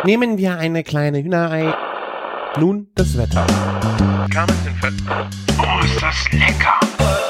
Nehmen wir eine kleine Hühnerei. Nun das Wetter. Oh, ist das lecker!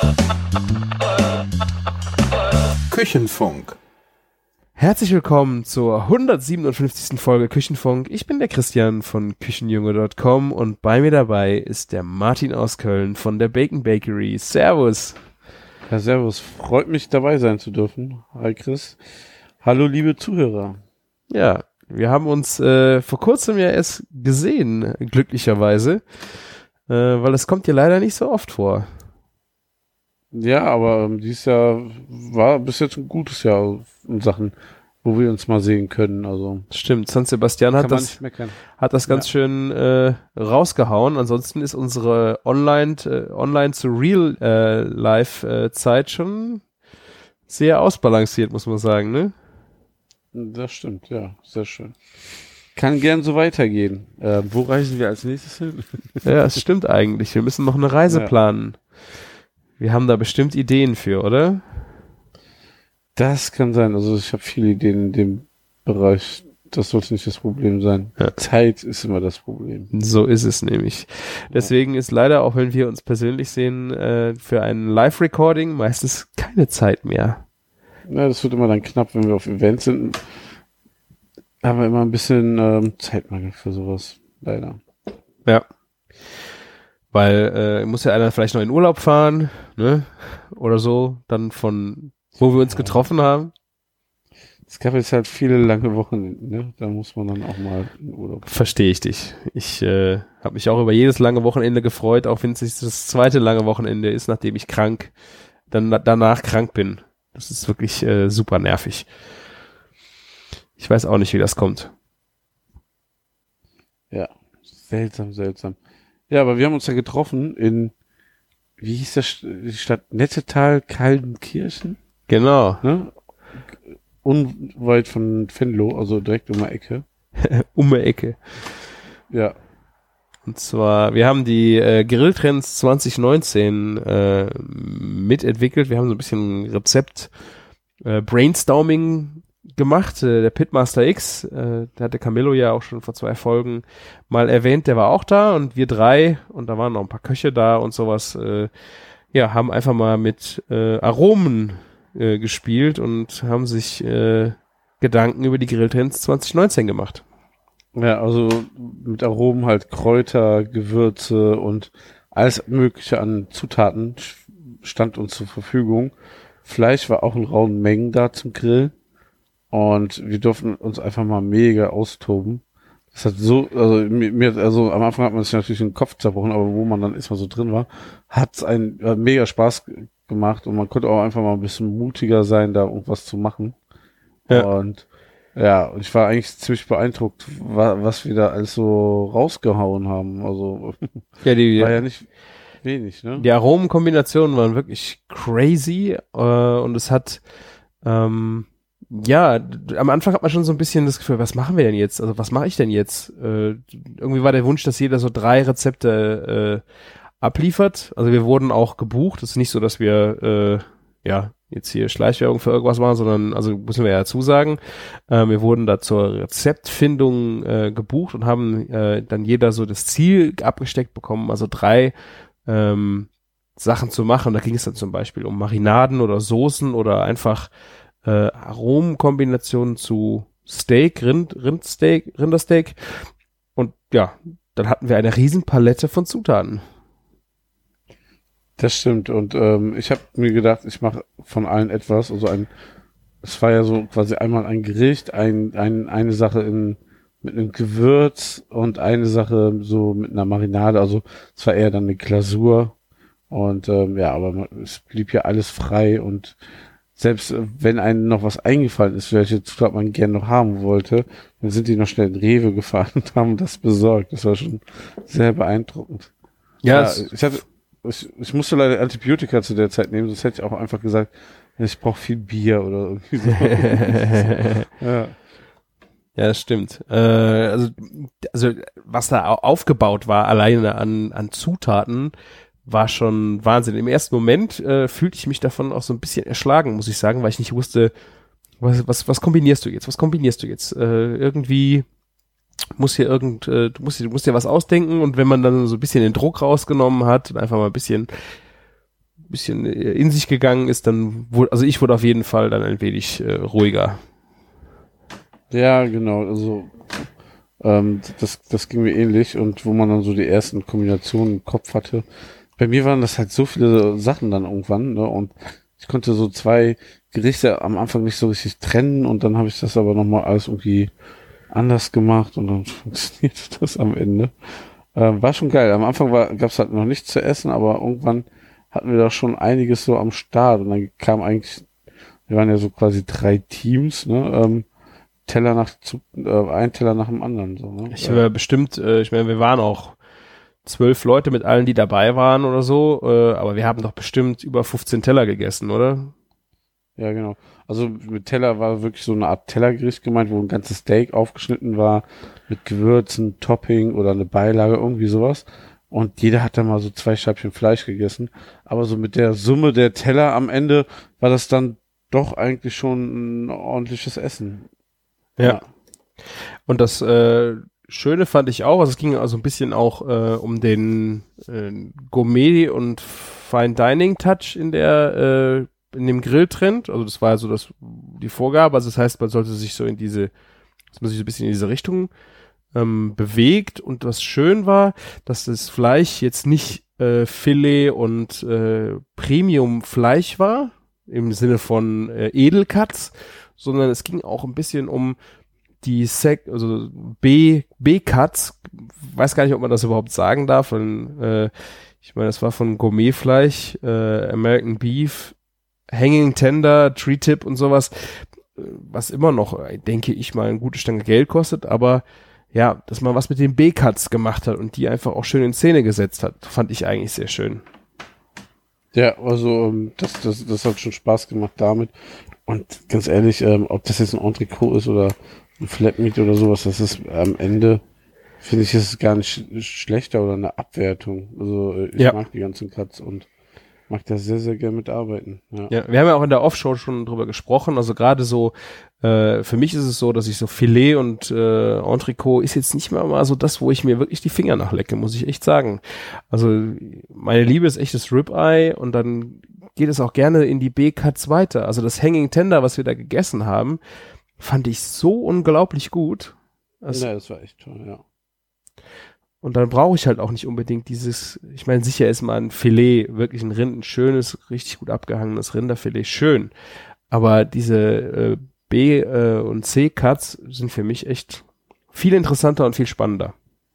Küchenfunk. Herzlich willkommen zur 157. Folge Küchenfunk. Ich bin der Christian von Küchenjunge.com und bei mir dabei ist der Martin aus Köln von der Bacon Bakery. Servus. Ja, servus. Freut mich, dabei sein zu dürfen. Hi Chris. Hallo, liebe Zuhörer. Ja, wir haben uns vor kurzem ja erst gesehen, glücklicherweise, weil es kommt dir leider nicht so oft vor. Ja, aber dieses Jahr war bis jetzt ein gutes Jahr in Sachen, wo wir uns mal sehen können. Also Stimmt, San Sebastian hat das ganz schön rausgehauen. Ansonsten ist unsere Online zu Real Life Zeit schon sehr ausbalanciert, muss man sagen, ne? Das stimmt, ja, sehr schön. Kann gern so weitergehen. Wo reisen wir als nächstes hin? Ja, es stimmt eigentlich. Wir müssen noch eine Reise planen. Wir haben da bestimmt Ideen für, oder? Das kann sein. Also ich habe viele Ideen in dem Bereich. Das sollte nicht das Problem sein. Ja. Zeit ist immer das Problem. So ist es nämlich. Deswegen ist leider, auch wenn wir uns persönlich sehen, für ein Live-Recording meistens keine Zeit mehr. Ja, das wird immer dann knapp, wenn wir auf Events sind. Haben wir immer ein bisschen Zeitmangel für sowas. Leider. Ja. Weil muss ja einer vielleicht noch in Urlaub fahren, ne? Oder so, dann von wo wir uns getroffen haben. Es gab jetzt halt viele lange Wochen, ne? Da muss man dann auch mal in Urlaub fahren. Verstehe ich dich. Ich habe mich auch über jedes lange Wochenende gefreut, auch wenn es das zweite lange Wochenende ist, nachdem ich danach krank bin. Das ist wirklich super nervig. Ich weiß auch nicht, wie das kommt. Ja, seltsam. Ja, aber wir haben uns ja getroffen in, wie hieß das, die Stadt Nettetal-Kaldenkirchen? Genau. Ne? Unweit von Venlo, also direkt um die Ecke. Um die Ecke. Ja. Und zwar, wir haben die Grilltrends 2019 mitentwickelt. Wir haben so ein bisschen Rezept Brainstorming gemacht. Der Pitmaster X, der hatte Camillo ja auch schon vor 2 Folgen mal erwähnt, der war auch da und wir 3 und da waren noch ein paar Köche da und sowas, haben einfach mal mit Aromen gespielt und haben sich Gedanken über die Grilltrends 2019 gemacht. Ja, also mit Aromen halt Kräuter, Gewürze und alles mögliche an Zutaten stand uns zur Verfügung. Fleisch war auch in rauen Mengen da zum Grillen. Und wir durften uns einfach mal mega austoben. Das hat also am Anfang hat man sich natürlich den Kopf zerbrochen, aber wo man dann erstmal so drin war, hat's mega Spaß gemacht und man konnte auch einfach mal ein bisschen mutiger sein, da irgendwas zu machen. Ja. Und ich war eigentlich ziemlich beeindruckt, was wir da alles so rausgehauen haben. Also war ja nicht wenig, ne? Die Aromenkombinationen waren wirklich crazy und es hat am Anfang hat man schon so ein bisschen das Gefühl, was machen wir denn jetzt? Also was mache ich denn jetzt? Irgendwie war der Wunsch, dass jeder so 3 Rezepte abliefert. Also wir wurden auch gebucht. Es ist nicht so, dass wir jetzt hier Schleichwerbung für irgendwas machen, sondern, also müssen wir ja dazu sagen, wir wurden da zur Rezeptfindung gebucht und haben dann jeder so das Ziel abgesteckt bekommen, also 3 Sachen zu machen. Da ging es dann zum Beispiel um Marinaden oder Soßen oder einfach Aromenkombinationen zu Steak, Rindersteak. Und ja, dann hatten wir eine riesen Palette von Zutaten. Das stimmt. Und ich habe mir gedacht, ich mache von allen etwas. Also es war ja so quasi einmal ein Gericht, eine Sache mit einem Gewürz und eine Sache so mit einer Marinade. Also es war eher dann eine Glasur. Und aber es blieb ja alles frei und selbst wenn einem noch was eingefallen ist, welche Zutat man gerne noch haben wollte, dann sind die noch schnell in Rewe gefahren und haben das besorgt. Das war schon sehr beeindruckend. Ja, ich musste leider Antibiotika zu der Zeit nehmen, sonst hätte ich auch einfach gesagt, ich brauche viel Bier oder irgendwie so. Ja, das stimmt. Also was da aufgebaut war, alleine an Zutaten, war schon Wahnsinn. Im ersten Moment fühlte ich mich davon auch so ein bisschen erschlagen, muss ich sagen, weil ich nicht wusste, was kombinierst du jetzt? Irgendwie du musst dir was ausdenken, und wenn man dann so ein bisschen den Druck rausgenommen hat und einfach mal ein bisschen in sich gegangen ist, dann also ich wurde auf jeden Fall dann ein wenig ruhiger. Ja, genau, also das ging mir ähnlich, und wo man dann so die ersten Kombinationen im Kopf hatte. Bei mir waren das halt so viele Sachen dann irgendwann, ne, und ich konnte so 2 Gerichte am Anfang nicht so richtig trennen, und dann habe ich das aber nochmal alles irgendwie anders gemacht, und dann funktionierte das am Ende. War schon geil. Am Anfang gab's halt noch nichts zu essen, aber irgendwann hatten wir da schon einiges so am Start, und dann kam eigentlich, wir waren ja so quasi 3 Teams, ne, ein Teller nach dem anderen. So, ne? Ich meine, wir waren auch 12 Leute mit allen, die dabei waren oder so, aber wir haben doch bestimmt über 15 Teller gegessen, oder? Ja, genau. Also mit Teller war wirklich so eine Art Tellergericht gemeint, wo ein ganzes Steak aufgeschnitten war, mit Gewürzen, Topping oder eine Beilage, irgendwie sowas. Und jeder hat dann mal so 2 Scheibchen Fleisch gegessen. Aber so mit der Summe der Teller am Ende war das dann doch eigentlich schon ein ordentliches Essen. Ja. Und das Schöne fand ich auch, also es ging also ein bisschen auch um den Gourmet- und Fine-Dining-Touch in dem Grilltrend. Also das war also die Vorgabe. Also das heißt, man sollte sich so dass man sich so ein bisschen in diese Richtung bewegt. Und was schön war, dass das Fleisch jetzt nicht Filet und Premium-Fleisch war, im Sinne von Edelcuts, sondern es ging auch ein bisschen um die also B-Cuts, weiß gar nicht, ob man das überhaupt sagen darf, ich meine, das war von Gourmetfleisch, American Beef, Hanging Tender, Tree Tip und sowas, was immer noch, denke ich mal, eine gute Stange Geld kostet, aber ja, dass man was mit den B-Cuts gemacht hat und die einfach auch schön in Szene gesetzt hat, fand ich eigentlich sehr schön. Ja, also das hat schon Spaß gemacht damit. Und ganz ehrlich, ob das jetzt ein Entrecot ist oder ein Flatmeat oder sowas, das ist am Ende, finde ich, ist es gar nicht schlechter oder eine Abwertung. Also ich mag die ganzen Cuts und mag da sehr, sehr gerne mitarbeiten. Ja. Ja, wir haben ja auch in der Offshow schon drüber gesprochen, also gerade so, für mich ist es so, dass ich so Filet und Entrecot ist jetzt nicht mal so das, wo ich mir wirklich die Finger nachlecke, muss ich echt sagen. Also meine Liebe ist echt das Ribeye, und dann geht es auch gerne in die B-Cuts weiter. Also das Hanging Tender, was wir da gegessen haben, fand ich so unglaublich gut. Ja, das war echt toll, ja. Und dann brauche ich halt auch nicht unbedingt ich meine, sicher ist mal ein Filet, wirklich ein schönes, richtig gut abgehangenes Rinderfilet, schön. Aber diese B- und C-Cuts sind für mich echt viel interessanter und viel spannender.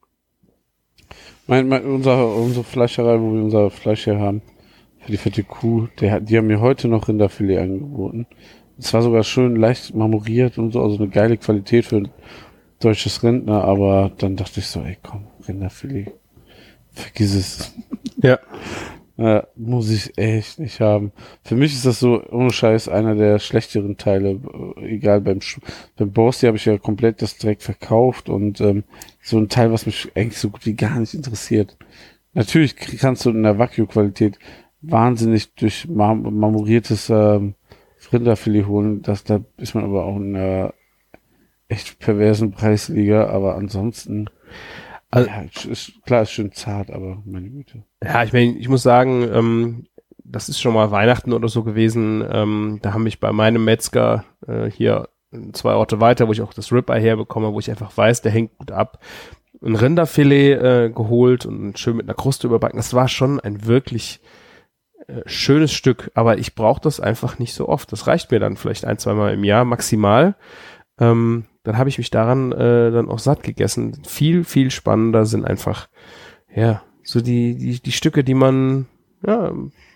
Unsere Fleischerei, wo wir unser Fleisch hier haben, für die fette Kuh, die haben mir heute noch Rinderfilet angeboten. Es war sogar schön leicht marmoriert und so, also eine geile Qualität für ein deutsches Rind, ne? Aber dann dachte ich so, ey komm, Rinderfilet, vergiss es. Ja. Muss ich echt nicht haben. Für mich ist das so, ohne Scheiß, einer der schlechteren Teile. Egal, beim Borsti habe ich ja komplett das direkt verkauft, und so ein Teil, was mich eigentlich so gut wie gar nicht interessiert. Natürlich kannst du in der Wagyu-Qualität wahnsinnig durch marmoriertes Rinderfilet holen. Da ist man aber auch in einer echt perversen Preisliga, aber ansonsten, Also, ja, ist schön zart, aber meine Güte. Ja, ich meine, ich muss sagen, das ist schon mal Weihnachten oder so gewesen. Da haben mich bei meinem Metzger hier 2 Orte weiter, wo ich auch das Ribeye herbekomme, wo ich einfach weiß, der hängt gut ab, ein Rinderfilet geholt und schön mit einer Kruste überbacken. Das war schon ein wirklich schönes Stück, aber ich brauche das einfach nicht so oft. Das reicht mir dann vielleicht 1-2 Mal im Jahr maximal. Dann habe ich mich daran dann auch satt gegessen. Viel, viel spannender sind einfach, ja, so die Stücke, die man, ja,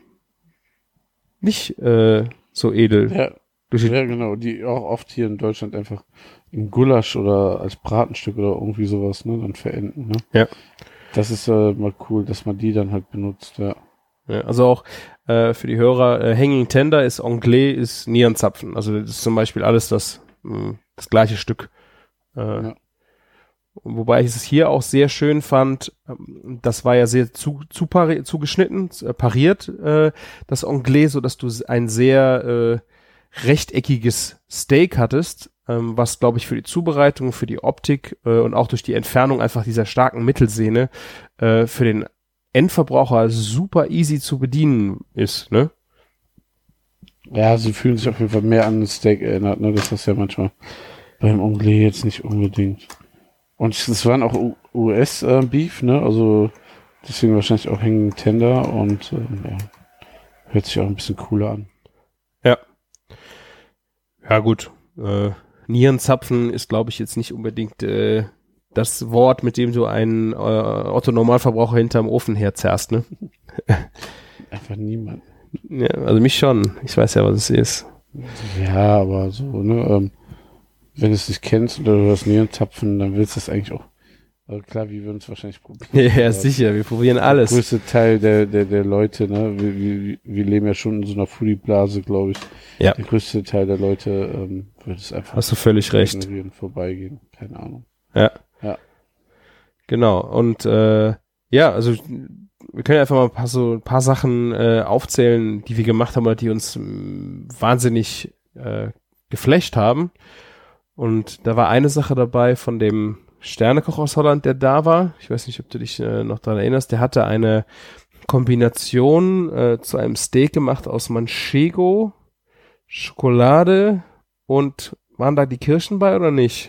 nicht so edel. Ja, genau, die auch oft hier in Deutschland einfach im Gulasch oder als Bratenstück oder irgendwie sowas, ne, dann verenden, ne. Ja. Das ist mal cool, dass man die dann halt benutzt, ja. Ja, also auch für die Hörer, Hanging Tender ist Anglais, ist Nierenzapfen. Also das ist zum Beispiel alles das gleiche Stück. Ja. Wobei ich es hier auch sehr schön fand, das war ja sehr zugeschnitten, pariert, das Anglais, so dass du ein sehr rechteckiges Steak hattest, was, glaube ich, für die Zubereitung, für die Optik und auch durch die Entfernung einfach dieser starken Mittelsehne für den Endverbraucher super easy zu bedienen ist, ne? Ja, sie fühlen sich auf jeden Fall mehr an ein Steak erinnert, ne? Das ist ja manchmal beim Onglet jetzt nicht unbedingt. Und es waren auch US-Beef, ne? Also deswegen wahrscheinlich auch Hanging Tender und ja, hört sich auch ein bisschen cooler an. Ja. Ja, gut. Nierenzapfen ist, glaube ich, jetzt nicht unbedingt das Wort, mit dem du einen Otto-Normalverbraucher hinterm Ofen herzerrst, ne? Einfach niemand. Ja, also mich schon. Ich weiß ja, was es ist. Ja, aber so, ne? Wenn du es nicht kennst oder du hast Nierenzapfen, dann willst du es eigentlich auch. Also klar, wir würden es wahrscheinlich probieren. Ja, sicher. Wir probieren alles. Der größte Teil der Leute, ne? Wir leben ja schon in so einer Foodie-Blase, glaube ich. Ja. Der größte Teil der Leute würde es einfach. Hast du völlig recht. Vorbeigehen. Keine Ahnung. Ja. Ja. Genau. Und ja, also wir können einfach mal ein paar Sachen aufzählen, die wir gemacht haben oder die uns wahnsinnig geflasht haben. Und da war eine Sache dabei von dem Sternekoch aus Holland, der da war. Ich weiß nicht, ob du dich noch daran erinnerst. Der hatte eine Kombination zu einem Steak gemacht aus Manchego, Schokolade und waren da die Kirschen bei oder nicht?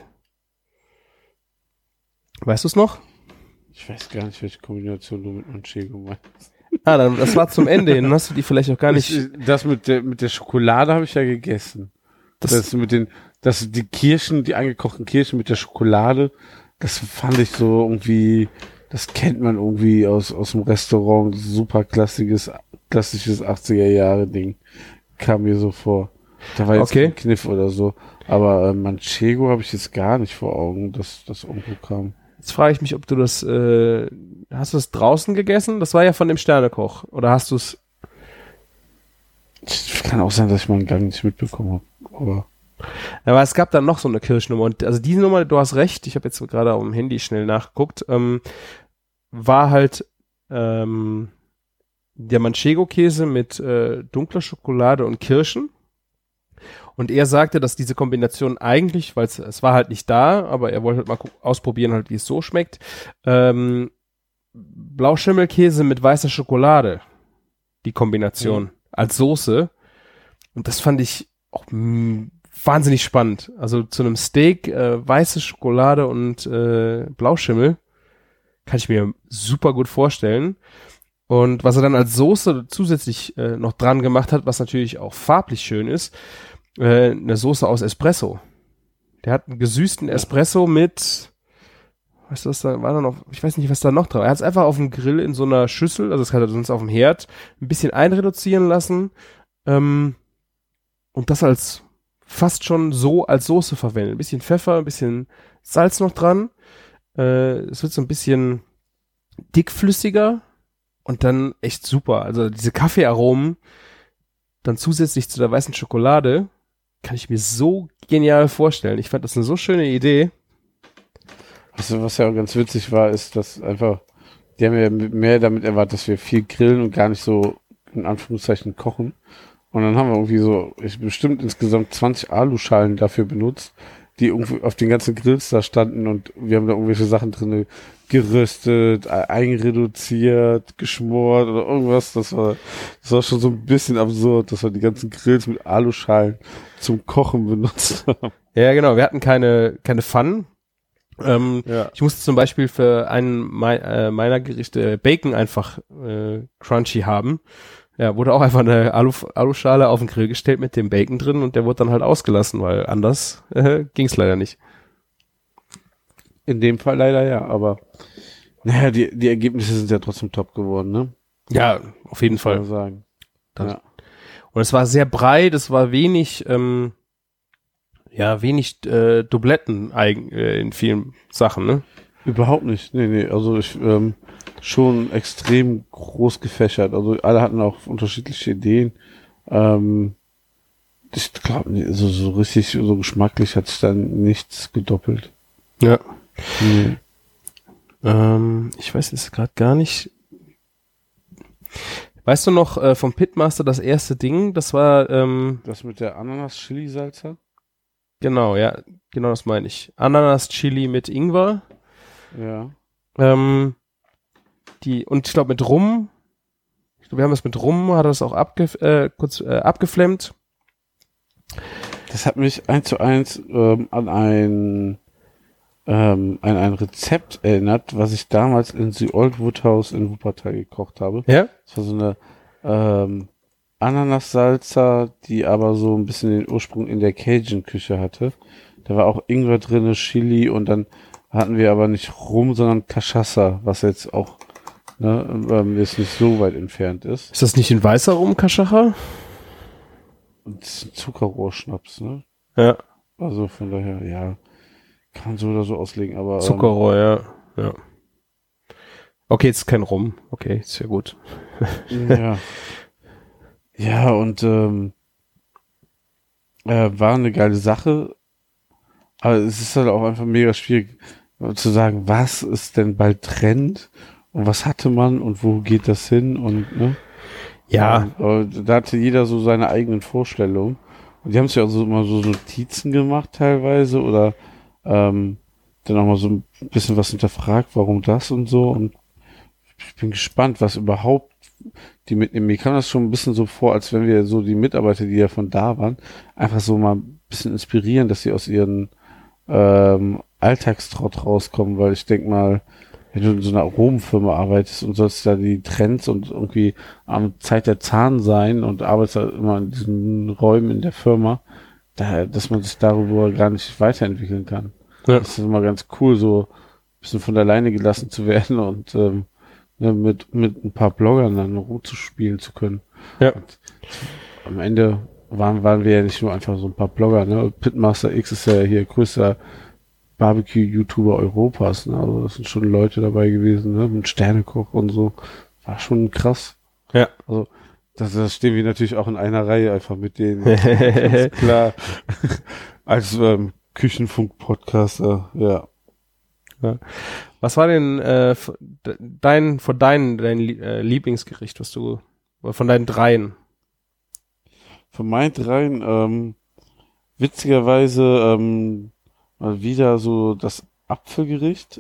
Weißt du es noch? Ich weiß gar nicht, welche Kombination du mit Manchego meinst. Dann, das war zum Ende hin. Dann hast du die vielleicht auch gar nicht. Das mit der Schokolade habe ich ja gegessen. Das die Kirschen, die eingekochten Kirschen mit der Schokolade, das fand ich so irgendwie, das kennt man irgendwie aus dem Restaurant, super klassisches 80er-Jahre-Ding. Kam mir so vor. Da war jetzt kein Kniff oder so. Aber Manchego habe ich jetzt gar nicht vor Augen, dass das irgendwo kam. Jetzt frage ich mich, ob du das, hast du das draußen gegessen? Das war ja von dem Sternekoch. Oder hast du es? Kann auch sein, dass ich mal einen Gang nicht mitbekommen habe. Aber es gab dann noch so eine Kirschnummer. Und also diese Nummer, du hast recht, ich habe jetzt gerade auf dem Handy schnell nachgeguckt, war halt der Manchego-Käse mit dunkler Schokolade und Kirschen. Und er sagte, dass diese Kombination eigentlich, weil es war halt nicht da, aber er wollte halt mal ausprobieren, halt, wie es so schmeckt. Blauschimmelkäse mit weißer Schokolade, die Kombination, als Soße. Und das fand ich auch wahnsinnig spannend. Also zu einem Steak, weiße Schokolade und Blauschimmel kann ich mir super gut vorstellen. Und was er dann als Soße zusätzlich noch dran gemacht hat, was natürlich auch farblich schön ist, eine Soße aus Espresso. Der hat einen gesüßten Espresso mit, weißt du, was da war da noch, ich weiß nicht, was da noch drauf. Er hat es einfach auf dem Grill in so einer Schüssel, also das hat er sonst auf dem Herd, ein bisschen einreduzieren lassen und das als fast schon so als Soße verwendet. Ein bisschen Pfeffer, ein bisschen Salz noch dran. Es wird so ein bisschen dickflüssiger und dann echt super. Also diese Kaffeearomen dann zusätzlich zu der weißen Schokolade kann ich mir so genial vorstellen. Ich fand das eine so schöne Idee. Was ja auch ganz witzig war, ist, dass einfach, die haben ja mehr damit erwartet, dass wir viel grillen und gar nicht so in Anführungszeichen kochen. Und dann haben wir irgendwie so, bestimmt insgesamt 20 Aluschalen dafür benutzt, die irgendwie auf den ganzen Grills da standen und wir haben da irgendwelche Sachen drin geröstet, einreduziert, geschmort oder irgendwas. Das war schon so ein bisschen absurd, dass wir die ganzen Grills mit Aluschalen zum Kochen benutzt haben. Ja, genau. Wir hatten keine Pfannen. Ich musste zum Beispiel für einen meiner Gerichte Bacon einfach crunchy haben. Ja, wurde auch einfach eine Aluschale auf den Grill gestellt mit dem Bacon drin und der wurde dann halt ausgelassen, weil anders ging's leider nicht. In dem Fall leider ja, aber naja, die Ergebnisse sind ja trotzdem top geworden, ne? Ja, auf jeden Fall. Sagen. Ja. Und es war sehr breit, es war wenig Dubletten in vielen Sachen, ne? Überhaupt nicht. Nee, also ich schon extrem groß gefächert. Also alle hatten auch unterschiedliche Ideen. Ich glaube, so richtig, so geschmacklich hat sich dann nichts gedoppelt. Ja. Nee. Ich weiß jetzt gerade gar nicht. Weißt du noch vom Pitmaster das erste Ding? Das war das mit der Ananas-Chili-Salsa? Genau, ja, genau das meine ich. Ananas-Chili mit Ingwer. Ja. Und ich glaube mit Rum. Ich glaube, wir haben es mit Rum, hat das auch kurz abgeflammt. Das hat mich 1:1 an ein Rezept erinnert, was ich damals in The Old Woodhouse in Wuppertal gekocht habe. Ja? Das war so eine Ananassalsa, die aber so ein bisschen den Ursprung in der Cajun-Küche hatte. Da war auch Ingwer drinne, Chili und dann hatten wir aber nicht Rum, sondern Cachaça, was jetzt auch jetzt nicht so weit entfernt ist. Ist das nicht in weißer Rum, Kaschacher? Und das ist ein Zuckerrohrschnaps, ne? Ja. Also von daher, ja, kann man so oder so auslegen, aber Zuckerrohr, ja. Okay, jetzt ist kein Rum. Okay, ist ja gut. ja. Ja, und war eine geile Sache, aber es ist halt auch einfach mega schwierig zu sagen, was ist denn bald Trend und was hatte man und wo geht das hin und ne? Ja. Aber da hatte jeder so seine eigenen Vorstellungen und die haben sich auch so immer so Notizen gemacht teilweise oder dann auch mal so ein bisschen was hinterfragt, warum das und so und ich bin gespannt, was überhaupt die mitnehmen. Mir kam das schon ein bisschen so vor, als wenn wir so die Mitarbeiter, die ja von da waren, einfach so mal ein bisschen inspirieren, dass sie aus ihren Alltagstrott rauskommen, weil ich denke mal, wenn du in so einer Aromenfirma arbeitest und sollst da die Trends und irgendwie am Zeit der Zahn sein und arbeitest da immer in diesen Räumen in der Firma, dass man sich darüber gar nicht weiterentwickeln kann. Ja. Das ist immer ganz cool, so ein bisschen von der Leine gelassen zu werden und mit ein paar Bloggern dann rumzuspielen zu können. Ja. Und am Ende waren wir ja nicht nur einfach so ein paar Blogger, ne? Pitmaster X ist ja hier größter Barbecue-YouTuber Europas, ne? Also das sind schon Leute dabei gewesen, ne? Mit Sternekoch und so. War schon krass. Ja. Also das stehen wir natürlich auch in einer Reihe einfach mit denen. Ganz klar. Als Küchenfunk-Podcaster, ja. Was war denn dein Lieblingsgericht, was du von deinen dreien? Von meinen dreien, witzigerweise mal wieder so das Apfelgericht.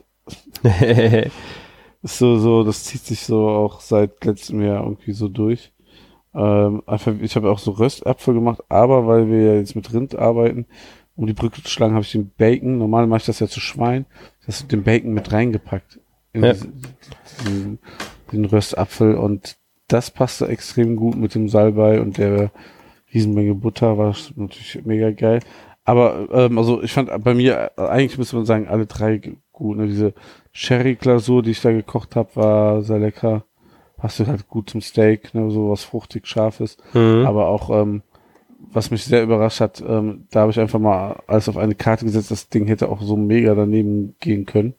Ist so, das zieht sich so auch seit letztem Jahr irgendwie so durch. Einfach, ich habe auch so Röstapfel gemacht, aber weil wir ja jetzt mit Rind arbeiten, um die Brücke zu schlagen, habe ich den Bacon, normal mache ich das ja zu Schwein, das den Bacon mit reingepackt in den Röstapfel und das passte extrem gut mit dem Salbei und der Riesenmenge Butter, war natürlich mega geil. Aber also ich fand bei mir, eigentlich müsste man sagen, alle drei gut. Ne? Diese Sherry-Glasur, die ich da gekocht habe, war sehr lecker. Passt halt gut zum Steak, ne? So was fruchtig Scharfes. Aber auch, was mich sehr überrascht hat, da habe ich einfach mal alles auf eine Karte gesetzt. Das Ding hätte auch so mega daneben gehen können.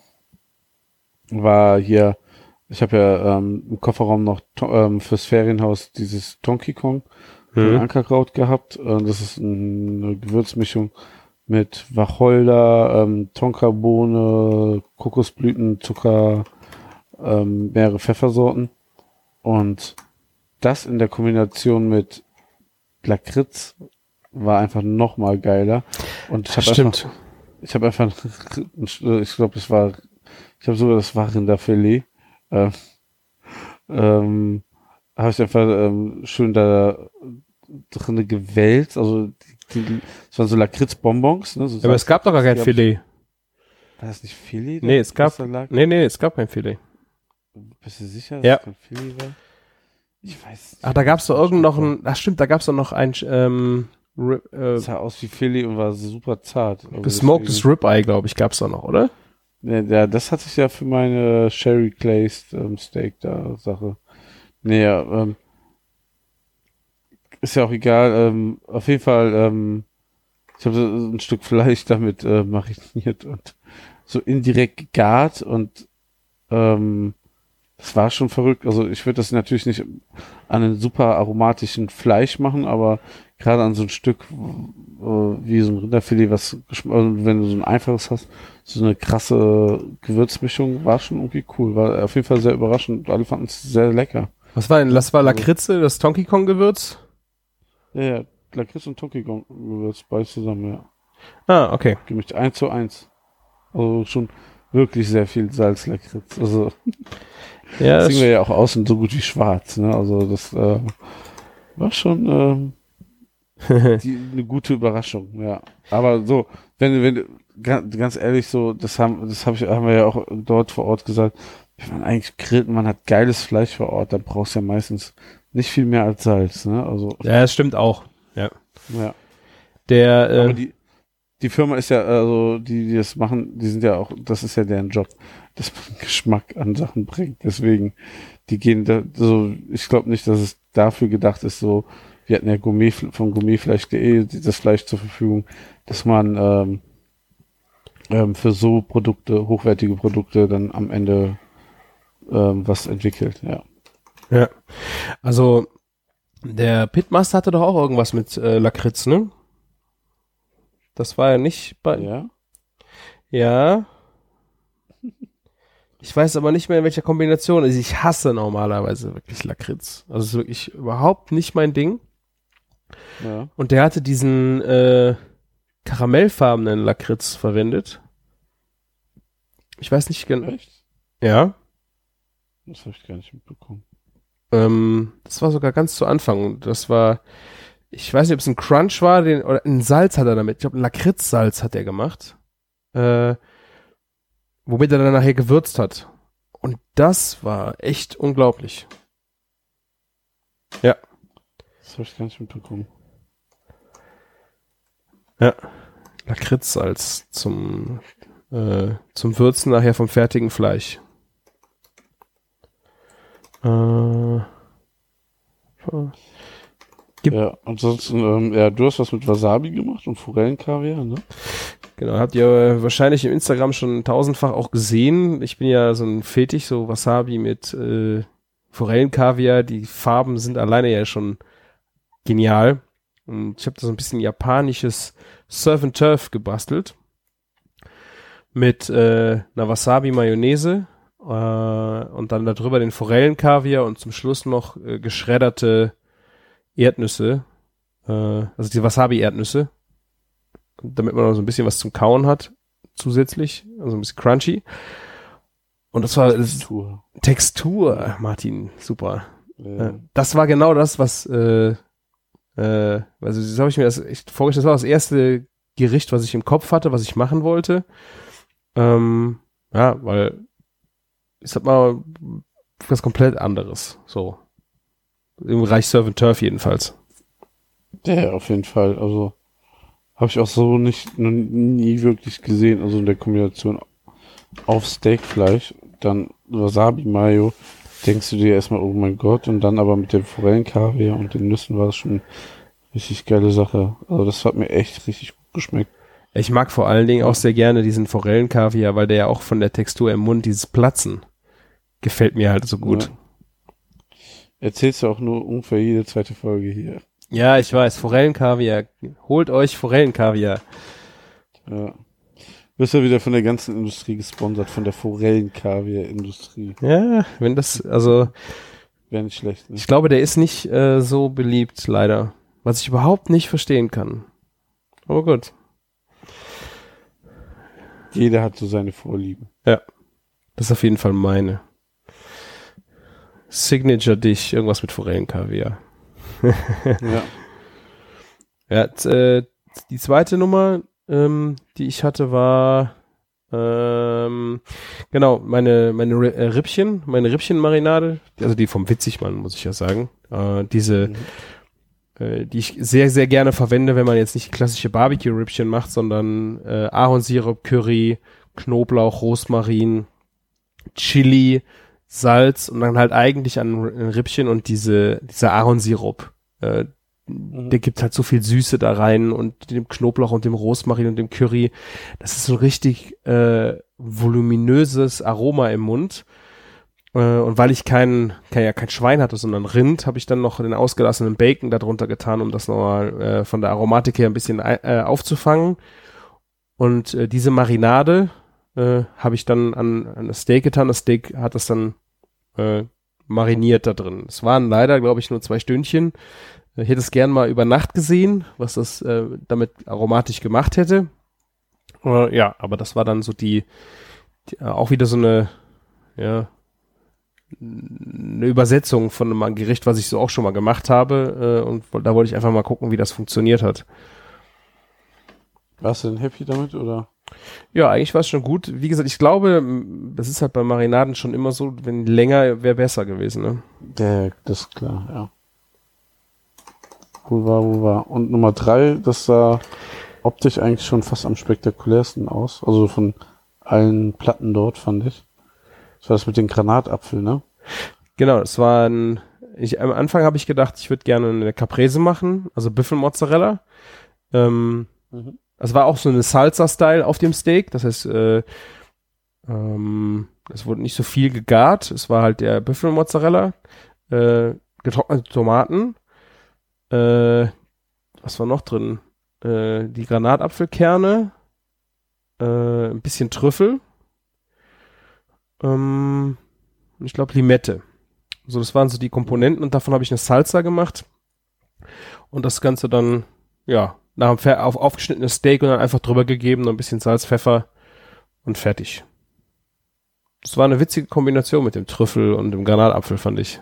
War hier, ich habe ja im Kofferraum noch fürs Ferienhaus dieses Donkey Kong Ankerkraut gehabt. Das ist eine Gewürzmischung mit Wacholder, Tonkabohne, Kokosblüten, Zucker, mehrere Pfeffersorten. Und das in der Kombination mit Lakritz war einfach noch mal geiler. Und ich habe einfach, ich glaube, ich habe sogar das Rinderfilet. Habe ich einfach schön da drinne gewälzt. Also es waren so Lakritzbonbons. Ne? So aber es gab doch gar kein Filet. War das nicht Filet? Nee, es gab kein Filet. Bist du sicher, dass es kein Filet war? Ich weiß nicht. Ach, da gab's doch da gab's doch noch ein das sah aus wie Filet und war super zart. Also gesmokedes Ribeye, glaube ich, gab's da noch, oder? Ja, das hatte ich ja für meine Sherry Glazed Steak da Sache. Naja, ist ja auch egal. Auf jeden Fall, ich habe so ein Stück Fleisch damit mariniert und so indirekt gegart und das war schon verrückt. Also ich würde das natürlich nicht an einen super aromatischen Fleisch machen, aber gerade an so ein Stück wie so ein Rinderfilet, wenn du so ein einfaches hast, so eine krasse Gewürzmischung, war schon irgendwie cool. War auf jeden Fall sehr überraschend. Alle fanden es sehr lecker. Was war denn? Das war Lakritze, das Donkey Kong Gewürz? Ja, Lakritz und Donkey Kong Gewürz, beides zusammen, ja. Ah, okay. Gemischt 1:1. Also schon wirklich sehr viel Salzlakritz. Also Ja, das Ding war ja auch außen so gut wie schwarz. Ne? Also das war schon eine gute Überraschung. Ja, aber so, wenn ganz ehrlich so, haben wir ja auch dort vor Ort gesagt. Wenn man eigentlich grillt, man hat geiles Fleisch vor Ort, dann brauchst du ja meistens nicht viel mehr als Salz. Ne? Also ja, das stimmt auch. Ja. ja. Der Aber die Firma ist ja, also die das machen, die sind ja auch, das ist ja deren Job, dass man Geschmack an Sachen bringt. Deswegen, die gehen da, so, ich glaube nicht, dass es dafür gedacht ist, so, wir hatten ja von gourmetfleisch.de das Fleisch zur Verfügung, dass man für so Produkte, hochwertige Produkte, dann am Ende was entwickelt, ja. Ja. Also, der Pitmaster hatte doch auch irgendwas mit Lakritz, ne? Das war ja nicht bei. Ja? Ja. Ich weiß aber nicht mehr, in welcher Kombination. Also ich hasse normalerweise wirklich Lakritz. Also es ist wirklich überhaupt nicht mein Ding. Ja. Und der hatte diesen karamellfarbenen Lakritz verwendet. Ich weiß nicht genau. Echt? Ja. Das habe ich gar nicht mitbekommen. Das war sogar ganz zu Anfang. Das war, ich weiß nicht, ob es ein Crunch war, oder ein Salz hat er damit. Ich glaube, ein Lakritzsalz hat er gemacht. Womit er dann nachher gewürzt hat. Und das war echt unglaublich. Ja. Das habe ich gar nicht mitbekommen. Ja. Lakritzsalz zum Würzen nachher vom fertigen Fleisch. Ja, ansonsten, du hast was mit Wasabi gemacht und Forellenkaviar, ne? Genau, habt ihr wahrscheinlich im Instagram schon tausendfach auch gesehen. Ich bin ja so ein Fetisch, so Wasabi mit Forellenkaviar. Die Farben sind alleine ja schon genial. Und ich habe da so ein bisschen japanisches Surf and Turf gebastelt. Mit einer Wasabi-Mayonnaise und dann darüber den Forellenkaviar und zum Schluss noch geschredderte Erdnüsse. Also die Wasabi-Erdnüsse. Damit man noch so ein bisschen was zum Kauen hat, zusätzlich, also ein bisschen crunchy. Und das war Textur, Martin, super. Ja. Das war genau das, was, also das habe ich mir das echt vorgestellt, das war das erste Gericht, was ich im Kopf hatte, was ich machen wollte. Ja, weil ich sag mal, was komplett anderes, so. Im Bereich Surf and Turf jedenfalls. Ja, auf jeden Fall, also habe ich auch so noch nie wirklich gesehen, also in der Kombination auf Steakfleisch, dann Wasabi Mayo, denkst du dir erstmal, oh mein Gott, und dann aber mit dem Forellenkaviar und den Nüssen war es schon richtig geile Sache. Also das hat mir echt richtig gut geschmeckt. Ich mag vor allen Dingen auch sehr gerne diesen Forellenkaviar, weil der ja auch von der Textur im Mund, dieses Platzen, gefällt mir halt so gut. Ja. Erzählst du auch nur ungefähr jede zweite Folge hier. Ja, ich weiß, Forellenkaviar. Holt euch Forellenkaviar. Ja. Wirst ja wieder von der ganzen Industrie gesponsert, von der Forellenkaviar-Industrie. Ja, wenn das, also. Wäre nicht schlecht, ne? Ich glaube, der ist nicht so beliebt, leider. Was ich überhaupt nicht verstehen kann. Aber gut. Jeder hat so seine Vorlieben. Ja. Das ist auf jeden Fall meine. Signature-Dish, irgendwas mit Forellenkaviar. Ja. Ja, die zweite Nummer, die ich hatte, war genau, meine Rippchenmarinade, also die vom Witzigmann, muss ich ja sagen. Die ich sehr, sehr gerne verwende, wenn man jetzt nicht klassische Barbecue-Rippchen macht, sondern Ahornsirup, Curry, Knoblauch, Rosmarin, Chili, Salz und dann halt eigentlich an Rippchen und dieser Ahornsirup. Der gibt halt so viel Süße da rein und dem Knoblauch und dem Rosmarin und dem Curry. Das ist so ein richtig voluminöses Aroma im Mund. Und weil ich kein Schwein hatte, sondern Rind, habe ich dann noch den ausgelassenen Bacon darunter getan, um das nochmal von der Aromatik her ein bisschen aufzufangen. Und diese Marinade habe ich dann an das Steak getan. Das Steak hat das dann mariniert da drin. Es waren leider, glaube ich, nur 2 Stündchen. Ich hätte es gern mal über Nacht gesehen, was das damit aromatisch gemacht hätte. Ja, aber das war dann so auch wieder so eine Übersetzung von einem Gericht, was ich so auch schon mal gemacht habe. Und da wollte ich einfach mal gucken, wie das funktioniert hat. Warst du denn happy damit, oder? Ja, eigentlich war es schon gut. Wie gesagt, ich glaube, das ist halt bei Marinaden schon immer so, wenn länger, wäre besser gewesen, ne? Ja, das ist klar, ja. Wo war. Und Nummer 3, das sah optisch eigentlich schon fast am spektakulärsten aus. Also von allen Platten dort, fand ich. Das war das mit dem Granatapfel, ne? Genau, es war am Anfang habe ich gedacht, ich würde gerne eine Caprese machen, also Büffelmozzarella. Es war auch so eine Salsa-Style auf dem Steak, das heißt, es wurde nicht so viel gegart, es war halt der Büffelmozzarella, getrocknete Tomaten, was war noch drin? Die Granatapfelkerne, ein bisschen Trüffel, ich glaube Limette. So, das waren so die Komponenten und davon habe ich eine Salsa gemacht und das Ganze dann, ja, nach dem aufgeschnittenes Steak und dann einfach drüber gegeben, noch ein bisschen Salz, Pfeffer und fertig. Das war eine witzige Kombination mit dem Trüffel und dem Granatapfel, fand ich.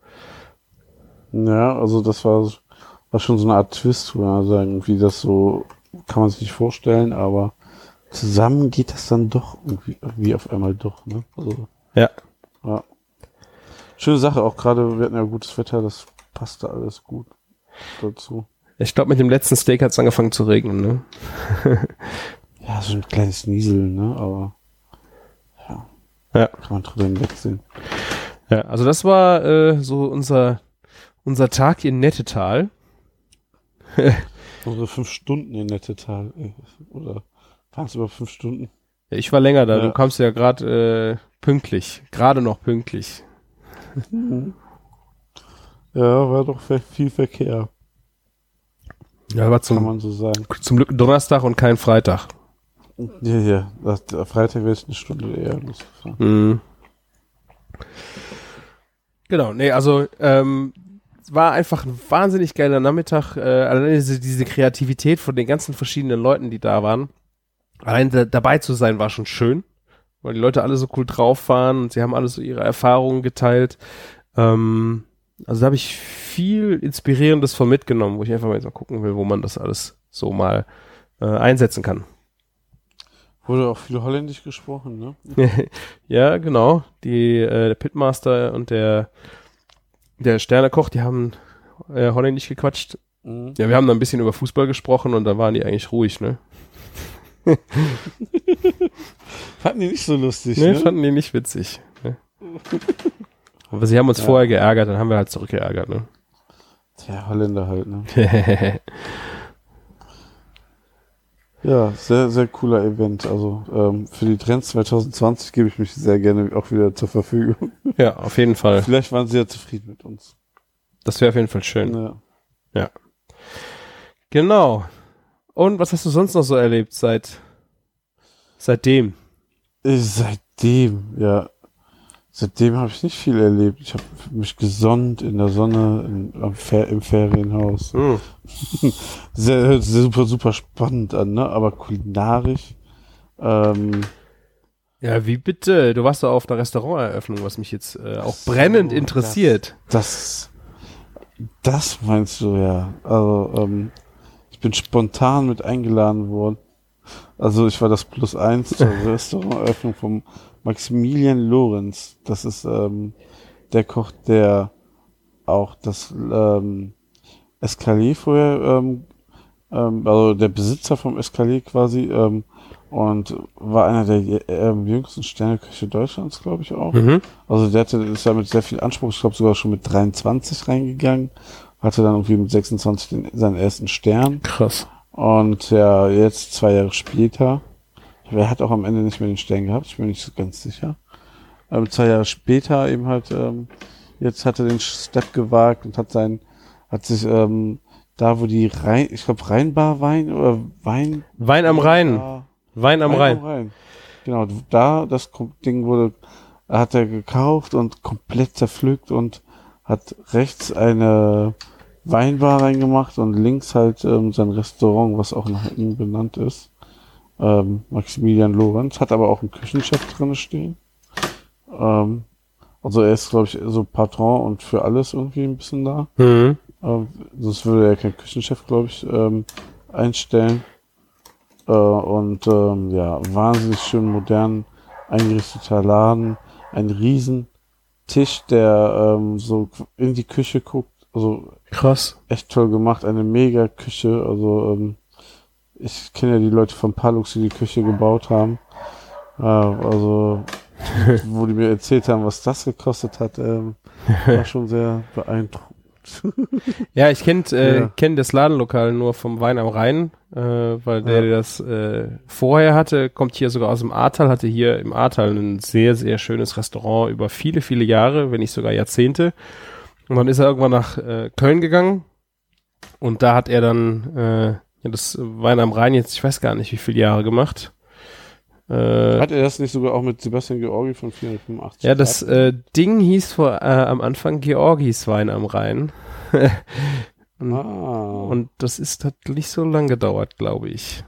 Ja, also das war schon so eine Art Twist, würde man sagen. Irgendwie das so, kann man sich nicht vorstellen, aber zusammen geht das dann doch irgendwie auf einmal doch, ne? Also, ja. Schöne Sache, auch gerade, wir hatten ja gutes Wetter, das passte alles gut dazu. Ich glaube, mit dem letzten Steak hat es angefangen zu regnen, ne? Ja, so ein kleines Nieseln, ne? Aber ja. Kann man drüber hinwegsehen. Ja, also das war so unser Tag in Nettetal. Unsere 5 Stunden in Nettetal. Oder waren es über 5 Stunden? Ja, ich war länger da, du kamst ja gerade pünktlich. Gerade noch pünktlich. Ja, war doch viel Verkehr. Ja, war kann man so sagen. Zum Glück Donnerstag und kein Freitag. Ja. Freitag wäre ich eine Stunde eher losgefahren. Mhm. Genau, nee, also es war einfach ein wahnsinnig geiler Nachmittag. Allein diese Kreativität von den ganzen verschiedenen Leuten, die da waren. Allein dabei zu sein, war schon schön, weil die Leute alle so cool drauf waren und sie haben alle so ihre Erfahrungen geteilt. Also da habe ich viel Inspirierendes von mitgenommen, wo ich einfach mal gucken will, wo man das alles so mal einsetzen kann. Wurde auch viel Holländisch gesprochen, ne? Ja, genau. Der Pitmaster und der Sternekoch, die haben Holländisch gequatscht. Mhm. Ja, wir haben da ein bisschen über Fußball gesprochen und da waren die eigentlich ruhig, ne? Fanden die nicht so lustig, ne? Ne, fanden die nicht witzig. Ne? Aber sie haben uns vorher geärgert, dann haben wir halt zurückgeärgert, ne? Tja, Holländer halt, ne? Ja, sehr, sehr cooler Event. Also für die Trends 2020 gebe ich mich sehr gerne auch wieder zur Verfügung. Ja, auf jeden Fall. Vielleicht waren sie ja zufrieden mit uns. Das wäre auf jeden Fall schön. Ja. Genau. Und was hast du sonst noch so erlebt seitdem? Seitdem habe ich nicht viel erlebt. Ich habe mich gesonnt in der Sonne im Ferienhaus. Mhm. Hört sich super, super spannend an, ne? Aber kulinarisch. Ja, wie bitte? Du warst da auf der Restauranteröffnung, was mich jetzt auch brennend interessiert. Das meinst du, ja. Also, ich bin spontan mit eingeladen worden. Also ich war das +1 zur Restauranteröffnung vom Maximilian Lorenz. Das ist der Koch, der auch das Escalier vorher, also der Besitzer vom Escalier quasi, und war einer der jüngsten Sterneköche Deutschlands, glaube ich auch. Mhm. Also ist da mit sehr viel Anspruch, ich glaube sogar schon mit 23 reingegangen, hatte dann irgendwie mit 26 seinen ersten Stern. Krass. Und ja, jetzt 2 Jahre später, er hat auch am Ende nicht mehr den Stern gehabt, ich bin nicht so ganz sicher. 2 Jahre später eben halt, jetzt hat er den Step gewagt und hat sich da, wo die Rheinbar-Wein oder Wein am Rhein. Wein am Rhein. Genau, da, das Ding hat er gekauft und komplett zerpflückt und hat rechts eine Weinbar reingemacht und links halt sein Restaurant, was auch nach ihm benannt ist. Maximilian Lorenz, hat aber auch einen Küchenchef drin stehen. Also er ist, glaube ich, so Patron und für alles irgendwie ein bisschen da. Sonst würde er keinen Küchenchef, glaube ich, einstellen. Und ja, wahnsinnig schön modern eingerichteter Laden. Ein riesen Tisch, der so in die Küche guckt. Also Krass. echt toll gemacht. Eine mega Küche. Also ich kenne ja die Leute von Palux, die die Küche gebaut haben. Also wo die mir erzählt haben, was das gekostet hat, war schon sehr beeindruckend. Ja, ich kenn das Ladenlokal nur vom Wein am Rhein, weil der das vorher hatte, kommt hier sogar aus dem Ahrtal, hatte hier im Ahrtal ein sehr, sehr schönes Restaurant über viele, viele Jahre, wenn nicht sogar Jahrzehnte. Und dann ist er irgendwann nach Köln gegangen und da hat er dann das Wein am Rhein jetzt, ich weiß gar nicht, wie viele Jahre gemacht. Hat er das nicht sogar auch mit Sebastian Georgi von 485? Ja, das Ding hieß am Anfang Georgis Wein am Rhein. Und das hat nicht so lang gedauert, glaube ich.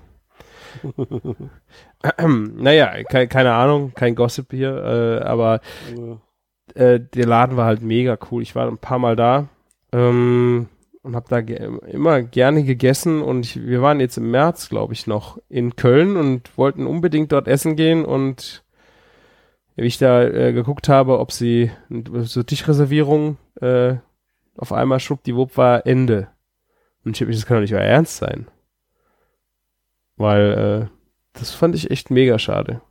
Naja, keine Ahnung, kein Gossip hier, aber der Laden war halt mega cool. Ich war ein paar Mal da und habe da immer gerne gegessen und wir waren jetzt im März, glaube ich, noch in Köln und wollten unbedingt dort essen gehen und wie ich da geguckt habe, ob sie so Tischreservierung auf einmal schwuppdiwupp war Ende. Und ich hab mich, das kann doch nicht euer Ernst sein. Weil das fand ich echt mega schade.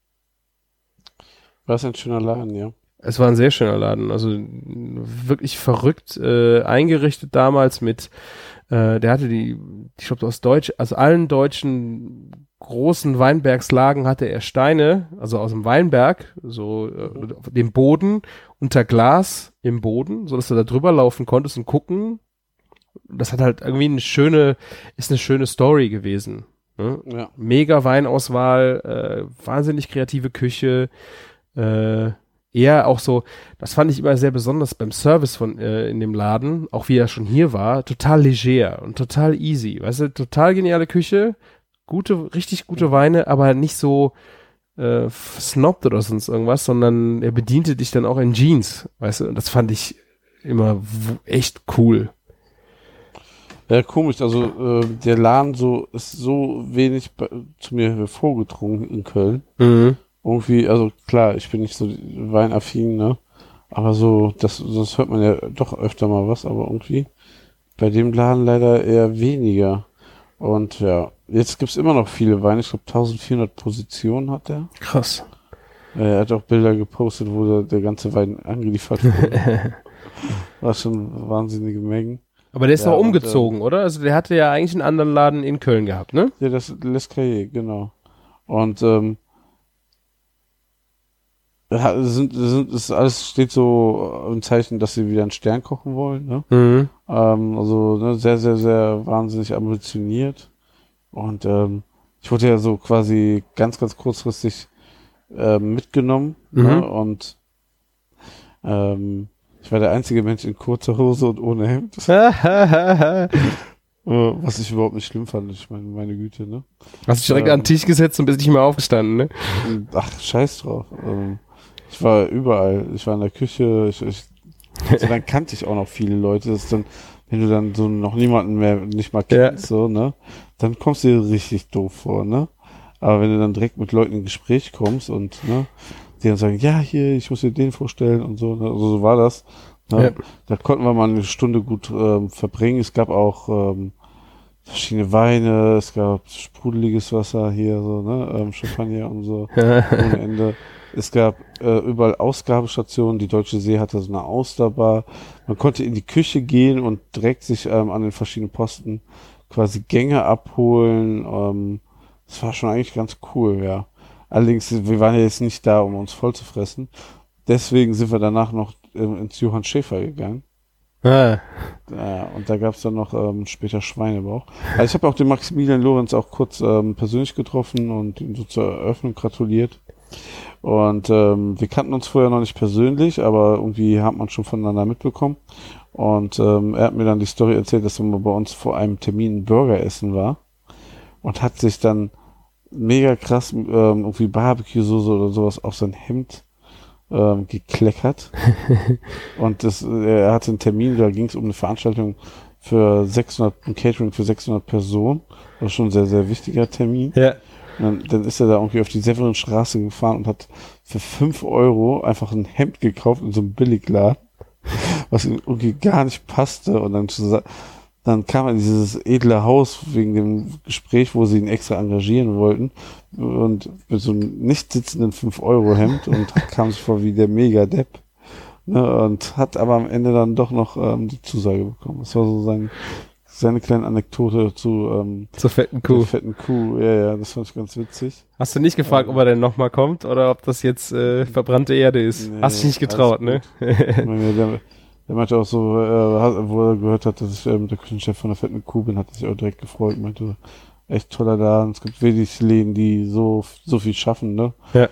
War es ein schöner Laden, ja. Es war ein sehr schöner Laden, also wirklich verrückt eingerichtet damals mit, der hatte ich glaube aus also allen deutschen großen Weinbergslagen hatte er Steine, also aus dem Weinberg, so dem Boden, unter Glas im Boden, so dass du da drüber laufen konntest und gucken. Das hat halt irgendwie ist eine schöne Story gewesen. Ne? Ja. Mega Weinauswahl, wahnsinnig kreative Küche, eher auch so, das fand ich immer sehr besonders beim Service in dem Laden, auch wie er schon hier war, total leger und total easy, weißt du, total geniale Küche, richtig gute Weine, aber nicht so snobbt oder sonst irgendwas, sondern er bediente dich dann auch in Jeans, weißt du, und das fand ich immer echt cool. Ja, komisch, also der Laden ist so wenig zu mir hervorgedrungen in Köln. Irgendwie, also klar, ich bin nicht so weinaffin, ne? Aber so, das hört man ja doch öfter mal was, aber irgendwie bei dem Laden leider eher weniger. Und ja, jetzt gibt's immer noch viele Weine. Ich glaube 1400 Positionen hat er. Krass. Er hat auch Bilder gepostet, wo der ganze Wein angeliefert wurde. War schon wahnsinnige Mengen. Aber der ist doch umgezogen, oder? Also der hatte ja eigentlich einen anderen Laden in Köln gehabt, ne? Ja, das L'Escalier, genau. Und alles steht so im Zeichen, dass sie wieder einen Stern kochen wollen, ne? Also ne, sehr, sehr, sehr wahnsinnig ambitioniert. Und ich wurde ja so quasi ganz, ganz kurzfristig mitgenommen, ne? Und ich war der einzige Mensch in kurzer Hose und ohne Hemd. Was ich überhaupt nicht schlimm fand. Ich meine Güte, ne? Hast dich direkt an den Tisch gesetzt und bist nicht mehr aufgestanden, ne? Ach, scheiß drauf. Ich war überall. Ich war in der Küche. Also dann kannte ich auch noch viele Leute. Das ist dann, wenn du dann so noch niemanden mehr nicht mal kennst, so, ne? Dann kommst du dir richtig doof vor, ne? Aber wenn du dann direkt mit Leuten in Gespräch kommst und, ne? Die dann sagen, ja, hier, ich muss dir den vorstellen und so, ne? Also so war das. Ne? Ja. Da konnten wir mal eine Stunde gut verbringen. Es gab auch verschiedene Weine, es gab sprudeliges Wasser hier, so, ne? Champagner und so, ohne Ende. Es gab überall Ausgabestationen. Die Deutsche See hatte so eine Austerbar. Man konnte in die Küche gehen und direkt sich an den verschiedenen Posten quasi Gänge abholen. Das war schon eigentlich ganz cool, ja. Allerdings, wir waren ja jetzt nicht da, um uns voll zu fressen. Deswegen sind wir danach noch ins Johann Schäfer gegangen. Ja, und da gab's dann noch später Schweinebauch. Also ich habe auch den Maximilian Lorenz auch kurz persönlich getroffen und ihm so zur Eröffnung gratuliert. Und wir kannten uns vorher noch nicht persönlich, aber irgendwie hat man schon voneinander mitbekommen. Und er hat mir dann die Story erzählt, dass er mal bei uns vor einem Termin Burger essen war und hat sich dann mega krass irgendwie Barbecue-Soße oder sowas auf sein Hemd gekleckert. Und er hatte einen Termin, da ging es um eine Veranstaltung für 600, ein Catering für 600 Personen. Das war schon ein sehr, sehr wichtiger Termin. Ja. Und dann ist er da irgendwie auf die Severinstraße gefahren und hat für 5 Euro einfach ein Hemd gekauft in so einem Billigladen, was ihm irgendwie gar nicht passte. Und dann kam er in dieses edle Haus wegen dem Gespräch, wo sie ihn extra engagieren wollten. Und mit so einem nicht sitzenden 5-Euro-Hemd und kam sich vor wie der Mega-Depp. Ne, und hat aber am Ende dann doch noch die Zusage bekommen. Das war so seine kleine Anekdote zur fetten Kuh. zur fetten Kuh. Ja, das fand ich ganz witzig. Hast du nicht gefragt, ob er denn nochmal kommt oder ob das jetzt verbrannte Erde ist? Nee, Hast dich nicht getraut, ne? Der meinte auch so, wo er gehört hat, dass ich der Küchenchef von der fetten Kuh bin, hat sich auch direkt gefreut. Meinte, echt toller Laden. Es gibt wenig Läden, die so viel schaffen, ne? Ja.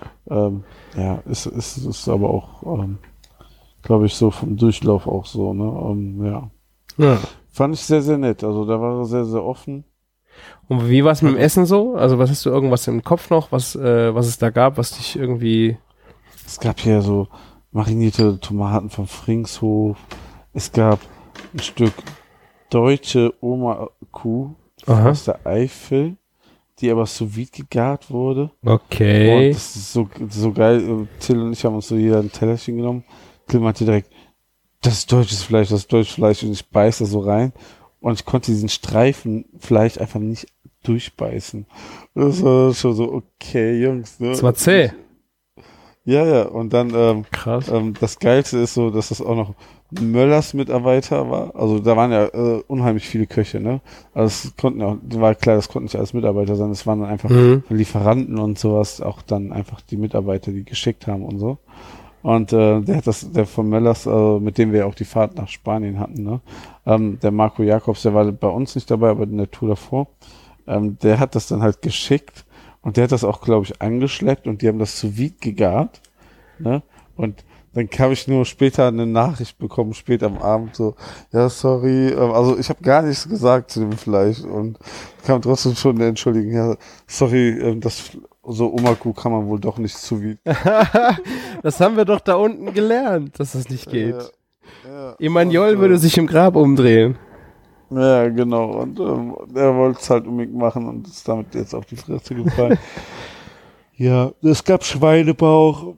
Ist aber auch, glaube ich, so vom Durchlauf auch so, ne? Ja. Fand ich sehr, sehr nett. Also da war er sehr, sehr offen. Und wie war es mit dem Essen so? Also was hast du irgendwas im Kopf noch, was es da gab, was dich irgendwie... Es gab hier so marinierte Tomaten vom Fringshof. Es gab ein Stück deutsche Oma-Kuh aus der Eifel, die aber sous vide gegart wurde. Okay. Und das ist so geil. Till und ich haben uns so jeder ein Tellerchen genommen. Till meinte direkt, das ist deutsches Fleisch. Und ich beiße da so rein. Und ich konnte diesen Streifen Fleisch einfach nicht durchbeißen. Das war schon so, okay, Jungs. Ne? Das war zäh. Ja. Und dann, Krass. das Geilste ist so, dass das auch noch Möllers Mitarbeiter war. Also da waren ja unheimlich viele Köche, ne? Also war klar, das konnten nicht alles Mitarbeiter sein. Das waren dann einfach Lieferanten und sowas, auch dann einfach die Mitarbeiter, die geschickt haben und so. Und der von Möllers, mit dem wir auch die Fahrt nach Spanien hatten, ne? Der Marco Jakobs, der war bei uns nicht dabei, aber in der Tour davor. Der hat das dann halt geschickt und der hat das auch, glaube ich, angeschleppt und die haben das sous vide gegart, ne? Und dann habe ich nur später eine Nachricht bekommen, spät am Abend, so, ja, sorry, also ich habe gar nichts gesagt zu dem Fleisch und kam trotzdem schon eine Entschuldigung, ja, sorry, so Oma-Kuh kann man wohl doch nicht sous vide. Das haben wir doch da unten gelernt, dass das nicht geht. Ja. Emanuel würde sich im Grab umdrehen. Ja, genau. Und er wollte es halt unbedingt machen und ist damit jetzt auf die Fresse gefallen. Ja, es gab Schweinebauch.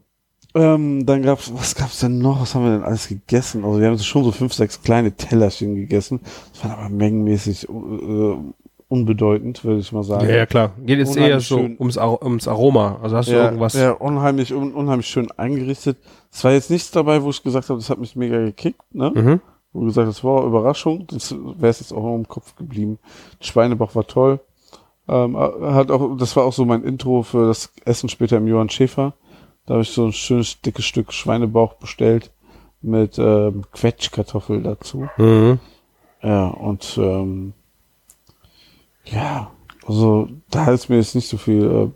Was gab's denn noch? Was haben wir denn alles gegessen? Also wir haben schon so 5, 6 kleine Tellerchen gegessen. Das war aber mengenmäßig unbedeutend, würde ich mal sagen. Ja, klar. Geht jetzt eher so ums Aroma. Also hast du irgendwas? Ja, unheimlich schön eingerichtet. Es war jetzt nichts dabei, wo ich gesagt habe, das hat mich mega gekickt, ne? Mhm. Wo gesagt, das war eine Überraschung. Das wäre es jetzt auch noch im Kopf geblieben. Der Schweinebauch war toll. Das war auch so mein Intro für das Essen später im Johann Schäfer. Da habe ich so ein schönes, dickes Stück Schweinebauch bestellt mit Quetschkartoffel dazu. Mhm. Ja, und also da ist mir jetzt nicht so viel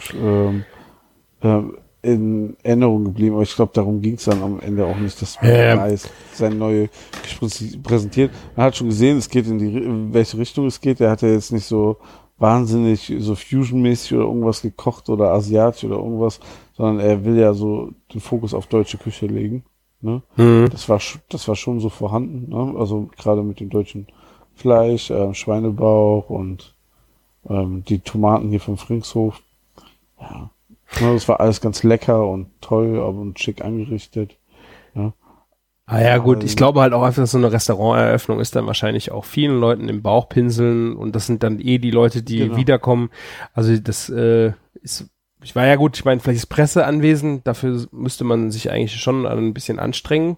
in Erinnerung geblieben, aber ich glaube, darum ging es dann am Ende auch nicht, dass Reis sein neue präsentiert. Man hat schon gesehen, es geht in welche Richtung es geht. Er hat ja jetzt nicht so wahnsinnig so Fusion-mäßig oder irgendwas gekocht oder asiatisch oder irgendwas, sondern er will ja so den Fokus auf deutsche Küche legen. Ne? Mhm. Das war schon so vorhanden, ne? Also gerade mit dem deutschen Fleisch, Schweinebauch und die Tomaten hier vom Fringshof. Ja. Das war alles ganz lecker und toll, aber und schick angerichtet. Ja. Ah ja, gut, ich glaube halt auch einfach, dass so eine Restauranteröffnung ist dann wahrscheinlich auch vielen Leuten im Bauch pinseln und das sind dann die Leute, die wiederkommen. Also das ich meine, vielleicht ist Presse anwesend, dafür müsste man sich eigentlich schon ein bisschen anstrengen.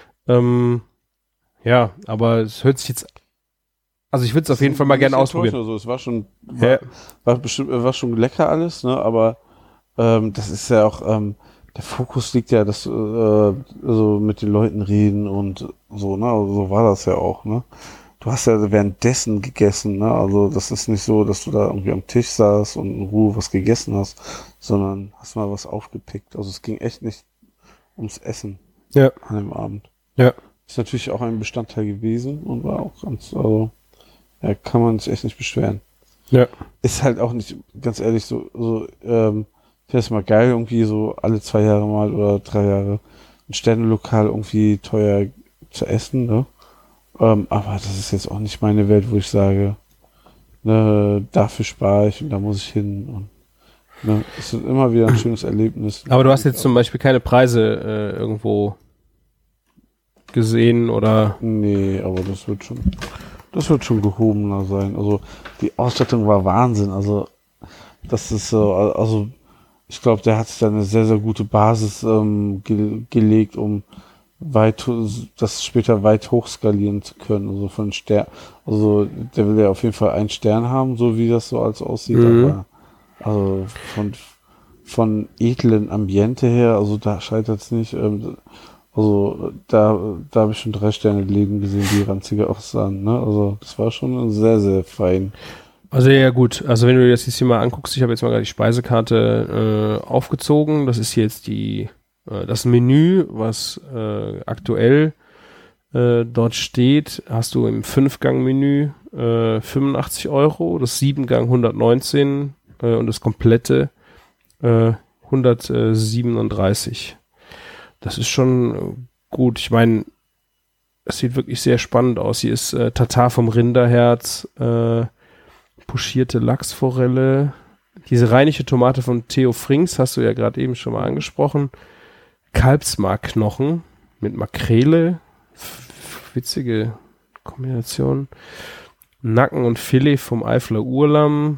Ja, aber es hört sich jetzt, also ich würde es auf jeden Fall mal gerne ausprobieren. Also es war schon lecker alles, ne, aber das ist ja auch, der Fokus liegt ja, dass so mit den Leuten reden und so, ne, also so war das ja auch, ne. Du hast ja währenddessen gegessen, ne, also das ist nicht so, dass du da irgendwie am Tisch saßt und in Ruhe was gegessen hast, sondern hast mal was aufgepickt. Also es ging echt nicht ums Essen an dem Abend. Ja. Ist natürlich auch ein Bestandteil gewesen und war auch also, ja, kann man sich echt nicht beschweren. Ja. Ist halt auch nicht, ganz ehrlich, ich finde es mal geil, irgendwie so alle 2 Jahre mal oder 3 Jahre ein Sternelokal irgendwie teuer zu essen, ne? Aber das ist jetzt auch nicht meine Welt, wo ich sage, ne, dafür spare ich und da muss ich hin und ne, es ist immer wieder ein schönes Erlebnis. Aber du hast jetzt zum Beispiel keine Preise irgendwo gesehen oder? Nee, aber das wird schon gehobener sein. Also die Ausstattung war Wahnsinn. Also das ist so, also ich glaube, der hat sich da eine sehr, sehr gute Basis gelegt, um das später weit hochskalieren zu können. Also von Stern, also der will ja auf jeden Fall einen Stern haben, so wie das so als aussieht, aber also von edlen Ambiente her, also da scheitert es nicht. Also da habe ich schon 3 Sterne Leben gesehen, die ranziger aussahen. Ne? Also das war schon sehr, sehr fein. Also ja gut, also wenn du dir das jetzt hier mal anguckst, ich habe jetzt mal gerade die Speisekarte aufgezogen. Das ist hier jetzt das Menü, was aktuell dort steht. Hast du im 5-Gang-Menü 85 €, das 7-Gang 119 und das komplette 137. Das ist schon gut. Ich meine, es sieht wirklich sehr spannend aus. Hier ist Tatar vom Rinderherz, pochierte Lachsforelle, diese rheinische Tomate von Theo Frings, hast du ja gerade eben schon mal angesprochen. Kalbsmarkknochen mit Makrele, witzige Kombination. Nacken und Filet vom Eifler Urlamm.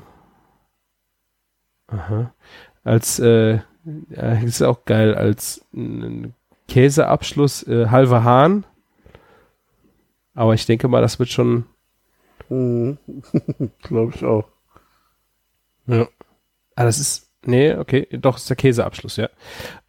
Aha. Als ist auch geil, als Käseabschluss halber Hahn. Aber ich denke mal, das wird schon. Glaube ich auch. Ja. Ah, das ist. Nee, okay, doch, ist der Käseabschluss, ja.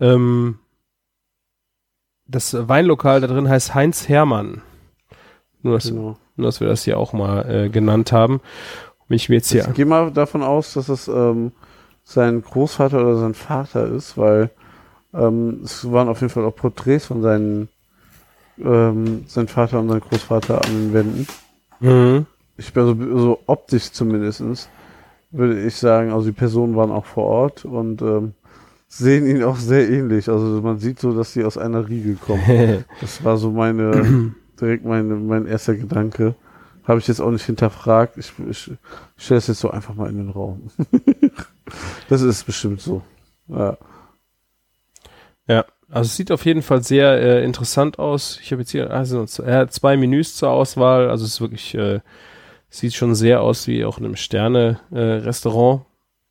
Das Weinlokal da drin heißt Heinz Hermann. Nur, dass wir das hier auch mal genannt haben. Wenn ich mir jetzt hier. Ich gehe mal davon aus, dass es sein Großvater oder sein Vater ist, weil es waren auf jeden Fall auch Porträts von sein Vater und sein Großvater an den Wänden. Mhm. Ich bin so optisch zumindestens würde ich sagen, also die Personen waren auch vor Ort und sehen ihn auch sehr ähnlich. Also man sieht so, dass sie aus einer Riege kommen. Das war so direkt mein erster Gedanke. Habe ich jetzt auch nicht hinterfragt. Ich stelle es jetzt so einfach mal in den Raum. Das ist bestimmt so. Ja. Ja, also es sieht auf jeden Fall sehr interessant aus. Ich habe jetzt hier er hat 2 Menüs zur Auswahl. Also es ist wirklich sieht schon sehr aus wie auch in einem Sterne-Restaurant.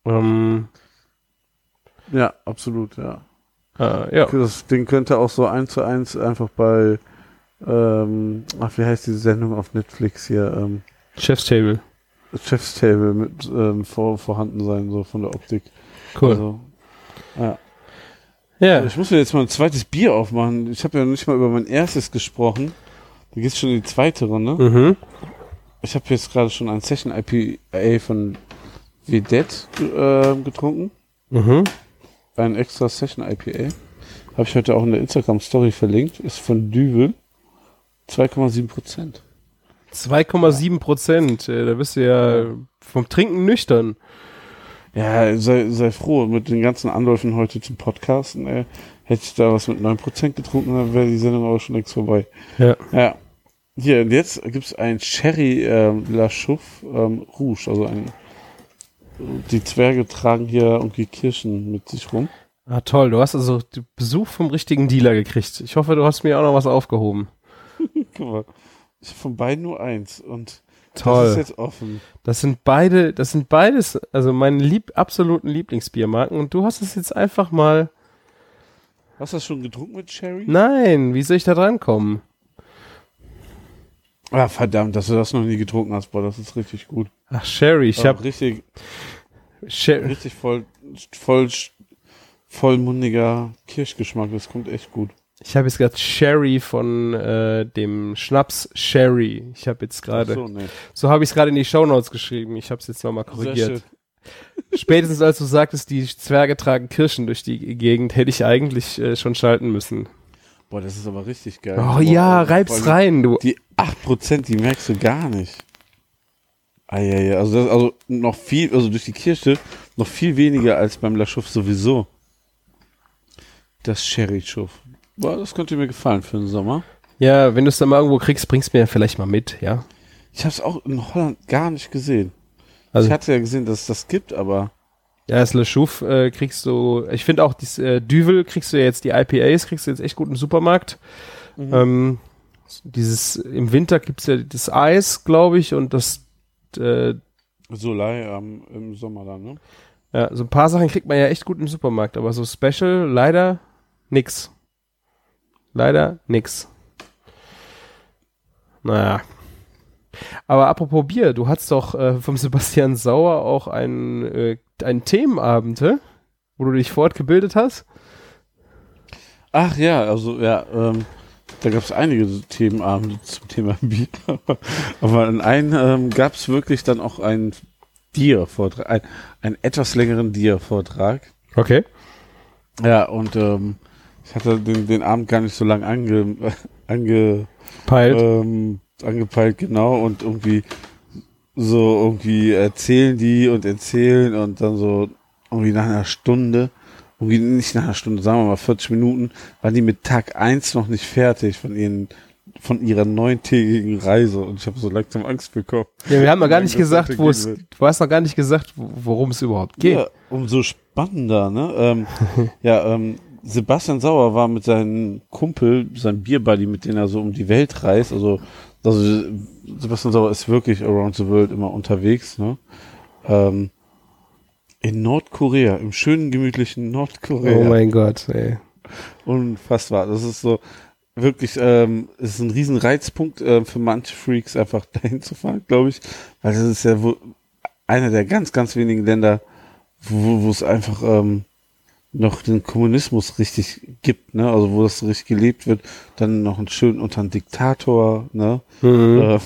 Ja, absolut, ja. Ja. Das Ding könnte auch so 1:1 einfach bei wie heißt diese Sendung auf Netflix hier? Chef's Table. Chef's Table mit vorhanden sein, so von der Optik. Cool. Also, ja. Ja. Ich muss mir jetzt mal ein zweites Bier aufmachen. Ich habe ja noch nicht mal über mein erstes gesprochen. Da geht's schon in die zweite Runde. Mhm. Ich habe jetzt gerade schon ein Session IPA von Vedet getrunken. Mhm. Ein extra Session IPA. Habe ich heute auch in der Instagram-Story verlinkt. Ist von Düvel. 2,7%. 2,7%. Da bist du ja vom Trinken nüchtern. Ja, sei froh. Mit den ganzen Anläufen heute zum Podcasten, hätte ich da was mit 9% getrunken, dann wäre die Sendung aber schon längst vorbei. Ja. Ja. Hier, und jetzt gibt's ein Sherry La Chouffe Rouge. Also die Zwerge tragen hier irgendwie Kirschen mit sich rum. Ah, toll. Du hast also Besuch vom richtigen Dealer gekriegt. Ich hoffe, du hast mir auch noch was aufgehoben. Guck mal. Ich habe von beiden nur eins und toll. Das ist jetzt offen. Das sind beides, also meine absoluten Lieblingsbiermarken und du hast es jetzt einfach mal. Hast du das schon getrunken mit Sherry? Nein, wie soll ich da drankommen? Ah, verdammt, dass du das noch nie getrunken hast, boah, das ist richtig gut. Ach, Sherry, ich habe richtig vollmundiger Kirschgeschmack, das kommt echt gut. Ich habe jetzt gerade Sherry von dem Schnaps Sherry. Ich habe jetzt gerade, so habe ich es gerade in die Shownotes geschrieben. Ich habe es jetzt nochmal korrigiert. Spätestens als du sagtest, die Zwerge tragen Kirschen durch die Gegend, hätte ich eigentlich schon schalten müssen. Boah, das ist aber richtig geil. Oh ja, reib's rein, du. Die 8%, die merkst du gar nicht. Ja. Also noch viel, also durch die Kirsche noch viel weniger als beim Laschouf sowieso. Das Sherry-Schuff. Boah, das könnte mir gefallen für den Sommer. Ja, wenn du es dann mal irgendwo kriegst, bringst mir vielleicht mal mit, ja. Ich habe es auch in Holland gar nicht gesehen. Also, ich hatte ja gesehen, dass es das gibt, aber... Ja, das Le Chouf kriegst du, ich finde auch, dieses Duvel kriegst du ja jetzt, die IPAs kriegst du jetzt echt gut im Supermarkt. Mhm. Im Winter gibt's ja das Eis, glaube ich, und das Solai im Sommer dann, ne? ja, so ein paar Sachen kriegt man ja echt gut im Supermarkt, aber so Special leider nix. Leider nix. Naja. Aber apropos Bier, du hattest doch vom Sebastian Sauer auch einen Themenabend, wo du dich fortgebildet hast. Ach ja, also ja, da gab es einige Themenabende zum Thema Bier. Aber in einem gab es wirklich dann auch einen Dia-Vortrag, einen etwas längeren Dia-Vortrag. Okay. Ja, und ich hatte den Abend gar nicht so lange angepeilt, genau, und irgendwie erzählen und dann so irgendwie nach einer Stunde, irgendwie nicht nach einer Stunde, sagen wir mal 40 Minuten, waren die mit Tag 1 noch nicht fertig von ihrer 9-tägigen Reise und ich habe so langsam Angst bekommen. Ja, wir haben noch gar nicht gesagt, du hast noch gar nicht gesagt, worum es überhaupt geht. Ja, umso spannender, ne? Sebastian Sauer war mit seinem Kumpel, seinem Bierbuddy, mit dem er so um die Welt reist, also Sebastian Sauer ist wirklich around the world immer unterwegs, ne? In Nordkorea, im schönen, gemütlichen Nordkorea. Oh mein Gott, ey. Unfassbar. Das ist so wirklich, ist ein riesen Reizpunkt für manche Freaks, einfach dahin zu fahren, glaube ich. Weil das ist ja wohl einer der ganz, ganz wenigen Länder, wo es einfach noch den Kommunismus richtig gibt, ne? Also wo das richtig gelebt wird. Dann noch einen schönen unter einen Diktator, ne? Mhm.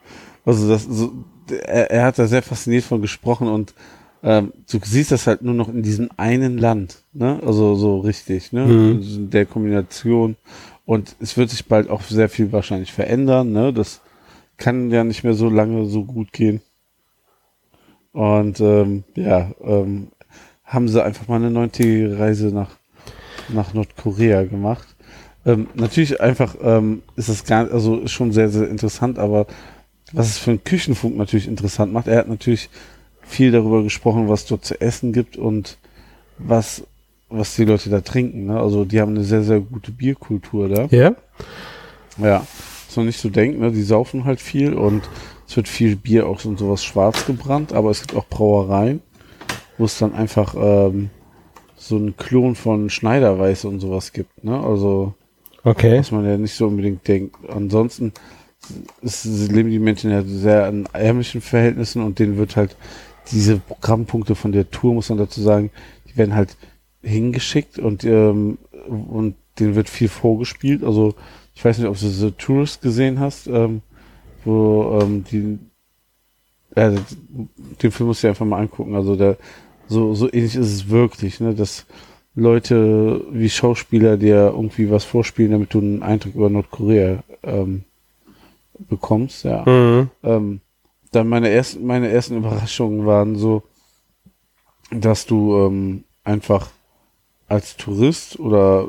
Er hat da sehr fasziniert von gesprochen und du siehst das halt nur noch in diesem einen Land, ne? Also so richtig, ne? In der Kombination. Und es wird sich bald auch sehr viel wahrscheinlich verändern, ne? Das kann ja nicht mehr so lange so gut gehen. Und haben sie einfach mal eine 9-tägige Reise nach Nordkorea gemacht. Natürlich einfach ist das ist schon sehr, sehr interessant, aber was es für einen Küchenfunk natürlich interessant macht, er hat natürlich viel darüber gesprochen, was dort zu essen gibt und was die Leute da trinken, ne? Also die haben eine sehr, sehr gute Bierkultur da. Ja? Ja, ist noch nicht so denken, ne? Die saufen halt viel und es wird viel Bier auch und sowas schwarz gebrannt, aber es gibt auch Brauereien, wo es dann einfach so einen Klon von Schneiderweiß und sowas gibt, ne? Also Okay. was man ja nicht so unbedingt denkt. Ansonsten leben die Menschen ja sehr in ärmlichen Verhältnissen und denen wird halt diese Programmpunkte von der Tour, muss man dazu sagen, die werden halt hingeschickt und denen wird viel vorgespielt. Also ich weiß nicht, ob du The Tourist gesehen hast, wo den Film musst du dir einfach mal angucken. Also so ähnlich ist es wirklich, ne, dass Leute wie Schauspieler dir irgendwie was vorspielen, damit du einen Eindruck über Nordkorea bekommst, ja. Mhm. Dann meine ersten Überraschungen waren so, dass du einfach als Tourist oder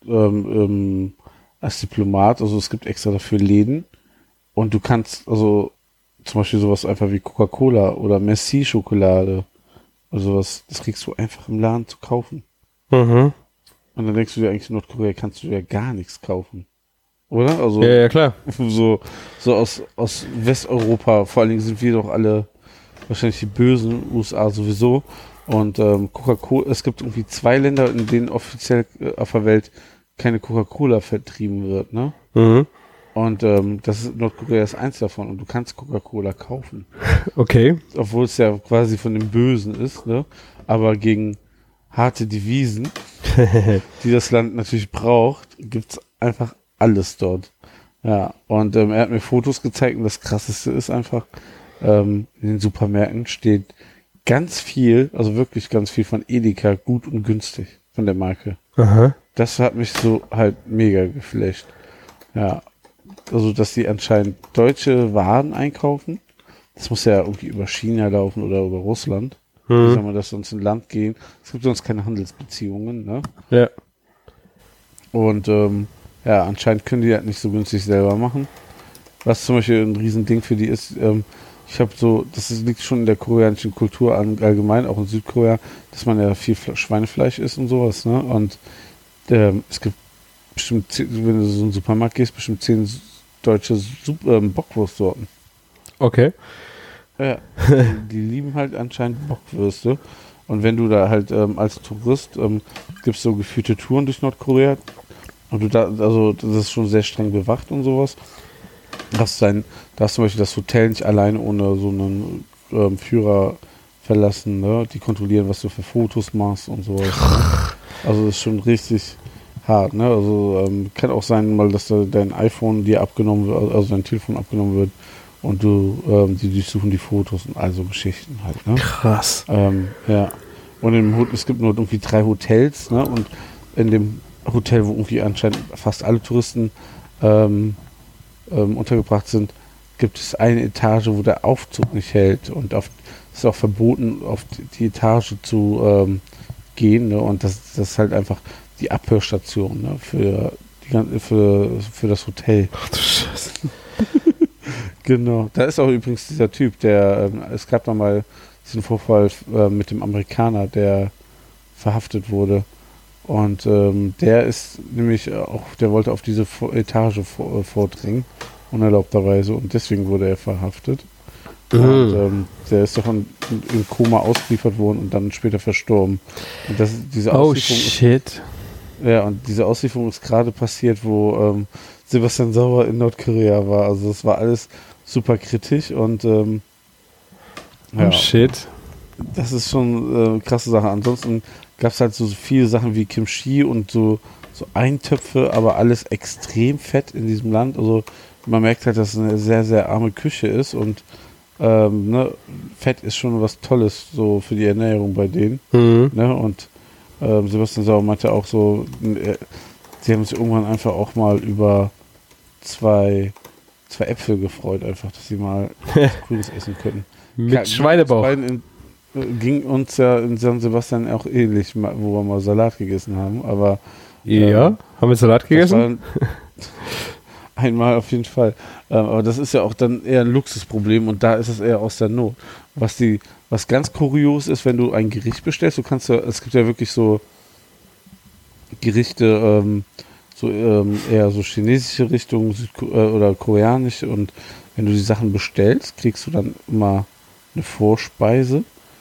als Diplomat, also es gibt extra dafür Läden und du kannst also zum Beispiel sowas einfach wie Coca-Cola oder Merci-Schokolade oder sowas, das kriegst du einfach im Laden zu kaufen. Mhm. Und dann denkst du dir eigentlich, in Nordkorea kannst du ja gar nichts kaufen. Oder? Also Ja, klar. so aus Westeuropa, vor allen Dingen sind wir doch alle wahrscheinlich die bösen, USA sowieso. Und Coca-Cola, es gibt irgendwie 2 Länder, in denen offiziell auf der Welt keine Coca-Cola vertrieben wird, ne? Mhm. Und das ist Nordkorea ist eins davon und du kannst Coca-Cola kaufen. Okay. Obwohl es ja quasi von dem Bösen ist, ne? Aber gegen harte Devisen, die das Land natürlich braucht, gibt's einfach alles dort. Ja, und er hat mir Fotos gezeigt und das Krasseste ist einfach, in den Supermärkten steht ganz viel, also wirklich ganz viel von Edeka, gut und günstig von der Marke. Aha. Das hat mich so halt mega geflasht. Ja, also dass die anscheinend deutsche Waren einkaufen. Das muss ja irgendwie über China laufen oder über Russland. Wie soll man das sonst in Land gehen? Es gibt sonst keine Handelsbeziehungen, ne? Ja. Und ja, anscheinend können die halt nicht so günstig selber machen. Was zum Beispiel ein Riesending für die ist, ich habe so, liegt schon in der koreanischen Kultur allgemein, auch in Südkorea, dass man ja viel Schweinefleisch isst und sowas, ne? Und es gibt bestimmt, wenn du so in den Supermarkt gehst, bestimmt 10 deutsche Bockwurstsorten. Okay. Ja, die lieben halt anscheinend Bockwürste. Und wenn du da halt als Tourist gibt's so geführte Touren durch Nordkorea und also das ist schon sehr streng bewacht und sowas. Da hast zum Beispiel das Hotel nicht alleine ohne so einen Führer verlassen, ne? Die kontrollieren, was du für Fotos machst und sowas. Ne? Also das ist schon richtig hart, ne? Also kann auch sein, mal, dass dein iPhone dir abgenommen wird, also dein Telefon abgenommen wird und die durchsuchen die Fotos und all so Geschichten halt, ne? Krass. Ja. Und es gibt nur irgendwie 3 Hotels, ne? Und in dem Hotel, wo irgendwie anscheinend fast alle Touristen untergebracht sind, gibt es eine Etage, wo der Aufzug nicht hält und es ist auch verboten, auf die Etage zu gehen, ne? Und das ist halt einfach die Abhörstation, ne? für das Hotel. Ach du Scheiße. Genau. Da ist auch übrigens dieser Typ, es gab da mal diesen Vorfall mit dem Amerikaner, der verhaftet wurde. Und der ist nämlich der wollte auf diese Etage vordringen, unerlaubterweise, und deswegen wurde er verhaftet. Und der ist doch im Koma ausgeliefert worden und dann später verstorben. Und diese Auslieferung diese Auslieferung ist gerade passiert, wo Sebastian Sauer in Nordkorea war. Also es war alles super kritisch und shit. Das ist schon krasse Sache. Ansonsten gab es halt so viele Sachen wie Kimchi und so Eintöpfe, aber alles extrem fett in diesem Land. Also man merkt halt, dass es eine sehr, sehr arme Küche ist und Fett ist schon was Tolles so für die Ernährung bei denen. Ne? Und Sebastian Sauer meinte auch so, sie haben sich irgendwann einfach auch mal über zwei Äpfel gefreut, einfach, dass sie mal was Grünes essen können. Mit Schweinebauch. Ging uns ja in San Sebastian auch ähnlich, wo wir mal Salat gegessen haben, aber ja, haben wir Salat gegessen? Einmal auf jeden Fall. Aber das ist ja auch dann eher ein Luxusproblem und da ist es eher aus der Not. Was ganz kurios ist, wenn du ein Gericht bestellst, es gibt ja wirklich so Gerichte, eher so chinesische Richtung oder koreanisch, und wenn du die Sachen bestellst, kriegst du dann immer eine Vorspeise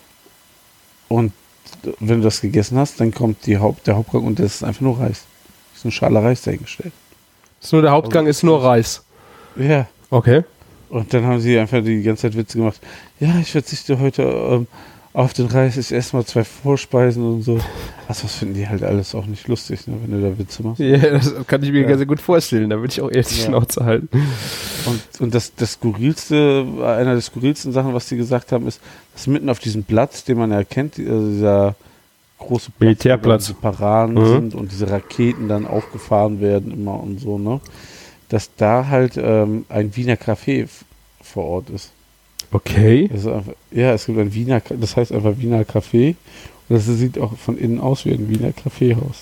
und wenn du das gegessen hast, dann kommt der Hauptgang und das ist einfach nur Reis. Das ist eine Schale Reis dahingestellt. Ist nur der Hauptgang, ist nur Reis. Ja. Okay. Und dann haben sie einfach die ganze Zeit Witze gemacht. Ja, ich verzichte heute auf den Reis, ich esse mal 2 Vorspeisen und so. Was finden die halt alles auch nicht lustig, ne, wenn du da Witze machst. Ja, das kann ich mir sehr gut vorstellen. Da würde ich auch eher die Schnauze halten. Und das Skurrilste, einer der skurrilsten Sachen, was die gesagt haben, ist, dass mitten auf diesem Platz, den man ja kennt, dieser große Platz, Militärplatz, wo diese Paraden sind und diese Raketen dann aufgefahren werden immer und so, ne? Dass da halt ein Wiener Café vor Ort ist. Okay. Es gibt ein das heißt einfach Wiener Café und das sieht auch von innen aus wie ein Wiener Kaffeehaus.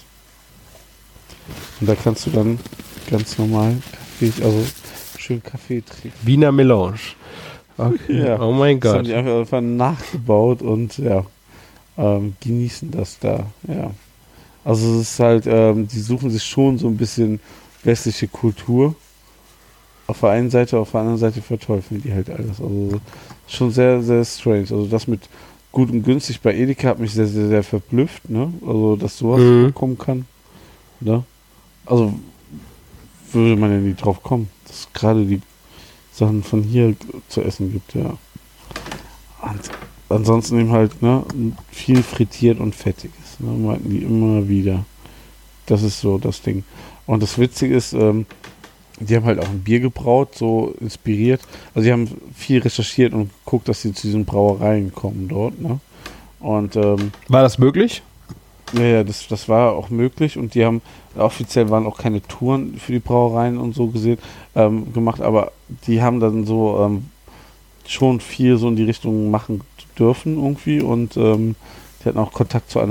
Und da kannst du dann ganz normal schön Kaffee trinken. Wiener Melange. Okay. Ja. Oh mein Gott. Das haben die einfach nachgebaut und genießen das da. Ja. Also es ist halt, die suchen sich schon so ein bisschen westliche Kultur. Auf der einen Seite, auf der anderen Seite verteufeln die halt alles. Also schon sehr, sehr strange. Also das mit gut und günstig bei Edeka hat mich sehr, sehr, sehr verblüfft, ne? Also dass sowas kommen kann. Ne? Also würde man ja nie drauf kommen, dass es gerade die Sachen von hier zu essen gibt, ja. Und ansonsten eben halt, ne, viel frittiert und fettiges, ne, meinten die immer wieder. Das ist so das Ding. Und das Witzige ist, die haben halt auch ein Bier gebraut, so inspiriert. Also die haben viel recherchiert und geguckt, dass sie zu diesen Brauereien kommen dort, ne. Und war das möglich? ja, das war auch möglich und die haben offiziell waren auch keine Touren für die Brauereien und so gemacht, aber die haben dann so schon viel so in die Richtung machen dürfen irgendwie und die hatten auch Kontakt zu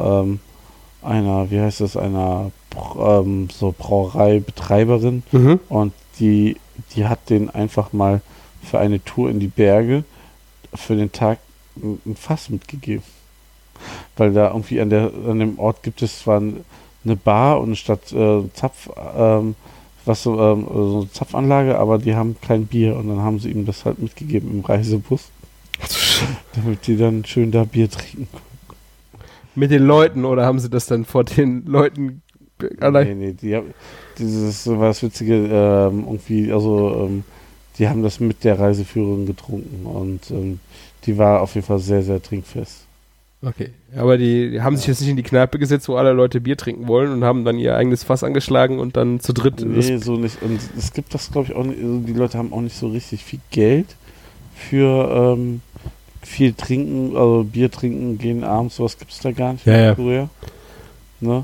wie heißt das, so Brauereibetreiberin und die hat den einfach mal für eine Tour in die Berge für den Tag ein Fass mitgegeben. Weil da irgendwie an dem Ort gibt es zwar eine Bar und statt so eine Zapfanlage, aber die haben kein Bier und dann haben sie ihm das halt mitgegeben im Reisebus, damit die dann schön da Bier trinken. Mit den Leuten oder haben sie das dann vor den Leuten allein? Nee, das war das Witzige, irgendwie, also die haben das mit der Reiseführerin getrunken und die war auf jeden Fall sehr, sehr trinkfest. Okay, aber die haben sich jetzt nicht in die Kneipe gesetzt, wo alle Leute Bier trinken wollen und haben dann ihr eigenes Fass angeschlagen und dann zu dritt... Nee, so nicht. Und es gibt das, glaube ich, auch nicht, also die Leute haben auch nicht so richtig viel Geld für viel trinken, also Bier trinken, gehen abends, sowas gibt es da gar nicht in Korea. Ne?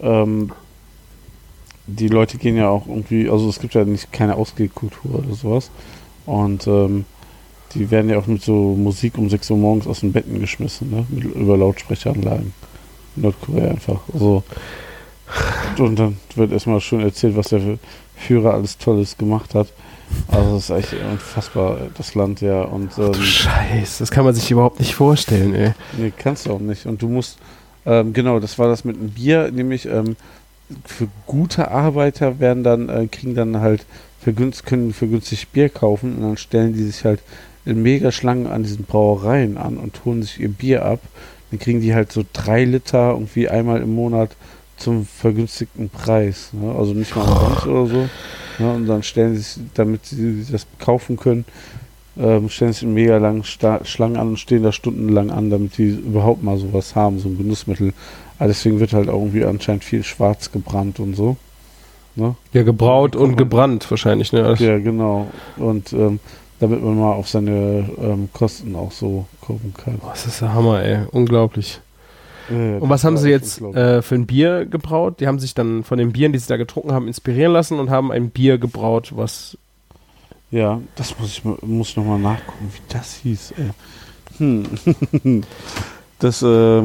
Die Leute gehen ja auch irgendwie, also es gibt ja keine Ausgehkultur oder sowas. Und die werden ja auch mit so Musik um 6 Uhr morgens aus den Betten geschmissen, ne? Über Lautsprecheranlagen. In Nordkorea einfach. Also, und dann wird erstmal schön erzählt, was der Führer alles Tolles gemacht hat. Also das ist echt unfassbar, das Land, ja. Und, Scheiße, das kann man sich überhaupt nicht vorstellen, ey. Nee, kannst du auch nicht. Und du musst, genau, das war das mit dem Bier, nämlich für gute Arbeiter kriegen dann halt können vergünstigt Bier kaufen und dann stellen die sich halt in Megaschlangen an diesen Brauereien an und holen sich ihr Bier ab. Dann kriegen die halt so 3 Liter irgendwie einmal im Monat zum vergünstigten Preis. Ne? Also nicht mal umsonst oder so. Ne? Und dann stellen sie sich, damit sie das kaufen können, stellen sich in mega langen Schlangen an und stehen da stundenlang an, damit die überhaupt mal sowas haben, so ein Genussmittel. Aber deswegen wird halt auch irgendwie anscheinend viel schwarz gebrannt und so. Ne? Ja, gebraut und gebrannt wahrscheinlich, ne? Ja, genau. Und damit man mal auf seine Kosten auch so gucken kann. Boah, das ist der Hammer, ey. Unglaublich. Ja, und was haben sie jetzt für ein Bier gebraut? Die haben sich dann von den Bieren, die sie da getrunken haben, inspirieren lassen und haben ein Bier gebraut, was... Ja, das muss noch mal nachgucken, wie das hieß, ey. Das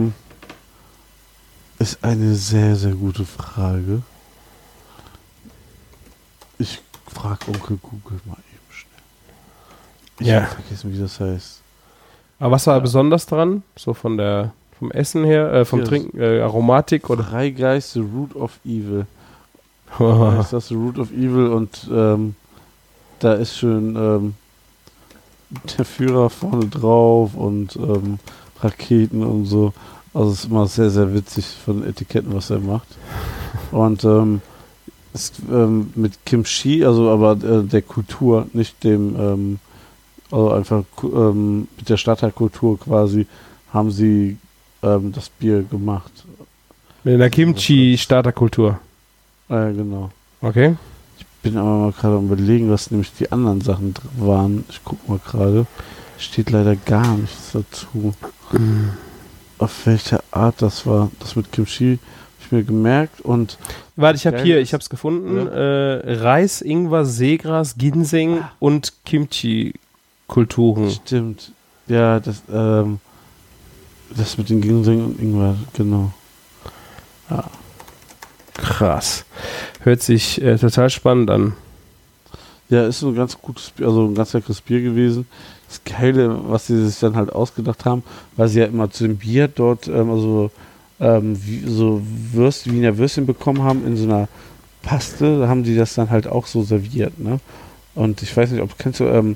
ist eine sehr, sehr gute Frage. Ich frage Onkel Google mal eben schnell. Ich habe vergessen, wie das heißt. Aber was war besonders dran? So vom Essen her, vom Trinken, Aromatik oder? Freigeist, The Root of Evil. Ist das The Root of Evil und da ist schön der Führer vorne drauf und Raketen und so. Also es ist immer sehr, sehr witzig von Etiketten, was er macht. Und mit Kimchi, also aber der Kultur, nicht dem, also einfach mit der Stadtteilkultur quasi, haben sie das Bier gemacht. Mit einer Kimchi-Starterkultur. Genau. Okay. Ich bin aber mal gerade am Überlegen, was nämlich die anderen Sachen waren. Ich guck mal gerade. Steht leider gar nichts dazu. Auf welche Art das war. Das mit Kimchi habe ich mir gemerkt und... Warte, ich habe es gefunden. Ja. Reis, Ingwer, Seegras, Ginseng und Kimchi-Kulturen. Stimmt. Ja, das mit den Ginseng und Ingwer, genau. Ja. Krass. Hört sich total spannend an. Ja, ist so ein ganz gutes Bier, also ein ganz leckeres Bier gewesen. Das Geile, was sie sich dann halt ausgedacht haben, weil sie ja immer zu dem Bier dort Wiener Würstchen bekommen haben in so einer Paste, da haben die das dann halt auch so serviert, ne? Und ich weiß nicht, kennst du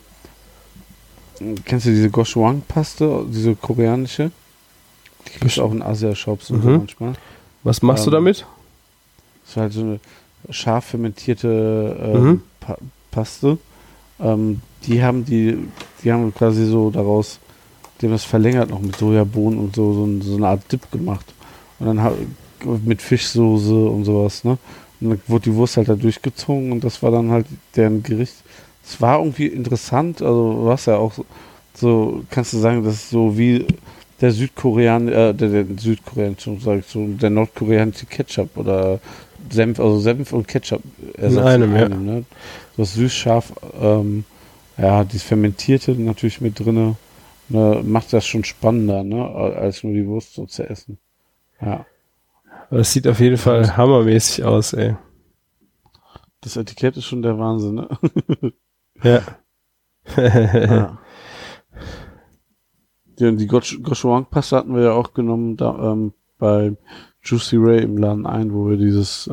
diese Gochujang-Paste, diese koreanische? Die gibt es auch in Asia-Shops und so manchmal. Was machst du damit? Das ist halt so eine scharf fermentierte Paste. Die haben quasi so daraus, die haben das verlängert noch mit Sojabohnen und so eine Art Dip gemacht. Und dann mit Fischsoße und sowas, ne? Und dann wurde die Wurst halt da durchgezogen und das war dann halt deren Gericht. Es war irgendwie interessant, also was ja auch so, kannst du sagen, das ist so wie der nordkoreanische Ketchup oder Senf, also Senf und Ketchup in einem, ne? Das süß-scharf, dieses Fermentierte natürlich mit drinne, ne, macht das schon spannender, ne, als nur die Wurst so zu essen. Ja. Das sieht auf jeden Fall hammermäßig aus, ey. Das Etikett ist schon der Wahnsinn, ne? Ja. Ja. Die Gochujang-Pasta hatten wir ja auch genommen, da, bei Juicy Ray im Laden ein, wo wir dieses,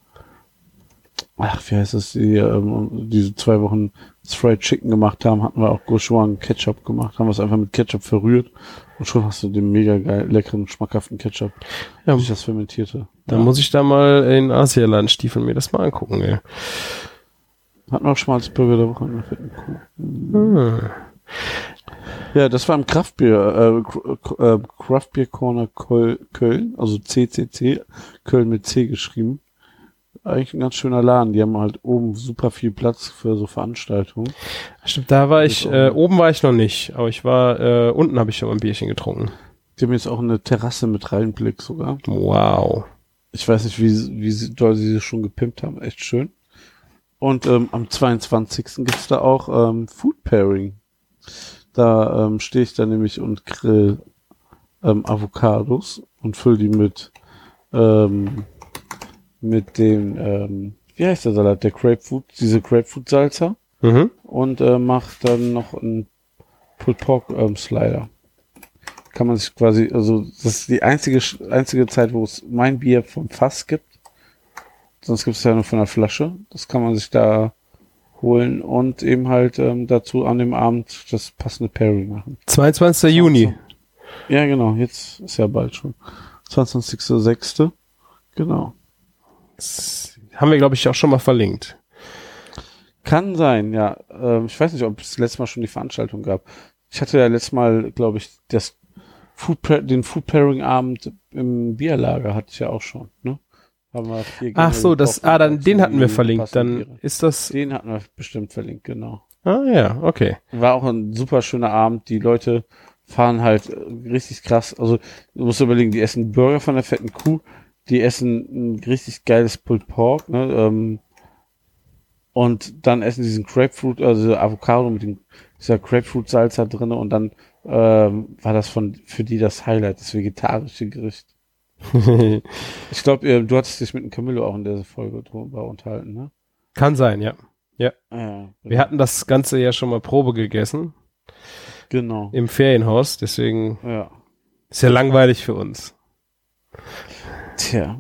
wie heißt das, diese 2 Wochen Fried Chicken gemacht haben, hatten wir auch Gochujang Ketchup gemacht, haben wir es einfach mit Ketchup verrührt und schon hast du den mega geil, leckeren, schmackhaften Ketchup, durch das Fermentierte. Dann muss ich da mal in Asialand stiefeln, mir das mal angucken, ey. Hatten wir auch Schmalzburger der Woche in der fetten Kuh. Ja, das war im Craftbier Corner Köln, also CCC, Köln mit C geschrieben. Eigentlich ein ganz schöner Laden. Die haben halt oben super viel Platz für so Veranstaltungen. Stimmt, da war ich, oben war ich noch nicht, aber ich war, unten habe ich schon mal ein Bierchen getrunken. Die haben jetzt auch eine Terrasse mit Reinblick sogar. Wow. Ich weiß nicht, wie doll sie schon gepimpt haben. Echt schön. Und am 22. gibt's da auch Food Pairing. Da stehe ich da nämlich und grill Avocados und fülle die mit dem, wie heißt der Salat? Der diese Grapefruit-Salsa. Und mach dann noch einen Pulled Pork Slider. Kann man sich quasi, also das ist die einzige Zeit, wo es mein Bier vom Fass gibt. Sonst gibt es ja nur von der Flasche. Das kann man sich da holen und eben halt dazu an dem Abend das passende Pairing machen. 22. Juni. Ja, genau. Jetzt ist ja bald schon. 22.06. Genau. Das haben wir, glaube ich, auch schon mal verlinkt. Kann sein, ja. Ich weiß nicht, ob es letztes Mal schon die Veranstaltung gab. Ich hatte ja letztes Mal, glaube ich, den Food Pairing Abend im Bierlager hatte ich ja auch schon, ne? Ach so, den hatten wir verlinkt, dann Biere. ist das... Den hatten wir bestimmt verlinkt, genau. Ah ja, okay. War auch ein super schöner Abend, die Leute fahren halt richtig krass, also du musst überlegen, die essen Burger von der fetten Kuh, die essen ein richtig geiles Pulled Pork, ne, und dann essen diesen Grapefruit, also Avocado mit dieser Grapefruit-Salsa drinne und dann war das für die das Highlight, das vegetarische Gericht. Ich glaube, du hattest dich mit dem Camillo auch in der Folge drüber unterhalten, ne? Kann sein, ja. Ja. Genau. Wir hatten das Ganze ja schon mal Probe gegessen. Genau. Im Ferienhaus, deswegen ist ja langweilig für uns. Tja.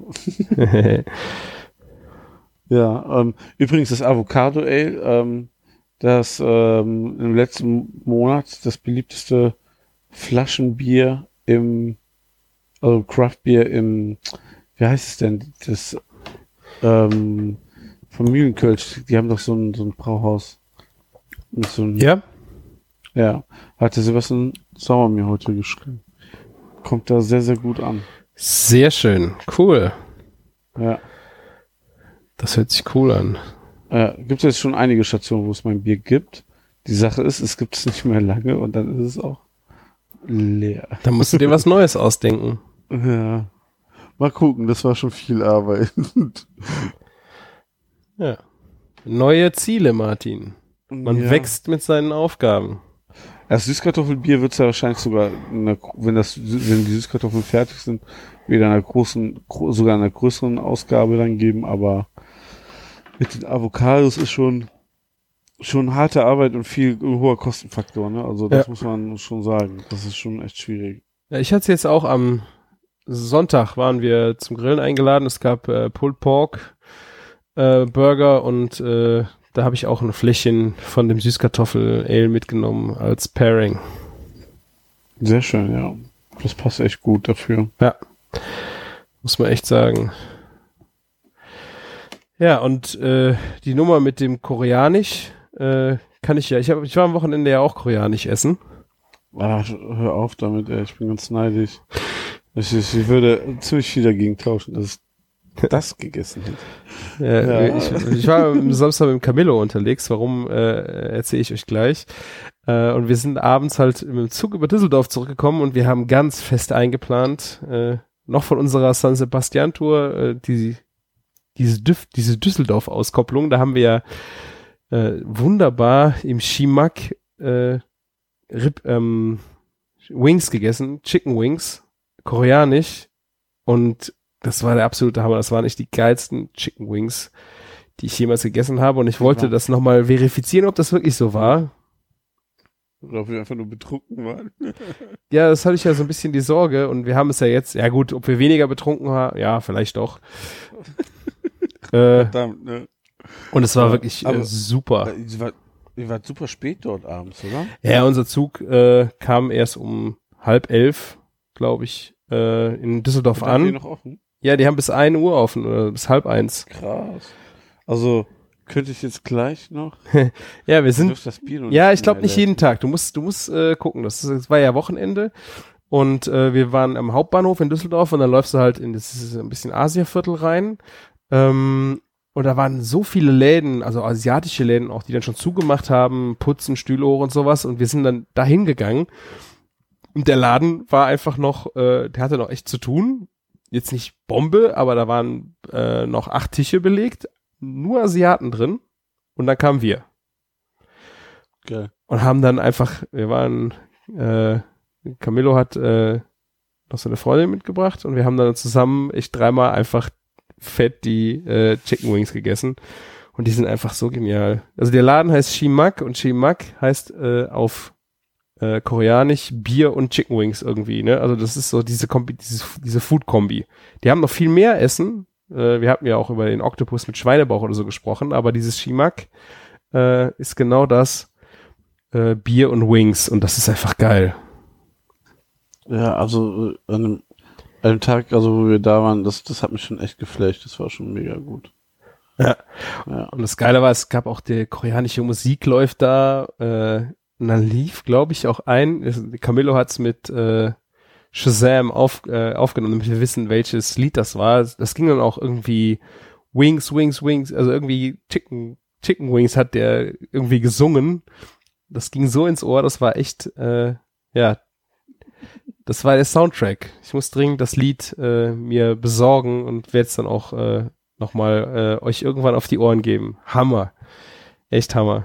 Ja, übrigens das Avocado Ale, das im letzten Monat das beliebteste Flaschenbier also Craftbier wie heißt es denn, das von Mühlenkölsch, die haben doch so ein Brauhaus. Mit Ja? Ja, hatte Sebastian Sauer mir heute geschrieben. Kommt da sehr, sehr gut an. Sehr schön, cool. Ja. Das hört sich cool an. Gibt es jetzt schon einige Stationen, wo es mein Bier gibt. Die Sache ist, es gibt es nicht mehr lange und dann ist es auch leer. Da musst du dir was Neues ausdenken. Ja. Mal gucken, das war schon viel Arbeit. Ja. Neue Ziele, Martin. Man wächst mit seinen Aufgaben. Das Süßkartoffelbier wird es ja wahrscheinlich sogar, wenn die Süßkartoffeln fertig sind, wieder sogar einer größeren Ausgabe dann geben, aber mit den Avocados ist schon harte Arbeit und viel hoher Kostenfaktor, ne? Also das muss man schon sagen. Das ist schon echt schwierig. Ja, ich hatte es jetzt auch am Sonntag waren wir zum Grillen eingeladen. Es gab Pulled Pork Burger und da habe ich auch ein Fläschchen von dem Süßkartoffel-Ale mitgenommen als Pairing. Sehr schön, ja. Das passt echt gut dafür. Ja, muss man echt sagen. Ja, und die Nummer mit dem Koreanisch kann ich ja. Ich war am Wochenende ja auch Koreanisch essen. Hör auf damit, ey. Ich bin ganz neidisch. Ich würde ziemlich viel dagegen tauschen, dass ich das gegessen hätte. Ja. Ich war am Samstag mit dem Camillo unterwegs. Warum, erzähle ich euch gleich. Und wir sind abends halt mit dem Zug über Düsseldorf zurückgekommen und wir haben ganz fest eingeplant, noch von unserer San Sebastian Tour, die diese Düsseldorf-Auskopplung, da haben wir ja wunderbar im Shimak Wings gegessen, Chicken Wings, koreanisch, und das war der absolute Hammer. Das waren nicht die geilsten Chicken Wings, die ich jemals gegessen habe, und ich wollte das nochmal verifizieren, ob das wirklich so war. Oder ob wir einfach nur betrunken waren. Ja, das hatte ich ja so ein bisschen die Sorge, und wir haben es ja jetzt, ja gut, ob wir weniger betrunken waren, ja, vielleicht doch. Verdammt, ne? Und es war wirklich super. Ihr wart super spät dort abends, oder? Ja, unser Zug kam erst um 10:30, glaube ich, in Düsseldorf an. Die noch offen? Ja, die haben bis 1 Uhr offen, oder bis 12:30. Krass. Also, könnte ich jetzt gleich noch? Ja, wir sind, das Bier noch ja, ich glaube nicht jeden Tag. Du musst gucken. Das war ja Wochenende, und wir waren am Hauptbahnhof in Düsseldorf, und dann läufst du halt in das ein bisschen Asiaviertel rein. Und da waren so viele Läden, also asiatische Läden auch, die dann schon zugemacht haben, Putzen, Stühle hoch und sowas. Und wir sind dann dahin gegangen. Und der Laden war einfach noch, der hatte noch echt zu tun. Jetzt nicht Bombe, aber da waren noch 8 Tische belegt, nur Asiaten drin. Und dann kamen wir. Geil. Und haben dann einfach, wir waren, Camillo hat noch seine Freundin mitgebracht, und wir haben dann zusammen echt 3-mal einfach fett die Chicken Wings gegessen, und die sind einfach so genial. Also der Laden heißt Shimak, und Shimak heißt auf koreanisch Bier und Chicken Wings irgendwie, ne? Also das ist so diese Food-Kombi. Die haben noch viel mehr Essen. Wir hatten ja auch über den Oktopus mit Schweinebauch oder so gesprochen, aber dieses Shimak ist genau das, Bier und Wings, und das ist einfach geil. Ja, also an einem Tag, also wo wir da waren, das hat mich schon echt geflasht. Das war schon mega gut. Ja. Und das Geile war, es gab auch die koreanische Musik läuft da, und dann lief, glaube ich, auch Camillo hat's mit Shazam aufgenommen, damit wir wissen, welches Lied das war. Das ging dann auch irgendwie Wings, also irgendwie Chicken Wings hat der irgendwie gesungen. Das ging so ins Ohr, das war echt, das war der Soundtrack. Ich muss dringend das Lied mir besorgen und werde es dann auch nochmal euch irgendwann auf die Ohren geben. Hammer. Echt Hammer.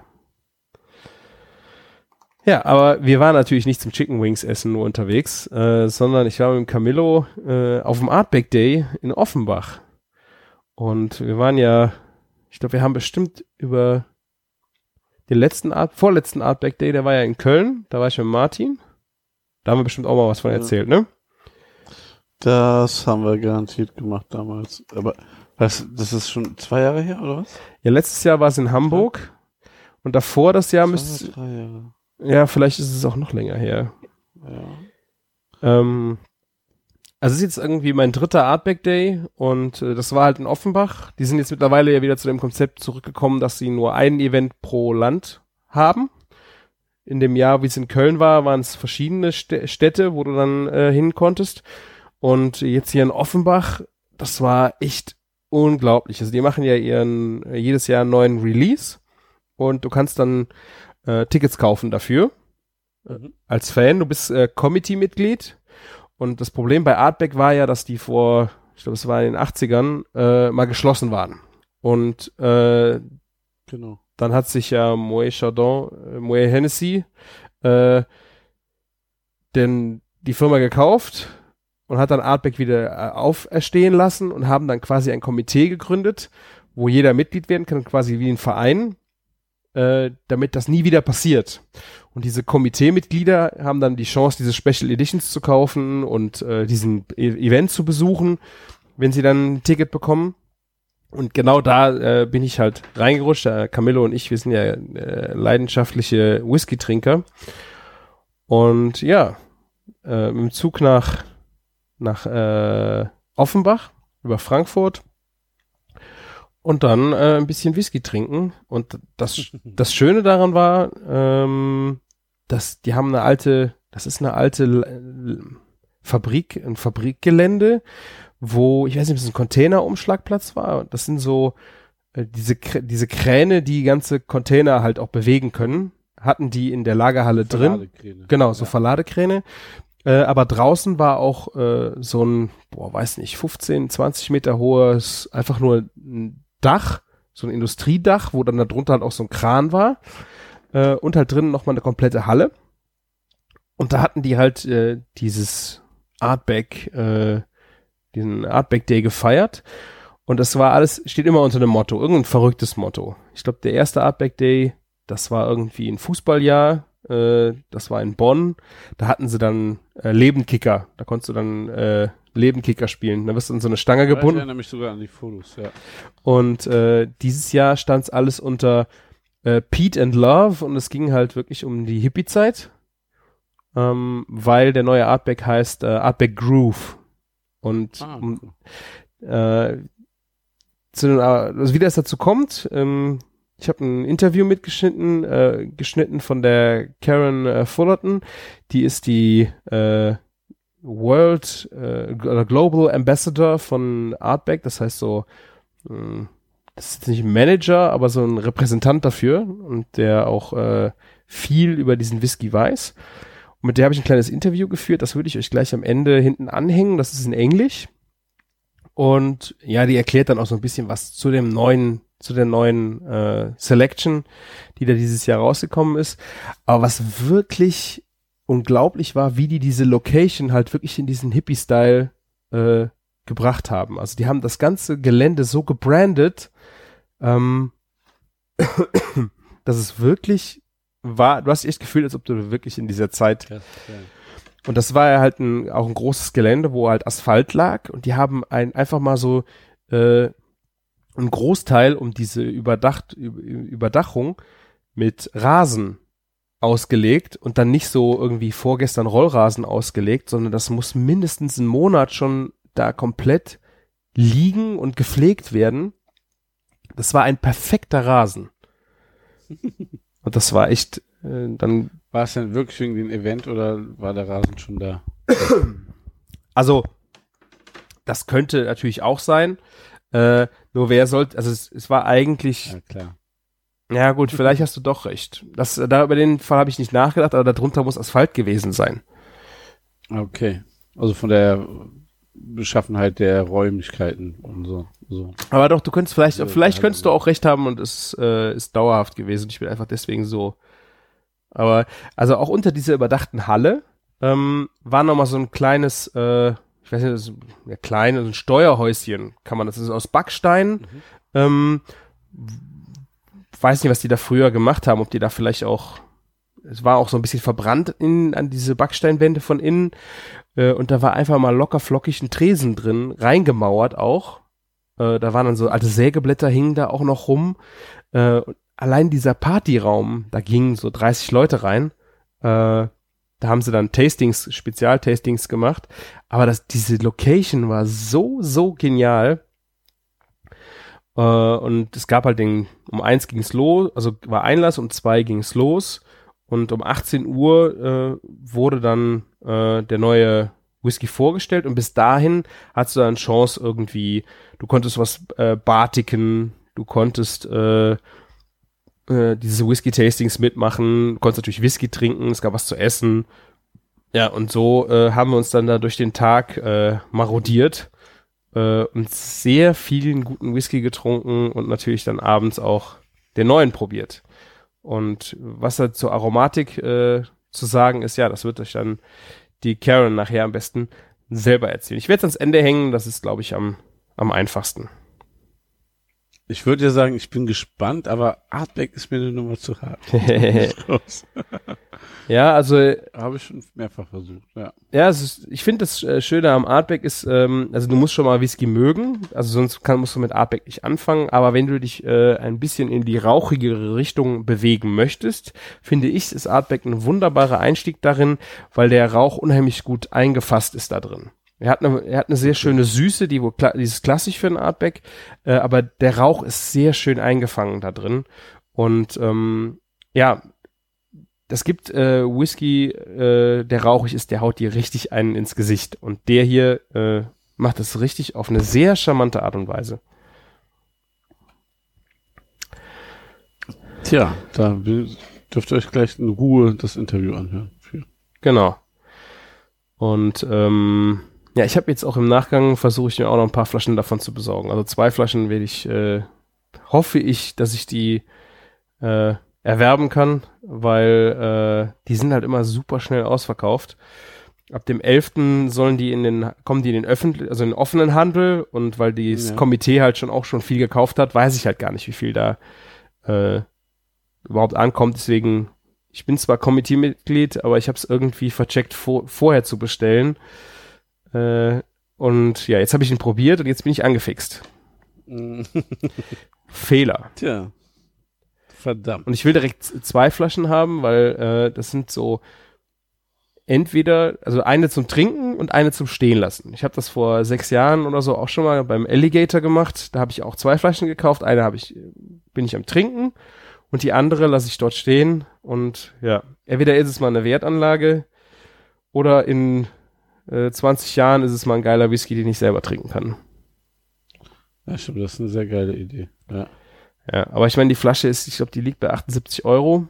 Ja, aber wir waren natürlich nicht zum Chicken Wings essen nur unterwegs, sondern ich war mit dem Camillo auf dem Artback Day in Offenbach. Und wir waren ja, ich glaube, wir haben bestimmt über den vorletzten Artback Day, der war ja in Köln, da war ich mit Martin. Da haben wir bestimmt auch mal was von erzählt, ne? Das haben wir garantiert gemacht damals. Aber das ist schon 2 Jahre her, oder was? Ja, letztes Jahr war es in Hamburg. Und davor das Jahr müsste... 3 Jahre. Ja, vielleicht ist es auch noch länger her. Ja. Also es ist jetzt irgendwie mein 3. Artback Day, und das war halt in Offenbach. Die sind jetzt mittlerweile ja wieder zu dem Konzept zurückgekommen, dass sie nur ein Event pro Land haben. In dem Jahr, wie es in Köln war, waren es verschiedene Städte, wo du dann hin konntest. Und jetzt hier in Offenbach, das war echt unglaublich. Also die machen ja jedes Jahr einen neuen Release, und du kannst dann Tickets kaufen dafür als Fan. Du bist Committee-Mitglied, und das Problem bei Artback war ja, dass die ich glaube, es war in den 80ern, mal geschlossen waren. Und Genau. dann hat sich ja Moet Hennessy denn die Firma gekauft und hat dann Artback wieder auferstehen lassen, und haben dann quasi ein Komitee gegründet, wo jeder Mitglied werden kann, quasi wie ein Verein, damit das nie wieder passiert. Und diese Komiteemitglieder haben dann die Chance, diese Special Editions zu kaufen und diesen Event zu besuchen, wenn sie dann ein Ticket bekommen. Und genau da bin ich halt reingerutscht. Camillo und ich, wir sind ja leidenschaftliche Whisky-Trinker. Und ja, mit dem Zug nach Offenbach über Frankfurt und dann ein bisschen Whisky trinken. Und das Schöne daran war, dass die haben das ist eine alte Fabrik, ein Fabrikgelände, wo, ich weiß nicht, ob es ein Containerumschlagplatz war. Das sind so diese Kräne, die ganze Container halt auch bewegen können, hatten die in der Lagerhalle drin. Genau, so Verladekräne. Aber draußen war auch so ein, weiß nicht, 15, 20 Meter hohes, einfach nur ein Dach, so ein Industriedach, wo dann darunter halt auch so ein Kran war. Und halt drinnen nochmal eine komplette Halle. Und da hatten die halt diesen Artback Day gefeiert. Und das war alles, steht immer unter einem Motto, irgendein verrücktes Motto. Ich glaube, der erste Artback Day, das war irgendwie ein Fußballjahr, das war in Bonn. Da hatten sie dann Lebenkicker. Da konntest du dann Lebenkicker spielen. Da wirst du in so eine Stange gebunden. Ich erinnere mich sogar an die Fotos, ja. Und dieses Jahr stand es alles unter Pete and Love und es ging halt wirklich um die Hippie-Zeit, weil der neue Artback heißt Artback Groove. Und also wie das dazu kommt, ich habe ein Interview geschnitten von der Karen Fullerton, die ist die World Global Ambassador von Artback, das heißt so, das ist jetzt nicht ein Manager, aber so ein Repräsentant dafür und der auch viel über diesen Whisky weiß. Und mit der habe ich ein kleines Interview geführt, das würde ich euch gleich am Ende hinten anhängen, das ist in Englisch. Und ja, die erklärt dann auch so ein bisschen was zu der neuen Selection, die da dieses Jahr rausgekommen ist. Aber was wirklich unglaublich war, wie die diese Location halt wirklich in diesen Hippie-Style gebracht haben. Also die haben das ganze Gelände so gebrandet, dass es wirklich war, du hast echt gefühlt, als ob du wirklich in dieser Zeit und das war ja halt auch ein großes Gelände, wo halt Asphalt lag und die haben einfach mal so einen Großteil um diese Überdachung mit Rasen ausgelegt und dann nicht so irgendwie vorgestern Rollrasen ausgelegt, sondern das muss mindestens einen Monat schon da komplett liegen und gepflegt werden. Das war ein perfekter Rasen. Und das war echt dann... War es denn wirklich wegen dem Event oder war der Rasen schon da? Also, das könnte natürlich auch sein. Nur wer sollte, also es war eigentlich... Ja, klar. Ja gut, vielleicht hast du doch recht. Über den Fall habe ich nicht nachgedacht, aber darunter muss Asphalt gewesen sein. Okay. Also von der Beschaffenheit der Räumlichkeiten und so. Aber doch, du könntest vielleicht könntest du auch recht haben und es ist dauerhaft gewesen. Ich bin einfach deswegen so. Aber, also auch unter dieser überdachten Halle war nochmal so ein kleines, ich weiß nicht, so ein Steuerhäuschen, das ist aus Backstein. Weiß nicht, was die da früher gemacht haben, ob die da vielleicht auch, es war auch so ein bisschen verbrannt an diese Backsteinwände von innen und da war einfach mal locker flockig ein Tresen drin, reingemauert auch. Da waren dann so alte Sägeblätter hingen da auch noch rum. Allein dieser Partyraum, da gingen so 30 Leute rein. Da haben sie dann Spezialtastings gemacht. Aber diese Location war so genial. Und es gab halt um 1 ging's los, also war Einlass, um 2 ging's los. Und um 18 Uhr wurde dann der neue Whisky vorgestellt und bis dahin hattest du dann Chance irgendwie, du konntest was bartiken, du konntest diese Whisky-Tastings mitmachen, du konntest natürlich Whisky trinken, es gab was zu essen. Ja, und so haben wir uns dann da durch den Tag marodiert und sehr vielen guten Whisky getrunken und natürlich dann abends auch den neuen probiert. Und was da zur Aromatik zu sagen ist, ja, das wird euch dann die Karen nachher am besten selber erzählen. Ich werde es ans Ende hängen, das ist, glaube ich, am einfachsten. Ich würde ja sagen, ich bin gespannt, aber Artback ist mir eine Nummer zu hart. Ja, also habe ich schon mehrfach versucht, ja. Ja, ich finde das Schöne am Artback ist, also du musst schon mal Whisky mögen, also sonst musst du mit Artback nicht anfangen, aber wenn du dich ein bisschen in die rauchigere Richtung bewegen möchtest, finde ich, ist Artback ein wunderbarer Einstieg darin, weil der Rauch unheimlich gut eingefasst ist da drin. Er hat eine sehr schöne Süße, die ist klassisch für ein Artback, aber der Rauch ist sehr schön eingefangen da drin und ja, das gibt Whisky, der rauchig ist, der haut dir richtig einen ins Gesicht. Und der hier macht es richtig auf eine sehr charmante Art und Weise. Tja, da dürft ihr euch gleich in Ruhe das Interview anhören. Genau. Und ja, ich habe jetzt auch im Nachgang versuche ich mir auch noch ein paar Flaschen davon zu besorgen. Also 2 Flaschen werde ich, hoffe ich, dass ich die erwerben kann, weil die sind halt immer super schnell ausverkauft. Ab dem 11. kommen die in den also in den offenen Handel, und weil das Komitee halt auch schon viel gekauft hat, weiß ich halt gar nicht, wie viel da überhaupt ankommt. Deswegen, ich bin zwar Komitee-Mitglied, aber ich habe es irgendwie vercheckt, vorher zu bestellen. Und ja, jetzt habe ich ihn probiert und jetzt bin ich angefixt. Fehler. Tja. Verdammt. Und ich will direkt 2 Flaschen haben, weil das sind so entweder, also eine zum Trinken und eine zum Stehen lassen. Ich habe das vor 6 Jahren oder so auch schon mal beim Alligator gemacht. Da habe ich auch 2 Flaschen gekauft. Eine bin ich am Trinken und die andere lasse ich dort stehen. Und ja, entweder ist es mal eine Wertanlage oder in 20 Jahren ist es mal ein geiler Whisky, den ich selber trinken kann. Ja, stimmt, das ist eine sehr geile Idee. Ja, ja, aber ich meine, die Flasche ich glaube, die liegt bei 78 Euro.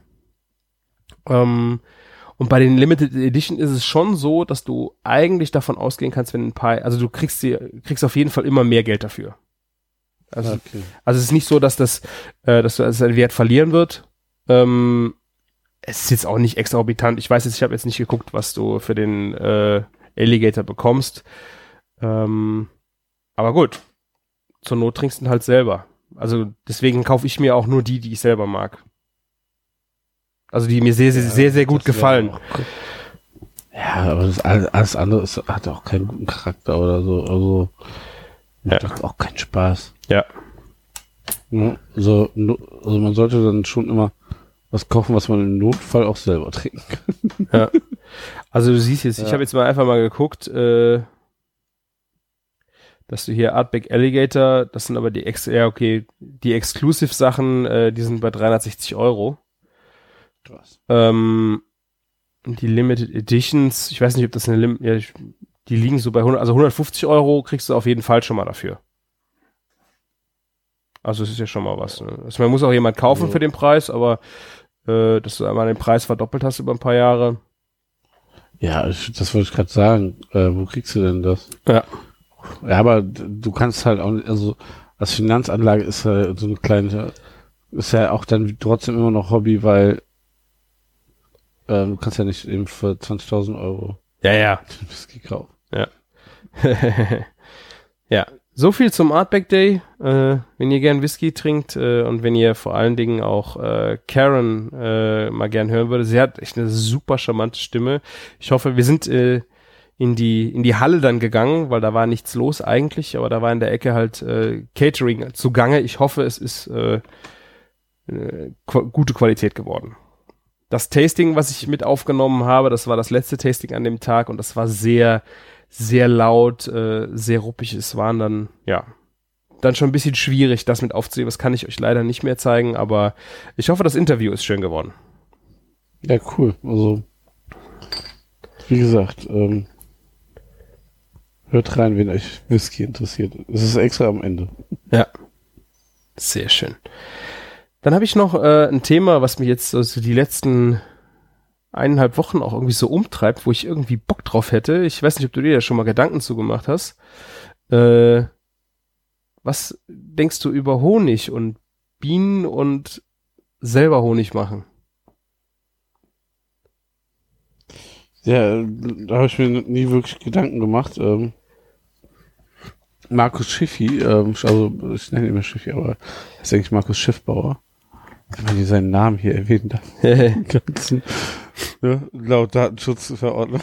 Und bei den Limited Edition ist es schon so, dass du eigentlich davon ausgehen kannst, wenn also du kriegst auf jeden Fall immer mehr Geld dafür. Also, okay. Also es ist nicht so, dass dass seinen Wert verlieren wird. Es ist jetzt auch nicht exorbitant. Ich habe jetzt nicht geguckt, was du für den Alligator bekommst. Aber gut. Zur Not trinkst du ihn halt selber. Also deswegen kaufe ich mir auch nur die ich selber mag. Also die mir sehr gut gefallen. Ja, aber alles andere hat auch keinen guten Charakter oder so. Also macht auch keinen Spaß. Ja. Also man sollte dann schon immer was kaufen, was man im Notfall auch selber trinken kann. Ja. Also du siehst jetzt, ich habe jetzt mal einfach mal geguckt, dass du hier Artback Alligator, das sind aber die Exclusive-Sachen, die sind bei 360 Euro. Krass. Die Limited Editions, ich weiß nicht, ob das die liegen so bei 150 Euro kriegst du auf jeden Fall schon mal dafür. Also es ist ja schon mal was. Ne? Also man muss auch jemand kaufen für den Preis, aber dass du einmal den Preis verdoppelt hast über ein paar Jahre. Ja, das wollte ich gerade sagen. Wo kriegst du denn das? Ja. Ja, aber du kannst halt auch nicht, also als Finanzanlage ist halt so eine kleine, ist ja auch dann trotzdem immer noch Hobby, weil du kannst ja nicht eben für 20.000 Euro Ja. Whisky kaufen. Ja. Ja. So viel zum Artback Day. Wenn ihr gern Whisky trinkt und wenn ihr vor allen Dingen auch Karen mal gern hören würdet. Sie hat echt eine super charmante Stimme. Ich hoffe, wir sind in die Halle dann gegangen, weil da war nichts los eigentlich, aber da war in der Ecke halt Catering zugange. Ich hoffe, es ist gute Qualität geworden. Das Tasting, was ich mit aufgenommen habe, das war das letzte Tasting an dem Tag und das war sehr, sehr laut, sehr ruppig. Es waren dann schon ein bisschen schwierig, das mit aufzunehmen. Das kann ich euch leider nicht mehr zeigen, aber ich hoffe, das Interview ist schön geworden. Ja, cool. Also, wie gesagt, hört rein, wenn euch Whisky interessiert. Es ist extra am Ende. Ja, sehr schön. Dann habe ich noch ein Thema, was mich jetzt also die letzten 1,5 Wochen auch irgendwie so umtreibt, wo ich irgendwie Bock drauf hätte. Ich weiß nicht, ob du dir da schon mal Gedanken zugemacht hast. Was denkst du über Honig und Bienen und selber Honig machen? Ja, da habe ich mir nie wirklich Gedanken gemacht. Markus Schiffi, also ich nenne ihn immer Schiffi, aber das ist eigentlich Markus Schiffbauer. Wenn ich seinen Namen hier erwähnen darf. Ganzen, laut Datenschutzverordnung.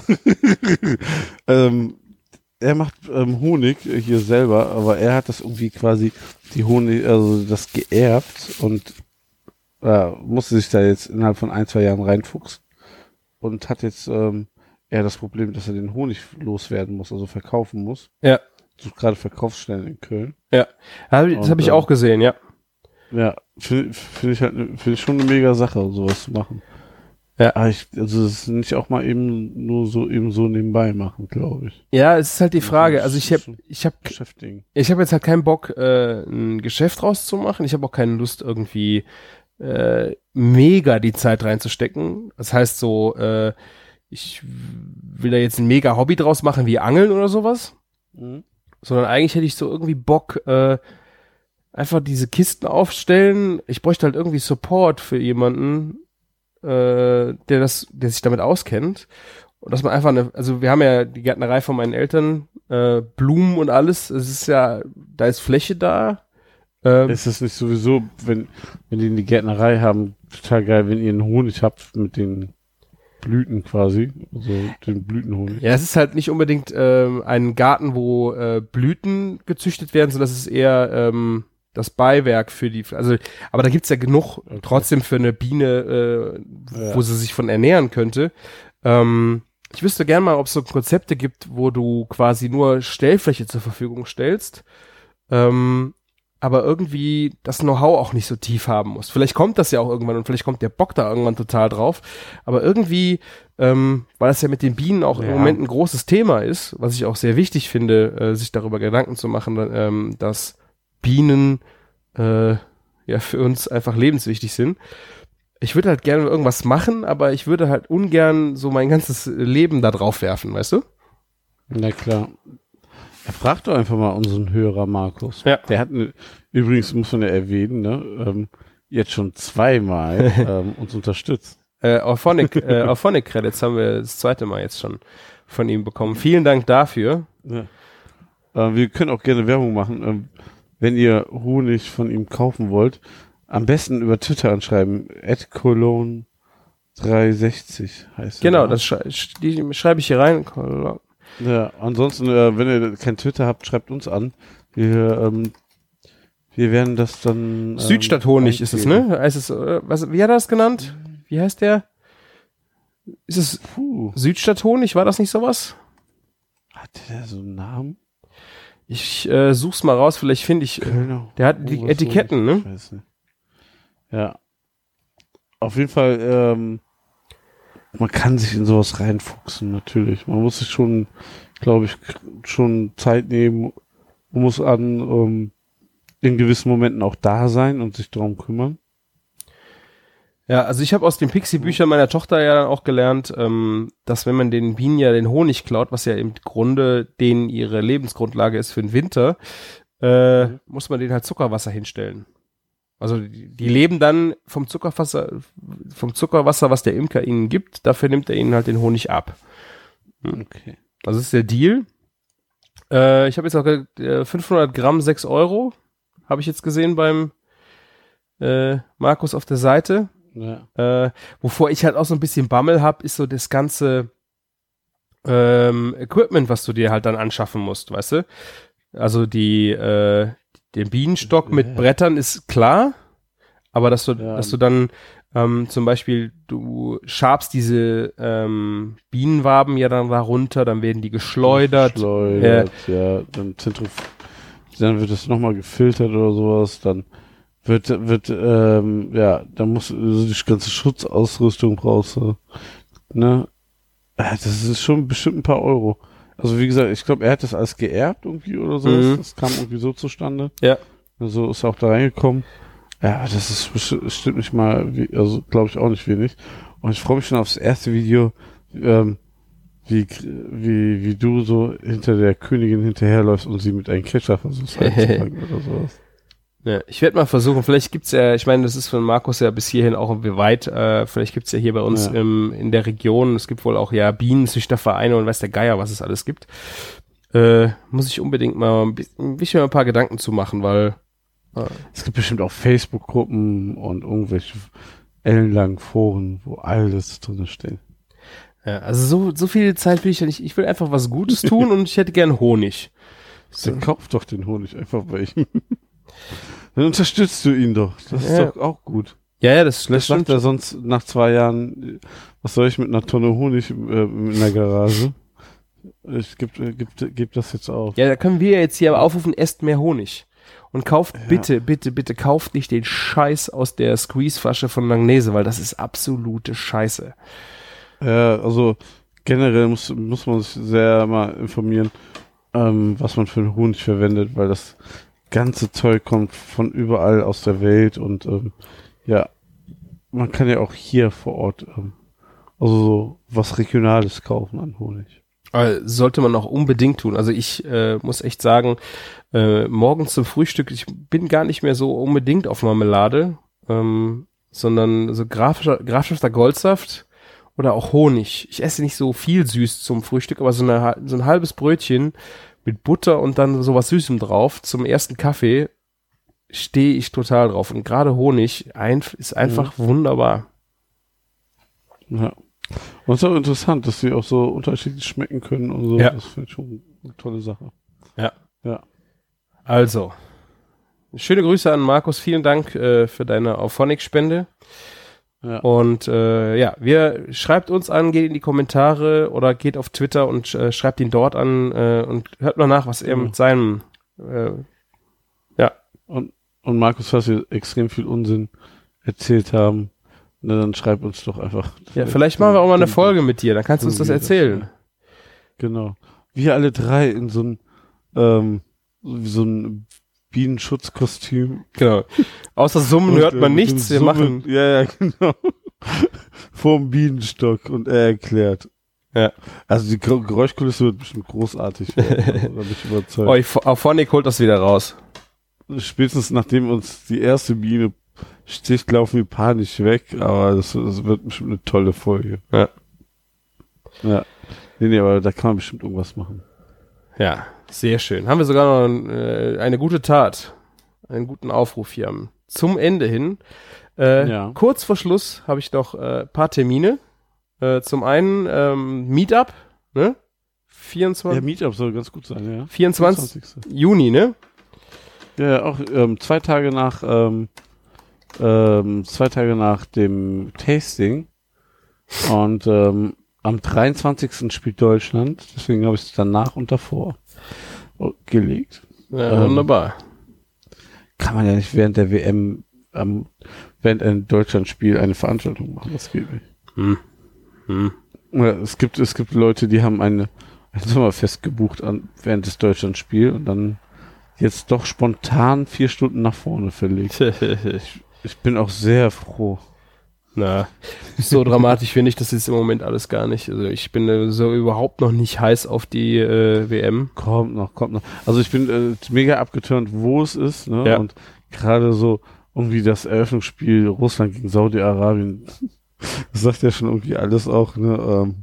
Er macht Honig hier selber, aber er hat das irgendwie quasi die Honig, also das geerbt und musste sich da jetzt innerhalb von 1-2 Jahren reinfuchsen und hat jetzt eher das Problem, dass er den Honig loswerden muss, also verkaufen muss. Ja. Sucht gerade Verkaufsstellen in Köln. Ja, das habe ich auch gesehen, ja. Ja, finde ich schon eine mega Sache, sowas zu machen. Ja, aber also es ist nicht auch mal eben so nebenbei machen, glaube ich. Ja, es ist halt die Frage. Also ich hab jetzt halt keinen Bock, ein Geschäft rauszumachen. Ich habe auch keine Lust, irgendwie mega die Zeit reinzustecken. Das heißt so, ich will da jetzt ein mega Hobby draus machen, wie Angeln oder sowas. Sondern eigentlich hätte ich so irgendwie Bock, einfach diese Kisten aufstellen. Ich bräuchte halt irgendwie Support für jemanden, der sich damit auskennt. Und dass man einfach also wir haben ja die Gärtnerei von meinen Eltern, Blumen und alles. Es ist ja, da ist Fläche da. Ist das nicht sowieso, wenn die eine Gärtnerei haben, total geil, wenn ihr einen Honig habt mit den Blüten quasi, also den Blütenhonig. Ja, es ist halt nicht unbedingt ein Garten, wo Blüten gezüchtet werden, sondern es ist eher das Beiwerk für die, also, aber da gibt's ja genug trotzdem für eine Biene, wo sie sich von ernähren könnte. Ich wüsste gern mal, ob es so Konzepte gibt, wo du quasi nur Stellfläche zur Verfügung stellst, aber irgendwie das Know-how auch nicht so tief haben muss. Vielleicht kommt das ja auch irgendwann und vielleicht kommt der Bock da irgendwann total drauf, aber irgendwie, weil das ja mit den Bienen auch im Moment ein großes Thema ist, was ich auch sehr wichtig finde, sich darüber Gedanken zu machen, dass Bienen ja für uns einfach lebenswichtig sind. Ich würde halt gerne irgendwas machen, aber ich würde halt ungern so mein ganzes Leben da drauf werfen, weißt du? Na klar. Ja, frag doch einfach mal unseren Hörer Markus. Ja. Der hat übrigens, muss man ja erwähnen, ne, jetzt schon zweimal uns unterstützt. Auphonic Credits haben wir das zweite Mal jetzt schon von ihm bekommen. Vielen Dank dafür. Ja. Wir können auch gerne Werbung machen. Wenn ihr Honig von ihm kaufen wollt, am besten über Twitter anschreiben. @cologne360 heißt Genau, das schreibe ich hier rein. Ja, ansonsten, wenn ihr kein Twitter habt, schreibt uns an. Wir werden das dann. Südstadthonig ist es, ne? Heißt es, wie hat er das genannt? Wie heißt der? Ist es Südstadthonig? War das nicht sowas? Hat der so einen Namen? Ich such's mal raus, vielleicht finde ich. Der hat die Etiketten, ne? Ich weiß nicht. Ja. Auf jeden Fall, man kann sich in sowas reinfuchsen, natürlich. Man muss sich schon, glaube ich, schon Zeit nehmen und muss in gewissen Momenten auch da sein und sich darum kümmern. Ja, also ich habe aus den Pixie-Büchern meiner Tochter ja dann auch gelernt, dass wenn man den Bienen ja den Honig klaut, was ja im Grunde denen ihre Lebensgrundlage ist für den Winter, muss man denen halt Zuckerwasser hinstellen. Also die leben dann vom Zuckerwasser, was der Imker ihnen gibt, dafür nimmt er ihnen halt den Honig ab. Okay. Also das ist der Deal. Ich habe jetzt auch 500 Gramm 6 Euro, habe ich jetzt gesehen beim Markus auf der Seite. Ja. Wovor ich halt auch so ein bisschen Bammel habe, ist so das ganze Equipment, was du dir halt dann anschaffen musst, weißt du? Also den Bienenstock mit Brettern ist klar, aber dass du dann zum Beispiel, du schabst diese Bienenwaben ja dann da runter, dann werden die geschleudert. Ja, dann wird das nochmal gefiltert oder sowas, dann dann musst du die ganze Schutzausrüstung brauchst du, ne? Das ist schon bestimmt ein paar Euro. Also wie gesagt, ich glaube, er hat das alles geerbt irgendwie oder so. Das kam irgendwie so zustande. Ja. Also ist er auch da reingekommen. Ja, das ist bestimmt nicht mal, also glaube ich auch nicht wenig. Und ich freue mich schon aufs erste Video, wie du so hinter der Königin hinterherläufst und sie mit einem Kescher versuchst einzufangen oder sowas. Ja, ich werde mal versuchen, vielleicht gibt's ja, ich meine, das ist von Markus ja bis hierhin auch irgendwie weit, vielleicht gibt's ja hier bei uns in der Region, es gibt wohl auch ja Bienenzüchtervereine und weiß der Geier, was es alles gibt. Muss ich unbedingt mal ein paar Gedanken zu machen, weil es gibt bestimmt auch Facebook-Gruppen und irgendwelche ellenlangen Foren, wo alles drin steht. Ja, also so viel Zeit will ich ja nicht, ich will einfach was Gutes tun und ich hätte gern Honig. Dann kauf doch den Honig einfach bei ihm. Dann unterstützt du ihn doch. Das ist doch auch gut. Ja, das sagt er sonst nach 2 Jahren, was soll ich mit einer Tonne Honig in der Garage? Ich geb das jetzt auf. Ja, da können wir jetzt hier aber aufrufen, esst mehr Honig. Und kauft bitte kauft nicht den Scheiß aus der Squeeze-Flasche von Langnese, weil das ist absolute Scheiße. Ja, also generell muss man sich sehr mal informieren, was man für einen Honig verwendet, weil das ganze Zeug kommt von überall aus der Welt und man kann ja auch hier vor Ort Also so was Regionales kaufen an Honig. Sollte man auch unbedingt tun. Also ich muss echt sagen, morgens zum Frühstück, ich bin gar nicht mehr so unbedingt auf Marmelade, sondern so Grafschafter Goldsaft oder auch Honig. Ich esse nicht so viel süß zum Frühstück, aber so ein halbes Brötchen mit Butter und dann sowas Süßem drauf zum ersten Kaffee stehe ich total drauf. Und gerade Honig ist einfach wunderbar. Ja. Und es ist auch interessant, dass sie auch so unterschiedlich schmecken können und so. Ja. Das finde ich schon eine tolle Sache. Ja. Ja. Also, schöne Grüße an Markus. Vielen Dank für deine Auphonic-Spende. Ja. Und schreibt uns an, geht in die Kommentare oder geht auf Twitter und schreibt ihn dort an und hört mal nach, was er mit seinem Und Markus, falls wir extrem viel Unsinn erzählt haben, na, dann schreib uns doch einfach. Ja, vielleicht machen wir auch mal eine Folge mit dir, dann kannst du uns das erzählen. Genau. Wir alle drei in so ein Bienenschutzkostüm. Genau. Außer Summen hört man nichts. Wir machen. Ja, genau. Vorm Bienenstock und er erklärt. Ja. Also die Geräuschkulisse wird bestimmt großartig werden. Da bin ich überzeugt. Auphonic holt das wieder raus. Spätestens nachdem uns die erste Biene sticht, laufen wir panisch weg, aber das wird bestimmt eine tolle Folge. Ja. Ja. Nee, aber da kann man bestimmt irgendwas machen. Ja, sehr schön. Haben wir sogar noch eine gute Tat, einen guten Aufruf hier zum Ende hin. Kurz vor Schluss habe ich noch paar Termine. Zum einen Meetup, ne? 24. Ja, Meetup soll ganz gut sein, ja. 24. Juni, ne? Ja, auch 2 Tage nach 2 Tage nach dem Tasting und am 23. spielt Deutschland, deswegen habe ich es danach und davor gelegt. Ja, wunderbar. Kann man ja nicht während der WM, während ein Deutschlandspiel eine Veranstaltung machen, das geht nicht. Ja, es gibt Leute, die haben ein Sommerfest gebucht während des Deutschlandspiels und dann jetzt doch spontan 4 Stunden nach vorne verlegt. Ich bin auch sehr froh. Na, so dramatisch finde ich das jetzt im Moment alles gar nicht. Also ich bin so überhaupt noch nicht heiß auf die WM. Kommt noch. Also ich bin mega abgeturnt, wo es ist, ne? Ja. Und gerade so irgendwie das Eröffnungsspiel Russland gegen Saudi-Arabien, das sagt ja schon irgendwie alles auch, ne?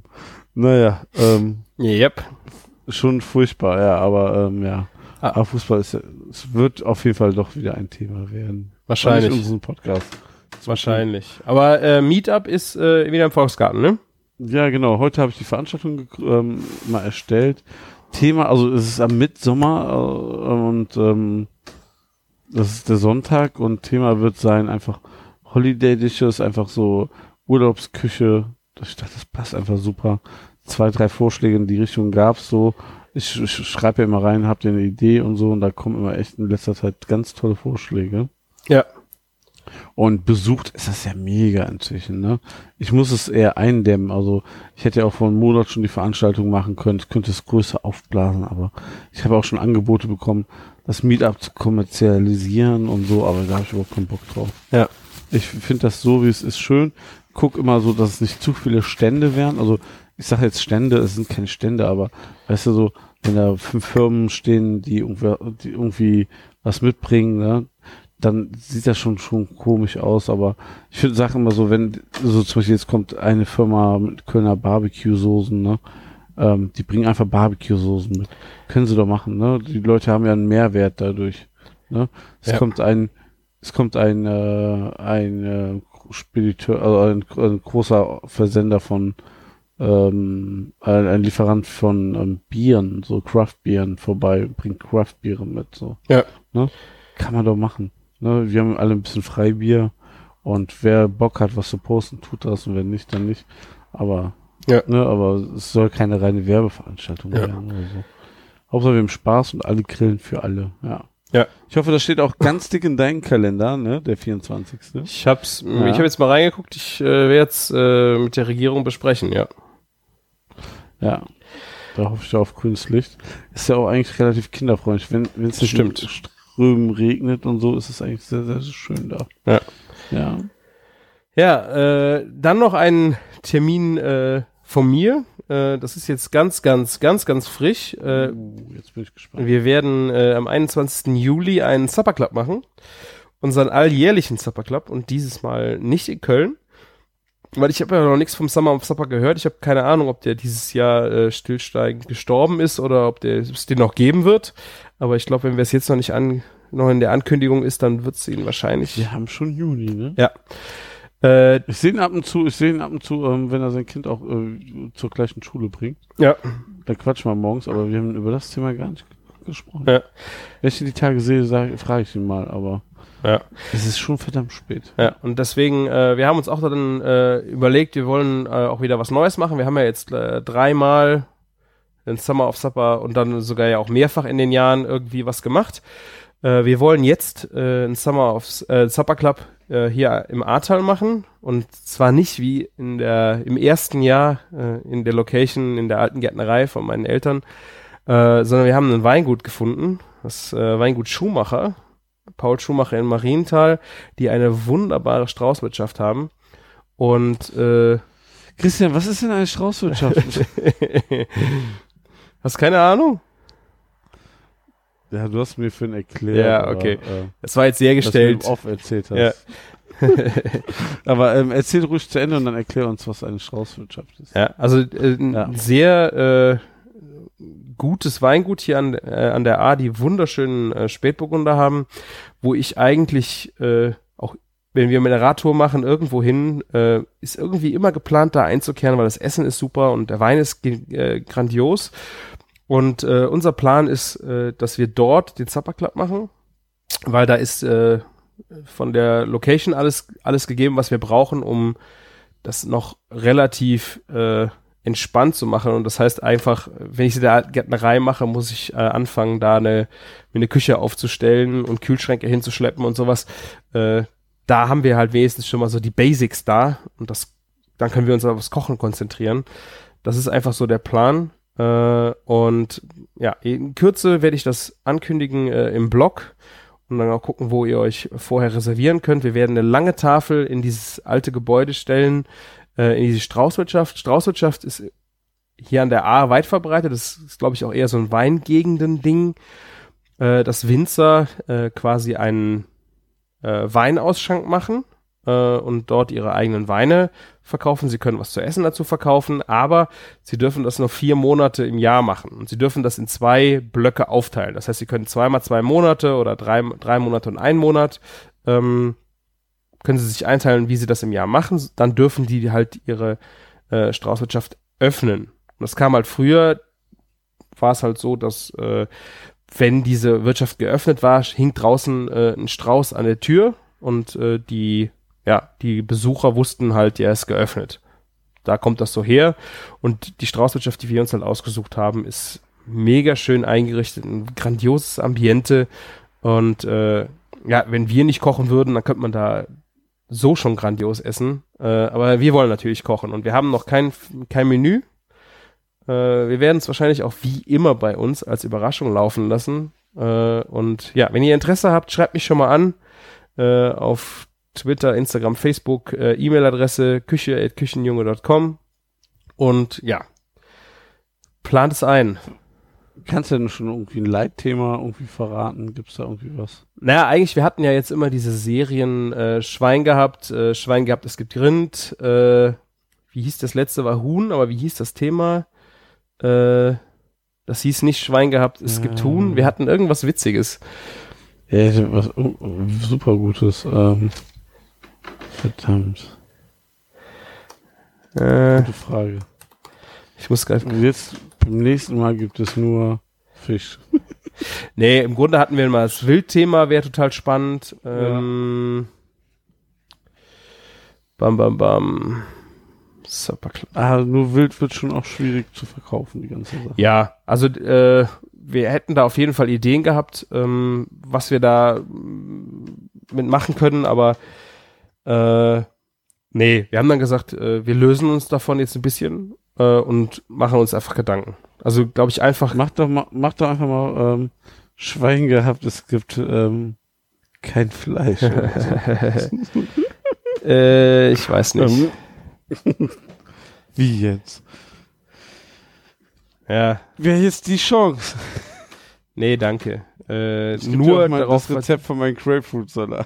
Yep. Schon furchtbar, ja, aber ja. Aber Fußball es wird auf jeden Fall doch wieder ein Thema werden. Wahrscheinlich. In unserem Podcast. Wahrscheinlich. Aber Meetup ist wieder im Volksgarten, ne? Ja, genau. Heute habe ich die Veranstaltung mal erstellt. Thema, also es ist am Mitsommer und das ist der Sonntag und Thema wird sein einfach Holiday Dishes, einfach so Urlaubsküche. Ich dachte, das passt einfach super. 2, 3 Vorschläge in die Richtung gab's so. Ich schreibe ja immer rein, habt ihr eine Idee und so und da kommen immer echt in letzter Zeit ganz tolle Vorschläge. Ja. Und besucht ist das ja mega inzwischen, ne? Ich muss es eher eindämmen, also ich hätte ja auch vor einem Monat schon die Veranstaltung machen können, ich könnte es größer aufblasen, aber ich habe auch schon Angebote bekommen, das Meetup zu kommerzialisieren und so, aber da habe ich überhaupt keinen Bock drauf. Ja. Ich finde das so, wie es ist, schön. Guck immer so, dass es nicht zu viele Stände wären, also ich sage jetzt Stände, es sind keine Stände, aber weißt du so, wenn da 5 Firmen stehen, die irgendwie was mitbringen, ne, dann sieht das schon komisch aus, aber ich finde Sachen immer so, wenn, so zum Beispiel jetzt kommt eine Firma mit Kölner Barbecue-Soßen, ne, die bringen einfach Barbecue-Soßen mit. Können sie doch machen, ne, die Leute haben ja einen Mehrwert dadurch, ne. Es kommt ein Spediteur, also ein großer Versender von ein Lieferant von Bieren, so Craft-Bieren vorbei, bringt Craft-Biere mit, so. Ja. Ne? Kann man doch machen. Ne? Wir haben alle ein bisschen Freibier und wer Bock hat, was zu posten, tut das und wenn nicht, dann nicht. Aber, aber es soll keine reine Werbeveranstaltung werden oder so. Hauptsache wir haben Spaß und alle grillen für alle, ja. Ja. Ich hoffe, das steht auch ganz dick in deinem Kalender, ne, der 24. Ich habe jetzt mal reingeguckt, ich werde jetzt mit der Regierung besprechen, ja. Ja, da hoffe ich auf grünes Licht. Ist ja auch eigentlich relativ kinderfreundlich. Wenn es nicht in Strömen regnet und so, ist es eigentlich sehr, sehr schön da. Ja. Ja. Ja, dann noch ein Termin von mir. Das ist jetzt ganz, ganz, ganz, ganz frisch. Jetzt bin ich gespannt. Wir werden am 21. Juli einen Supper Club machen. Unseren alljährlichen Supper Club und dieses Mal nicht in Köln. Weil ich habe ja noch nichts vom Summer of Supper gehört. Ich habe keine Ahnung, ob der dieses Jahr stillschweigend gestorben ist oder ob es den noch geben wird. Aber ich glaube, wenn wir es jetzt noch nicht noch in der Ankündigung ist, dann wird es ihn wahrscheinlich. Wir haben schon Juni, ne? Ja. Ich sehe ihn ab und zu, wenn er sein Kind auch zur gleichen Schule bringt. Ja. Dann quatschen wir morgens, aber wir haben über das Thema gar nicht gesprochen. Ja. Wenn ich ihn die Tage sehe, frage ich ihn mal, aber ja. Es ist schon verdammt spät. Ja, und deswegen, wir haben uns auch dann überlegt, wir wollen auch wieder was Neues machen. Wir haben ja jetzt 3-mal den Summer of Supper und dann sogar ja auch mehrfach in den Jahren irgendwie was gemacht. Wir wollen jetzt einen Summer of Supper Club hier im Ahrtal machen und zwar nicht wie im ersten Jahr in der Location in der alten Gärtnerei von meinen Eltern, sondern wir haben ein Weingut gefunden, das Weingut Schumacher, Paul Schumacher in Marienthal, die eine wunderbare Straußwirtschaft haben und Christian, was ist denn eine Straußwirtschaft? Hast keine Ahnung? Ja, du hast mir für einen erklärt. Ja, okay. Das war jetzt sehr gestellt. Was du mir erzählt hast. Ja. Aber erzähl ruhig zu Ende und dann erklär uns, was eine Straußwirtschaft ist. Ja, also sehr gutes Weingut hier an der Ahr, die wunderschönen Spätburgunder haben, wo ich eigentlich auch, wenn wir eine Radtour machen, irgendwo hin, ist irgendwie immer geplant, da einzukehren, weil das Essen ist super und der Wein ist grandios. Und unser Plan ist, dass wir dort den Supper Club machen, weil da ist von der Location alles gegeben, was wir brauchen, um das noch relativ entspannt zu machen. Und das heißt einfach, wenn ich in der Gärtnerei mache, muss ich anfangen, da mir eine Küche aufzustellen und Kühlschränke hinzuschleppen und sowas. Da haben wir halt wenigstens schon mal so die Basics da und dann können wir uns aufs Kochen konzentrieren. Das ist einfach so der Plan. Und ja, in Kürze werde ich das ankündigen im Blog und dann auch gucken, wo ihr euch vorher reservieren könnt. Wir werden eine lange Tafel in dieses alte Gebäude stellen, in diese Straußwirtschaft. Straußwirtschaft ist hier an der Ahr weit verbreitet. Das ist, glaube ich, auch eher so ein Weingegenden-Ding, dass Winzer quasi einen Weinausschank machen und dort ihre eigenen Weine verkaufen. Sie können was zu essen dazu verkaufen, aber sie dürfen das nur 4 Monate im Jahr machen und sie dürfen das in 2 Blöcke aufteilen. Das heißt, sie können 2 mal 2 Monate oder 3 Monate und 1 Monat können sie sich einteilen, wie sie das im Jahr machen. Dann dürfen die halt ihre Straußwirtschaft öffnen. Und das kam halt früher, war es halt so, dass wenn diese Wirtschaft geöffnet war, hing draußen ein Strauß an der Tür und die Besucher wussten halt, der ist geöffnet. Da kommt das so her. Und die Straußwirtschaft, die wir uns halt ausgesucht haben, ist mega schön eingerichtet, ein grandioses Ambiente. Und wenn wir nicht kochen würden, dann könnte man da so schon grandios essen. Aber wir wollen natürlich kochen und wir haben noch kein Menü. Wir werden es wahrscheinlich auch wie immer bei uns als Überraschung laufen lassen. Und ja, wenn ihr Interesse habt, schreibt mich schon mal an auf Twitter, Instagram, Facebook, E-Mail-Adresse küche@küchenjunge.com und ja, plant es ein. Kannst du denn schon irgendwie ein Leitthema irgendwie verraten? Gibt's da irgendwie was? Naja, eigentlich, wir hatten ja jetzt immer diese Serien Schwein gehabt, es gibt Rind, wie hieß das letzte, war Huhn, aber wie hieß das Thema? Das hieß nicht Schwein gehabt, es gibt Huhn, wir hatten irgendwas Witziges. Ja, was super Gutes. Verdammt. Gute Frage. Ich muss gleich. Jetzt beim nächsten Mal gibt es nur Fisch. Nee, im Grunde hatten wir mal das Wildthema, wäre total spannend. Bam. Super. Nur Wild wird schon auch schwierig zu verkaufen, die ganze Sache. Ja, also wir hätten da auf jeden Fall Ideen gehabt, was wir da mitmachen können, aber nee, wir haben dann gesagt, wir lösen uns davon jetzt ein bisschen und machen uns einfach Gedanken. Also glaube ich einfach. Mach doch einfach mal Schwein gehabt, es gibt kein Fleisch. Ich weiß nicht. Wie jetzt? Ja. Wäre jetzt die Chance? Nee, danke. Nur darauf das Rezept von meinem Grapefruit-Salat.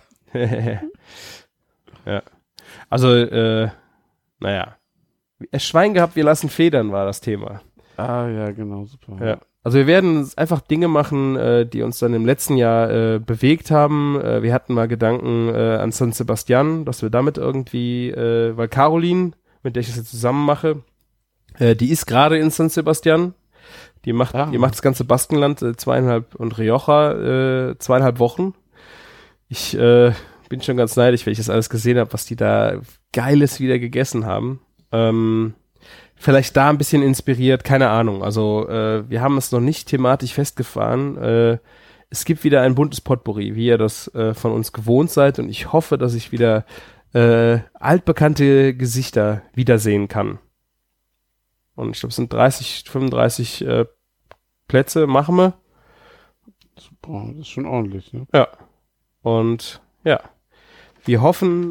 Ja. Also, naja. Schwein gehabt, wir lassen Federn, war das Thema. Ah, ja, genau, super. Ja. Also wir werden einfach Dinge machen, die uns dann im letzten Jahr bewegt haben. Wir hatten mal Gedanken an San Sebastian, dass wir damit irgendwie, weil Caroline, mit der ich das jetzt zusammen mache, die ist gerade in San Sebastian. Die macht das ganze Baskenland 2,5 und Rioja 2,5 Wochen. Ich bin schon ganz neidisch, weil ich das alles gesehen habe, was die da Geiles wieder gegessen haben. Vielleicht da ein bisschen inspiriert, keine Ahnung. Also wir haben es noch nicht thematisch festgefahren. Es gibt wieder ein buntes Potpourri, wie ihr das von uns gewohnt seid. Und ich hoffe, dass ich wieder altbekannte Gesichter wiedersehen kann. Und ich glaube, es sind 35 Plätze, machen wir. Boah, das ist schon ordentlich, ne? Ja. Und ja, wir hoffen,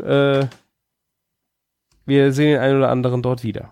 wir sehen den einen oder anderen dort wieder.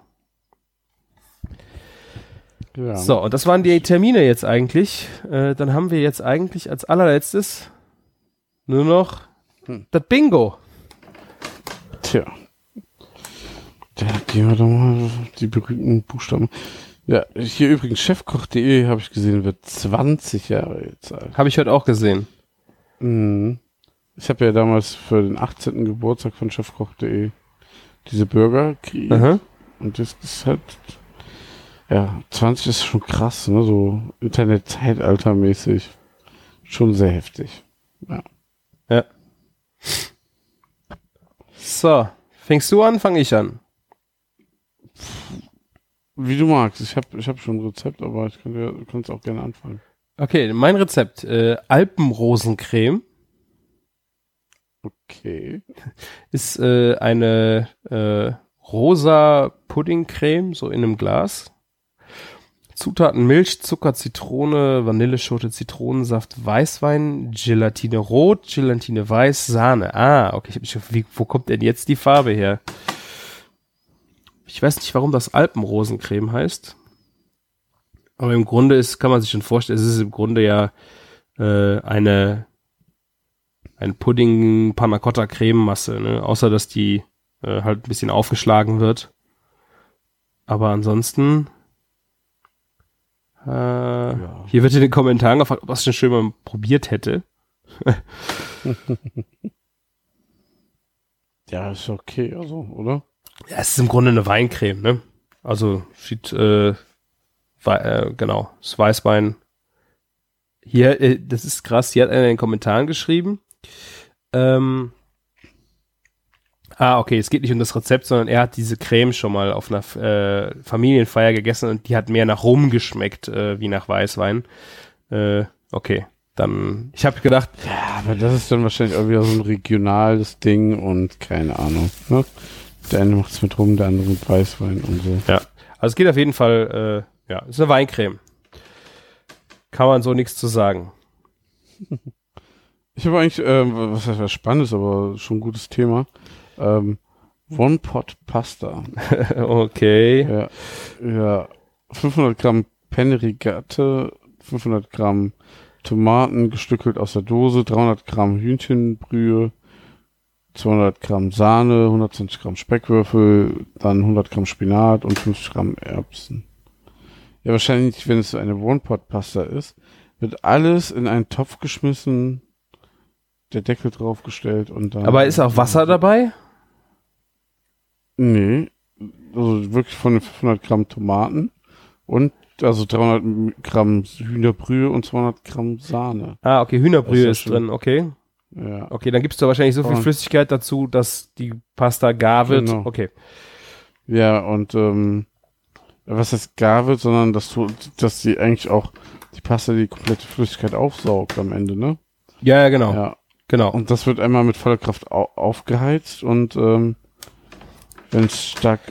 Ja. So, und das waren die Termine jetzt eigentlich. Dann haben wir jetzt eigentlich als allerletztes nur noch das Bingo. Tja. Da gehen wir doch mal die berühmten Buchstaben. Ja, hier übrigens chefkoch.de habe ich gesehen, wird 20 Jahre jetzt alt. Habe ich heute auch gesehen. Mhm. Ich habe ja damals für den 18. Geburtstag von chefkoch.de diese Burger kreiert. Aha. Und das ist halt, ja, 20 ist schon krass, ne, so Internet-Zeitalter-mäßig. Schon sehr heftig. Ja. Ja. So, fängst du an, fange ich an? Wie du magst. Ich hab schon ein Rezept, aber du kannst auch gerne anfangen. Okay, mein Rezept, Alpenrosencreme. Okay. Ist eine rosa Puddingcreme, so in einem Glas. Zutaten Milch, Zucker, Zitrone, Vanilleschote, Zitronensaft, Weißwein, Gelatine rot, Gelatine weiß, Sahne. Ah, okay, wo kommt denn jetzt die Farbe her? Ich weiß nicht, warum das Alpenrosencreme heißt. Aber im Grunde kann man sich schon vorstellen, es ist im Grunde ja ein Pudding Panna Cotta Crememasse, ne? Außer dass die halt ein bisschen aufgeschlagen wird. Aber ansonsten hier wird in den Kommentaren gefragt, ob das schon schön mal probiert hätte. Ja, ist okay, also, oder? Ja, es ist im Grunde eine Weincreme, ne? Also sieht genau, das Weißwein. Hier, das ist krass, hier hat einer in den Kommentaren geschrieben. Okay, es geht nicht um das Rezept, sondern er hat diese Creme schon mal auf einer Familienfeier gegessen und die hat mehr nach Rum geschmeckt, wie nach Weißwein. Okay, dann, ich habe gedacht... Ja, aber das ist dann wahrscheinlich auch wieder so ein regionales Ding und keine Ahnung, ne? Der eine macht es mit Rum, der andere mit Weißwein und so. Ja, also es geht auf jeden Fall, ist eine Weincreme. Kann man so nichts zu sagen. Ich habe eigentlich, was heißt was Spannendes, aber schon ein gutes Thema. One-Pot-Pasta. Okay. Ja, 500 Gramm Penne Rigate, 500 Gramm Tomaten gestückelt aus der Dose, 300 Gramm Hühnchenbrühe, 200 Gramm Sahne, 120 Gramm Speckwürfel, dann 100 Gramm Spinat und 50 Gramm Erbsen. Ja, wahrscheinlich, wenn es so eine One-Pot-Pasta ist, wird alles in einen Topf geschmissen, der Deckel draufgestellt und dann... Aber ist auch Wasser dabei? Nee, also wirklich von den 500 Gramm Tomaten und also 300 Gramm Hühnerbrühe und 200 Gramm Sahne. Ah, okay, Hühnerbrühe ist schon drin, okay. Ja. Okay, dann gibst du wahrscheinlich so viel Flüssigkeit dazu, dass die Pasta gar wird. Genau. Okay. Ja, und was heißt gar wird, sondern dass sie eigentlich auch die Pasta die komplette Flüssigkeit aufsaugt am Ende, ne? Ja, genau. Ja. Genau. Und das wird einmal mit voller Kraft aufgeheizt und wenn es stark,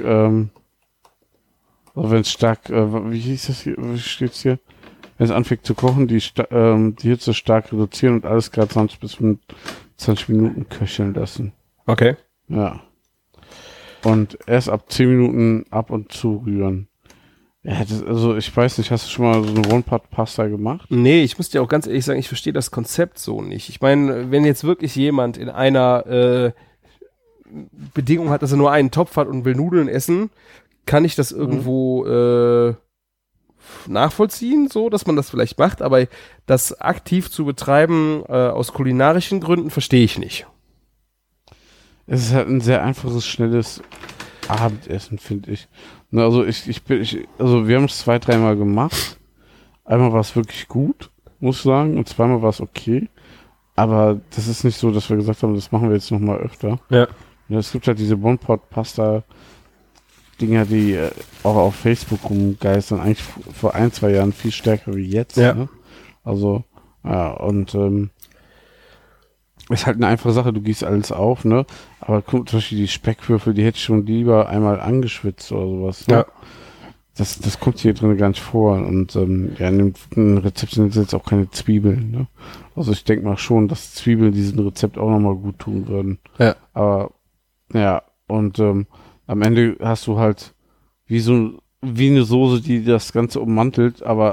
wie hieß das hier, wie steht's hier? Wenn es anfängt zu kochen, die Hitze stark reduzieren und alles gerade 20 bis 25 Minuten köcheln lassen. Okay. Ja. und erst ab 10 Minuten ab und zu rühren. Ja, also ich weiß nicht, hast du schon mal so eine One-Pot-Pasta gemacht? Nee, ich muss dir auch ganz ehrlich sagen, ich verstehe das Konzept so nicht. Ich meine, wenn jetzt wirklich jemand in einer Bedingung hat, dass er nur einen Topf hat und will Nudeln essen, kann ich das irgendwo nachvollziehen, so, dass man das vielleicht macht, aber das aktiv zu betreiben aus kulinarischen Gründen verstehe ich nicht. Es ist halt ein sehr einfaches, schnelles Abendessen, finde ich. Na, also also wir haben es 2-3 Mal gemacht. Einmal war es wirklich gut, muss ich sagen, und zweimal war es okay. Aber das ist nicht so, dass wir gesagt haben, das machen wir jetzt nochmal öfter. Ja. Ja, es gibt halt diese One-Pot-Pasta-Dinger, die auch auf Facebook rumgeistern, eigentlich vor 1-2 Jahren viel stärker wie jetzt. Ja. Ne? Also, ja, und ist halt eine einfache Sache, du gießt alles auf, ne? Aber guck, zum Beispiel die Speckwürfel, die hätte ich schon lieber einmal angeschwitzt oder sowas. Ne? Ja. Das kommt hier drin gar nicht vor. Und ja, in dem Rezept sind jetzt auch keine Zwiebeln. Ne? Also ich denke mal schon, dass Zwiebeln diesem Rezept auch nochmal gut tun würden. Ja. Aber ja, und am Ende hast du halt wie eine Soße, die das Ganze ummantelt, aber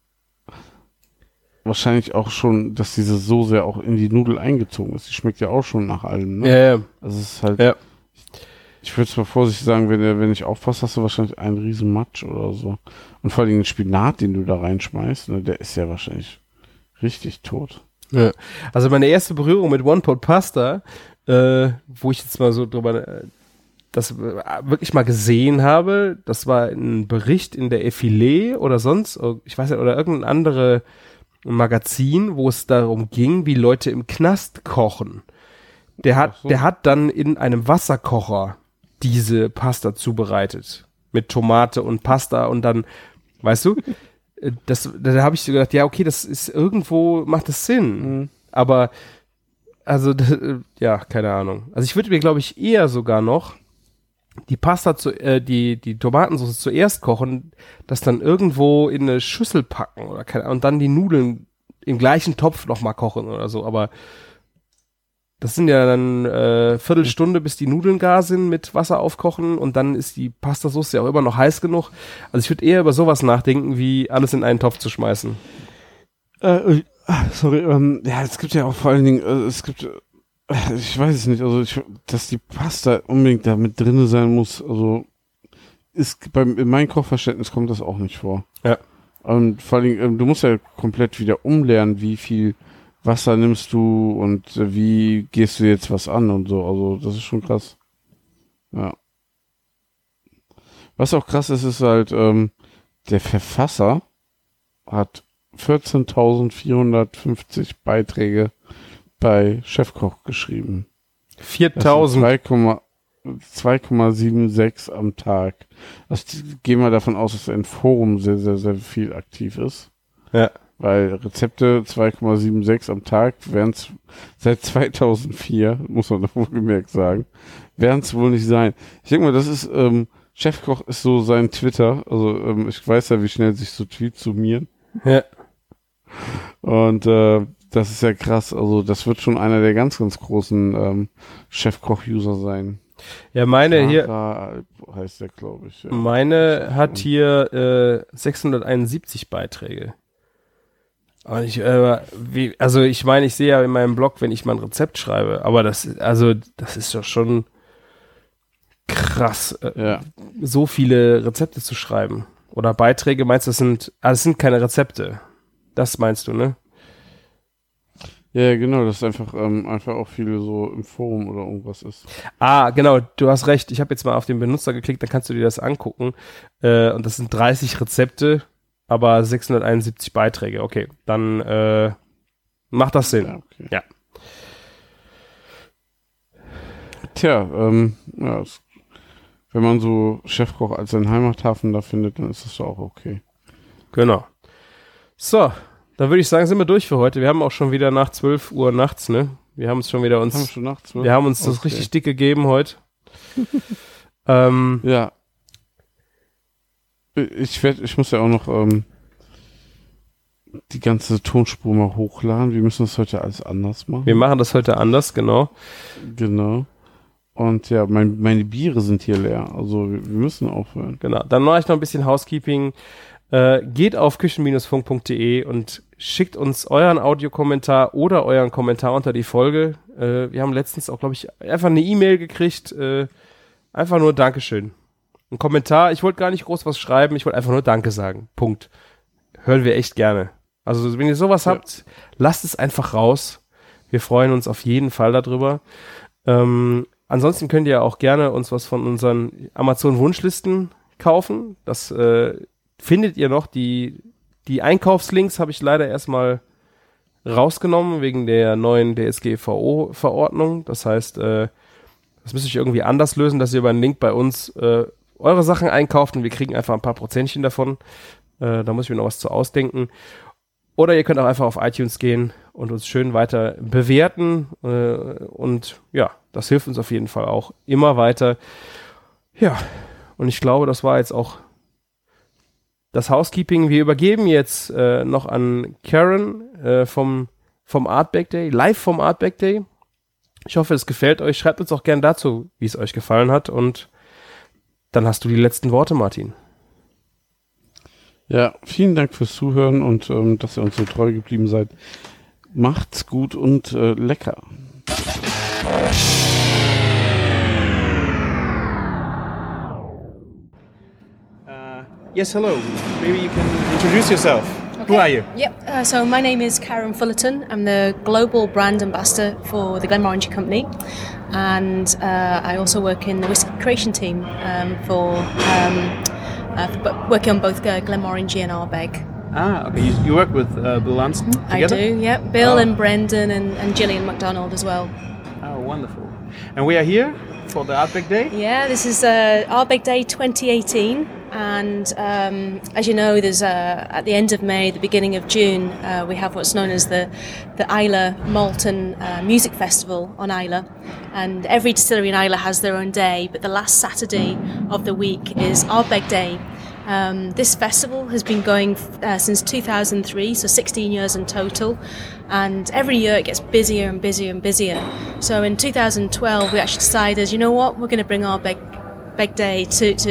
wahrscheinlich auch schon, dass diese Soße ja auch in die Nudel eingezogen ist. Die schmeckt ja auch schon nach allem. Ne? Ja. Also es ist halt, Ja. ich würde es mal vorsichtig sagen, wenn ich aufpasse, hast du wahrscheinlich einen riesen Matsch oder so. Und vor allem den Spinat, den du da reinschmeißt, ne, der ist ja wahrscheinlich richtig tot. Ja. Also meine erste Berührung mit One-Pot-Pasta, wo ich jetzt mal so drüber das wirklich mal gesehen habe, das war ein Bericht in der Effilé oder sonst, ich weiß nicht, oder irgendein andere Magazin, wo es darum ging, wie Leute im Knast kochen. Der hat dann in einem Wasserkocher diese Pasta zubereitet. Mit Tomate und Pasta und dann, weißt du, da habe ich so gedacht, ja, okay, das ist irgendwo, macht das Sinn. Mhm. Aber, also, ja, keine Ahnung. Also ich würde mir, glaube ich, eher sogar noch die Pasta, die Tomatensauce zuerst kochen, das dann irgendwo in eine Schüssel packen oder keine Ahnung, und dann die Nudeln im gleichen Topf nochmal kochen oder so, aber das sind ja dann Viertelstunde, bis die Nudeln gar sind, mit Wasser aufkochen und dann ist die Pastasauce ja auch immer noch heiß genug. Also ich würde eher über sowas nachdenken, wie alles in einen Topf zu schmeißen. Sorry, ja, es gibt ja auch vor allen Dingen, ich weiß es nicht, also dass die Pasta unbedingt da mit drin sein muss, also in meinem Kochverständnis kommt das auch nicht vor. Ja. Und vor allen Dingen, du musst ja komplett wieder umlernen, wie viel Wasser nimmst du und wie gehst du jetzt was an und so, also das ist schon krass. Ja. Was auch krass ist halt, der Verfasser hat 14.450 Beiträge bei Chefkoch geschrieben. 4.000. 2,76 am Tag. Also gehen wir davon aus, dass er in Forum sehr, sehr, sehr viel aktiv ist. Ja. Weil Rezepte 2,76 am Tag wären es seit 2004, muss man doch wohlgemerkt sagen, werden es wohl nicht sein. Ich denke mal, das ist, Chefkoch ist so sein Twitter. Also ich weiß ja, wie schnell sich so Tweets summieren. Ja. Und das ist ja krass. Also das wird schon einer der ganz, ganz großen Chefkoch-User sein. Ja, meine hier, heißt der, glaube ich. Ja. meine hat hier 671 Beiträge. Und ich meine, ich sehe ja in meinem Blog, wenn ich mal ein Rezept schreibe, aber das ist doch schon krass, Ja. so viele Rezepte zu schreiben. Oder Beiträge, meinst du, das sind keine Rezepte. Das meinst du, ne? Ja, genau, dass einfach auch viele so im Forum oder irgendwas ist. Ah, genau, du hast recht. Ich habe jetzt mal auf den Benutzer geklickt, dann kannst du dir das angucken. Und das sind 30 Rezepte, aber 671 Beiträge. Okay, dann macht das Sinn. Ja, okay. Ja. Tja, ja, wenn man so Chefkoch als seinen Heimathafen da findet, dann ist das doch auch okay. Genau. So, dann würde ich sagen, sind wir durch für heute. Wir haben auch schon wieder nach 12 Uhr nachts, ne? Wir haben es schon wieder uns, wir haben uns das richtig dick gegeben heute. Ja. Ich muss ja auch noch die ganze Tonspur mal hochladen. Wir müssen das heute alles anders machen. Wir machen das heute anders, genau. Genau. Und ja, meine Biere sind hier leer. Also wir müssen aufhören. Genau. Dann mache ich noch ein bisschen Housekeeping. Geht auf küchen-funk.de und schickt uns euren Audiokommentar oder euren Kommentar unter die Folge. Wir haben letztens auch, glaube ich, einfach eine E-Mail gekriegt. Einfach nur Dankeschön. Ein Kommentar. Ich wollte gar nicht groß was schreiben. Ich wollte einfach nur Danke sagen. Punkt. Hören wir echt gerne. Also wenn ihr sowas habt, lasst es einfach raus. Wir freuen uns auf jeden Fall darüber. Ansonsten könnt ihr auch gerne uns was von unseren Amazon-Wunschlisten kaufen. Das findet ihr noch. Die Einkaufslinks habe ich leider erstmal rausgenommen wegen der neuen DSGVO-Verordnung. Das heißt, das müsst ihr euch irgendwie anders lösen, dass ihr über einen Link bei uns eure Sachen einkauft und wir kriegen einfach ein paar Prozentchen davon. Da muss ich mir noch was zu ausdenken. Oder ihr könnt auch einfach auf iTunes gehen und uns schön weiter bewerten. Und ja, das hilft uns auf jeden Fall auch immer weiter. Ja, und ich glaube, das war jetzt auch das Housekeeping. Wir übergeben jetzt noch an Karen vom Artback Day, live vom Artback Day. Ich hoffe, es gefällt euch. Schreibt uns auch gern dazu, wie es euch gefallen hat. Und dann hast du die letzten Worte, Martin. Ja, vielen Dank fürs Zuhören und dass ihr uns so treu geblieben seid. Macht's gut und lecker. Yes, hello. Maybe you can introduce yourself. Okay. Who are you? Yep. So my name is Karen Fullerton. I'm the global brand ambassador for the Glenmorangie Company, and I also work in the whisky creation team working on both Glenmorangie and Ardbeg. Ah, okay. You work with Bill Lanston together? I do, yeah. Bill and Brendan and Gillian MacDonald as well. Oh, wonderful. And we are here for the Ardbeg Day? Yeah, this is Ardbeg Day 2018. And as you know, there's at the end of May, the beginning of June, we have what's known as the Islay Malton Music Festival on Islay. And every distillery in Islay has their own day, but the last Saturday of the week is Ardbeg Day. This festival has been going since 2003, so 16 years in total, and every year it gets busier and busier and busier. So in 2012 we actually decided, you know what, we're going to bring Ardbeg Day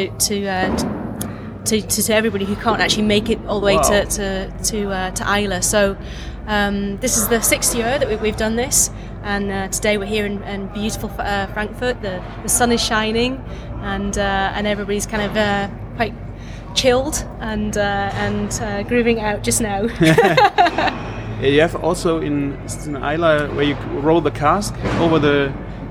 to everybody who can't actually make it all the way to Islay. So this is the 6th year that we've done this, and today we're here in beautiful Frankfurt. The sun is shining, and everybody's kind of quite chilled and grooving out just now. You have also in Islay where you roll the cask over the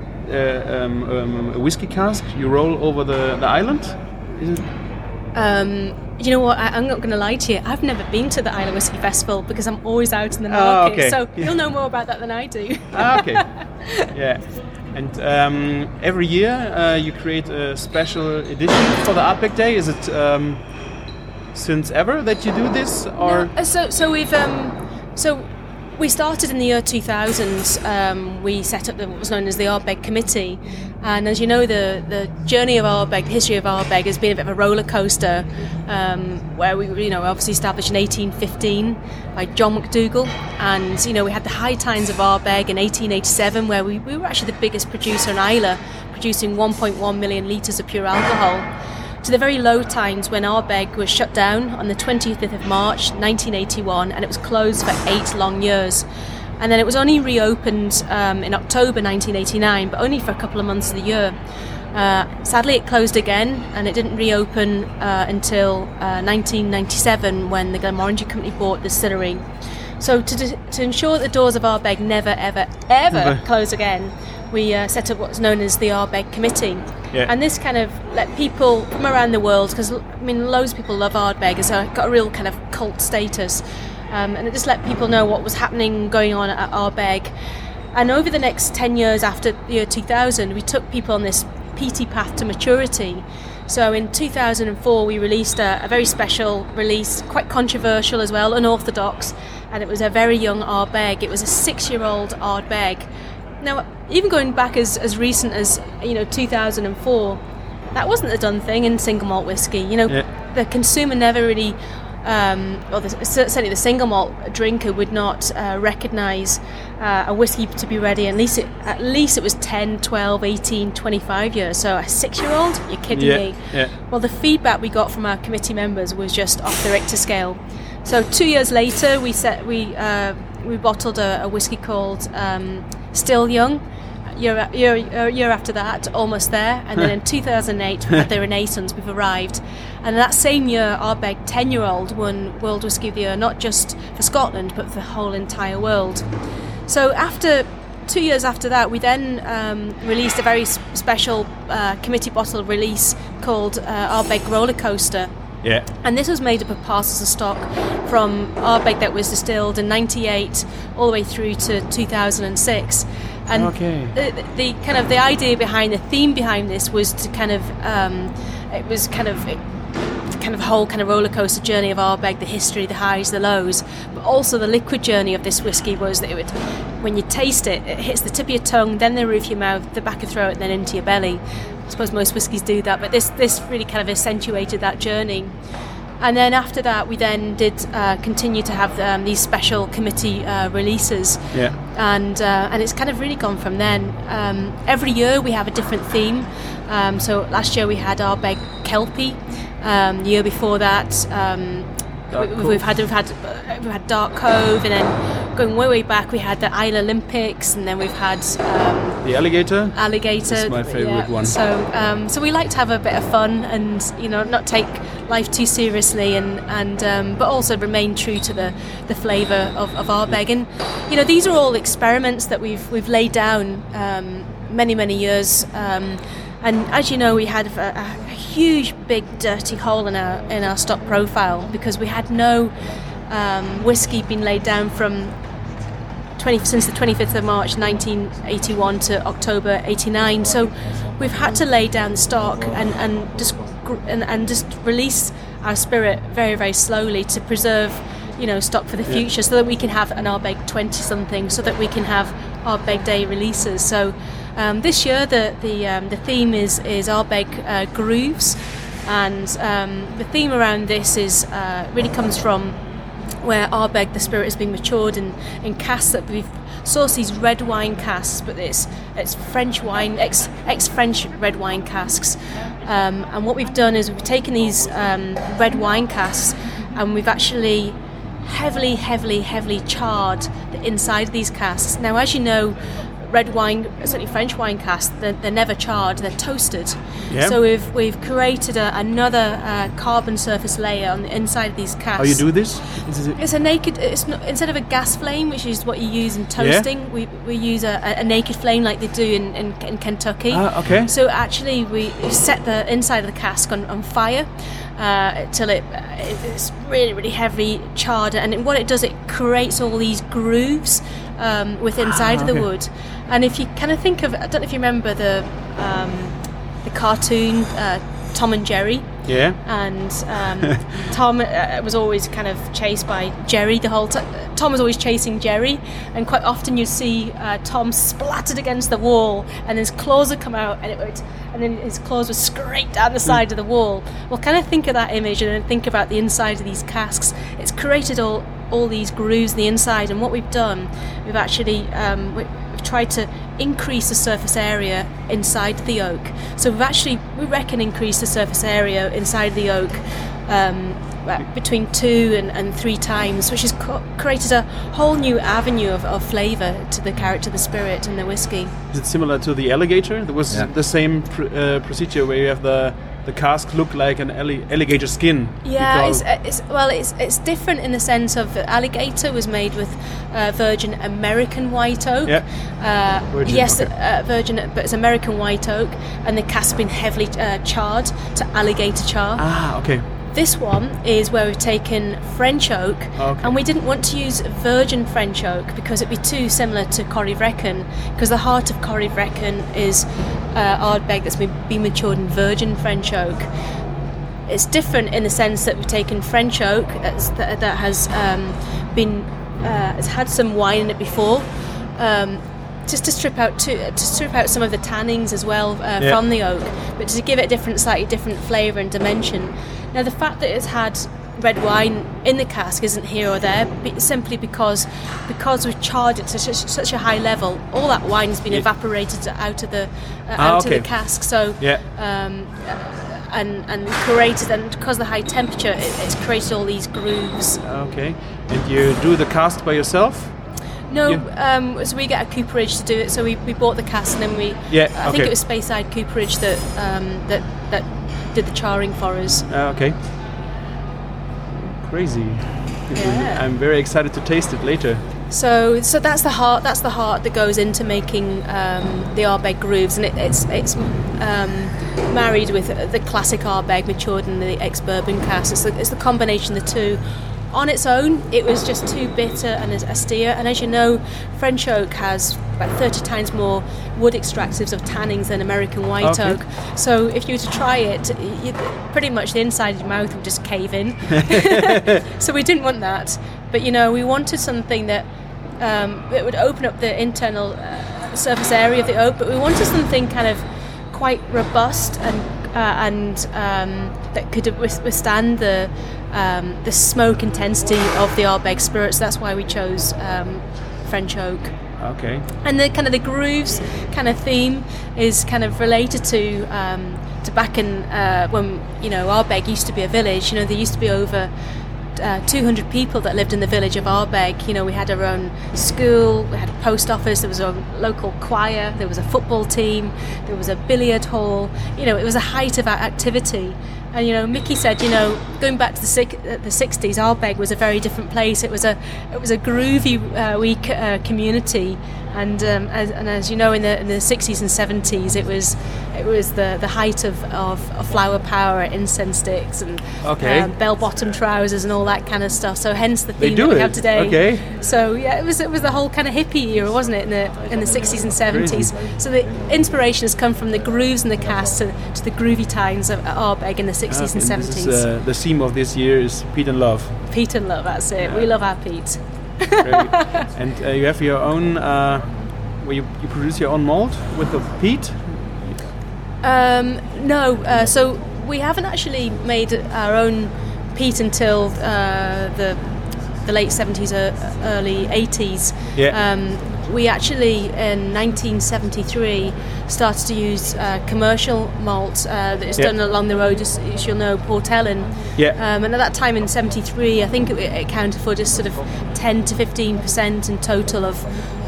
whiskey cask. You roll over the island. Is it? You know what, I'm not going to lie to you, I've never been to the Islay Whisky Festival because I'm always out in the market, okay. So you'll know more about that than I do. Okay, yeah. And every year you create a special edition for the Ardbeg Day. Is it since ever that you do this? Or no, so we started in the year 2000. We set up what was known as the Ardbeg Committee, and as you know, the journey of Ardbeg, the history of Ardbeg has been a bit of a roller coaster. Where we, obviously established in 1815 by John McDougall, and we had the high times of Ardbeg in 1887, where we were actually the biggest producer in Islay, producing 1.1 million litres of pure alcohol. To the very low times when Ardbeg was shut down on the 20th of March 1981, and it was closed for 8 long years. And then it was only reopened in October 1989, but only for a couple of months of the year. Sadly, it closed again, and it didn't reopen until 1997 when the Glenmorangie Company bought the distillery. So to ensure that the doors of Ardbeg never, ever close again, we set up what's known as the Ardbeg Committee. Yeah. And this kind of let people from around the world, because loads of people love Ardbeg, it's got a real kind of cult status, and it just let people know what was happening, going on at Ardbeg. And over the next 10 years after the year 2000, we took people on this PT path to maturity. So in 2004 we released a very special release, quite controversial as well, unorthodox, and it was a very young Ardbeg. It was a 6-year-old Ardbeg. Now, even going back as recent as 2004, that wasn't a done thing in single malt whiskey. The consumer never really certainly the single malt drinker would not recognise a whiskey to be ready. At least it was 10, 12, 18, 25 years. So a 6-year-old? You're kidding me. Yeah. Well, the feedback we got from our committee members was just off the Richter scale. So 2 years later, we bottled a whiskey called Still Young. Year after that, almost there, and then in 2008 we had the Renaissance. We've arrived, and that same year Ardbeg 10-year-old won World Whisky of the Year, not just for Scotland but for the whole entire world. So after 2 years after that, we then released a very special committee bottle release called Ardbeg Roller Coaster. Yeah. And this was made up of parcels of stock from Ardbeg that was distilled in 98 all the way through to 2006. And the kind of the idea behind, the theme behind this was to kind of whole kind of roller coaster journey of Ardbeg, the history, the highs, the lows, but also the liquid journey of this whiskey was that it would, when you taste it, it hits the tip of your tongue, then the roof of your mouth, the back of your throat, and then into your belly. I suppose most whiskies do that, but this really kind of accentuated that journey. And then after that, we then did continue to have these special committee releases. Yeah. And it's kind of really gone from then. Every year we have a different theme. So last year we had Ardbeg Kelpie. The year before that, we've had Dark Cove, and then going way back we had the Isle Olympics, and then we've had the Alligator. That's my favourite one. So we like to have a bit of fun, and not take life too seriously, and but also remain true to the flavour of Ardbeg. And these are all experiments that we've laid down many years. And as you know, we had a huge, big, dirty hole in our stock profile because we had no whiskey been laid down since the 25th of March 1981 to October 89. So we've had to lay down the stock and just release our spirit very, very slowly to preserve stock for the future, so that we can have an Ardbeg 20-something, so that we can have Ardbeg Day releases. So this year the theme is Ardbeg Grooves, and the theme around this is really comes from where Ardbeg, the spirit, has been matured in casks that we've sourced, these red wine casks, but it's French wine, ex-French red wine casks. And what we've done is we've taken these red wine casks and we've actually heavily charred the inside of these casks. Now, as you know, red wine, certainly French wine casks, they're never charred, they're toasted. Yeah. So we've created another carbon surface layer on the inside of these casks. How you do this? It's a naked. It's not, instead of a gas flame, which is what you use in toasting, we use a naked flame like they do in Kentucky. Okay. So actually, we set the inside of the cask on fire till it's really heavily charred, and what it does, it creates all these grooves with inside of the wood. And if you kind of think of, I don't know if you remember the cartoon Tom and Jerry. Yeah. And Tom was always kind of chased by Jerry the whole time. Tom was always chasing Jerry, and quite often you'd see Tom splattered against the wall, and his claws would come out, and then his claws would scrape down the side of the wall. Well, kind of think of that image, and then think about the inside of these casks. It's created all these grooves on the inside, and what we've done, we've actually we've tried to increase the surface area inside the oak. So we reckon increase the surface area inside the oak between 2 and 3 times, which has created a whole new avenue of flavour to the character, the spirit, and the whiskey. Is it similar to the Alligator? There was the same procedure where you have the cask look like an alligator skin. Yeah, it's different in the sense of the Alligator was made with virgin American white oak. Yeah. Virgin, yes, okay. Virgin, but it's American white oak, and the cask has been heavily charred to alligator char. Ah, okay. This one is where we've taken French oak, and we didn't want to use virgin French oak because it'd be too similar to Corrie Vrecken, because the heart of Corrie Vrecken is Ardbeg that's been matured in virgin French oak. It's different in the sense that we've taken French oak that has has had some wine in it before, just to strip out some of the tannins as well from the oak, but to give it a slightly different flavour and dimension. Now, the fact that it's had red wine in the cask isn't here or there, simply because we've charred it to such a high level. All that wine has been evaporated out of the cask. So and created, and because of the high temperature, it's created all these grooves. Okay, and you do the cask by yourself? No, so we get a cooperage to do it. So we bought the cask, and then I think it was Speyside Cooperage that did the charring for us. Okay. Crazy. Yeah. I'm very excited to taste it later. So that's the heart. That's the heart that goes into making the Ardbeg grooves, and it's married with the classic Ardbeg matured in the ex-bourbon cask. It's the combination of the two. On its own, it was just too bitter and austere. And as you know, French oak has about 30 times more wood extractives of tannins than American white oak. So if you were to try it, pretty much the inside of your mouth would just cave in. So we didn't want that. But we wanted something that would open up the internal surface area of the oak. But we wanted something kind of quite robust and that could withstand the smoke intensity of the Ardbeg spirits. That's why we chose French oak. Okay. And the kind of the grooves kind of theme is kind of related to back in when Ardbeg used to be a village. There used to be over 200 people that lived in the village of Ardbeg. We had our own school, we had a post office, there was a local choir, there was a football team, there was a billiard hall. It was a height of activity. And Mickey said, going back to the 60s, Ardbeg was a very different place. It was a groovy weak community, and as you know, in the 60s and 70s, it was the height of flower power, incense sticks, and bell-bottom trousers, and all that kind of stuff. So hence the theme that we have today. Okay. So yeah, it was the whole kind of hippie era, wasn't it, in the 60s and 70s? Crazy. So the inspiration has come from the grooves and the cask to the groovy times of Ardbeg in the 60s and 70s. This is, the theme of this year is Peat and Love. Peat and Love, that's it. Yeah. We love our peat. And you have your own, where you produce your own malt with the peat? No, so we haven't actually made our own peat until the late 70s, early 80s. Yeah. We actually, in 1973, started to use commercial malt that is done along the road, as you'll know, Port Ellen. Yeah. And at that time in 73, I think it accounted for just sort of 10 to 15% in total of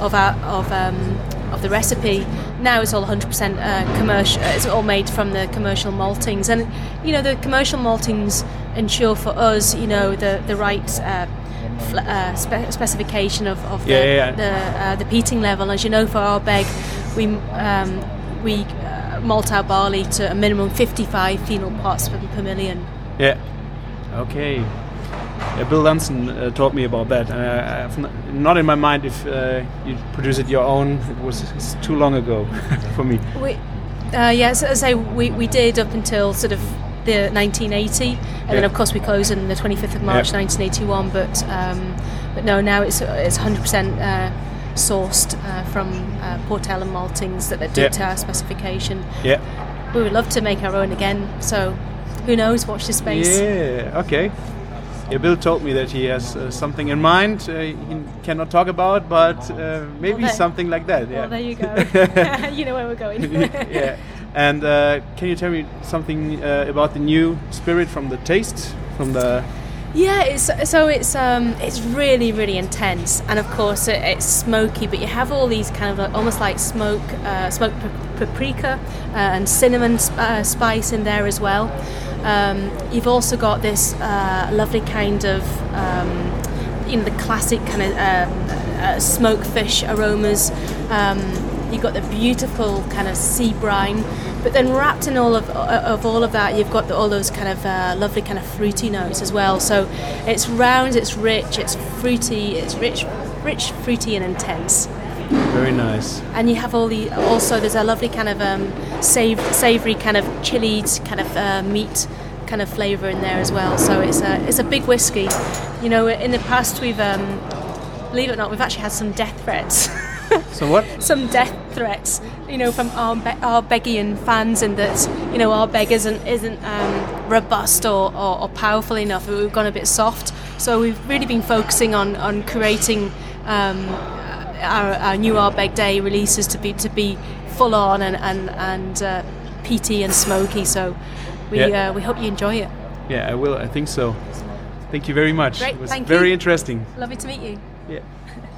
the recipe. Now it's all 100% commercial. It's all made from the commercial maltings, and the commercial maltings ensure for us, the right specification of the peating level. As you know, for Ardbeg, we malt our barley to a minimum 55 phenol parts per million. Yeah. Okay. Bill Dunstan taught me about that. Not in my mind if you produce it your own. It's too long ago for me. Yes, as I say, we did up until sort of the 1980, and then of course we closed on the 25th of March 1981. But no, now it's 100% sourced from Port Ellen maltings that do to our specification. Yeah. We would love to make our own again. So who knows? Watch this space. Yeah. Okay. Yeah, Bill told me that he has something in mind he cannot talk about, but maybe something like that. Yeah. Well, there you go. You know where we're going. Yeah. And can you tell me something about the new spirit from the taste, from the? Yeah, it's really, really intense, and of course it's smoky. But you have all these kind of almost like smoked paprika and cinnamon spice in there as well. You've also got this lovely kind of the classic kind of smoked fish aromas. You've got the beautiful kind of sea brine, but then wrapped in all of that, you've got all those kind of lovely kind of fruity notes as well. So it's round, it's rich, it's fruity, it's rich, fruity and intense. Very nice. And you have also there's a lovely kind of savoury kind of chilied kind of meat kind of flavour in there as well. So it's a big whiskey. In the past we've believe it or not, we've actually had some death threats. So what? Some death threats, from our Beggian fans, and that our Beg isn't robust or powerful enough. We've gone a bit soft, so we've really been focusing on creating our new Ardbeg Day releases to be full on and peaty and smoky. So we hope you enjoy it. Yeah, I will. I think so. Thank you very much. Great, It was thank very you. interesting. Lovely to meet you. Yeah.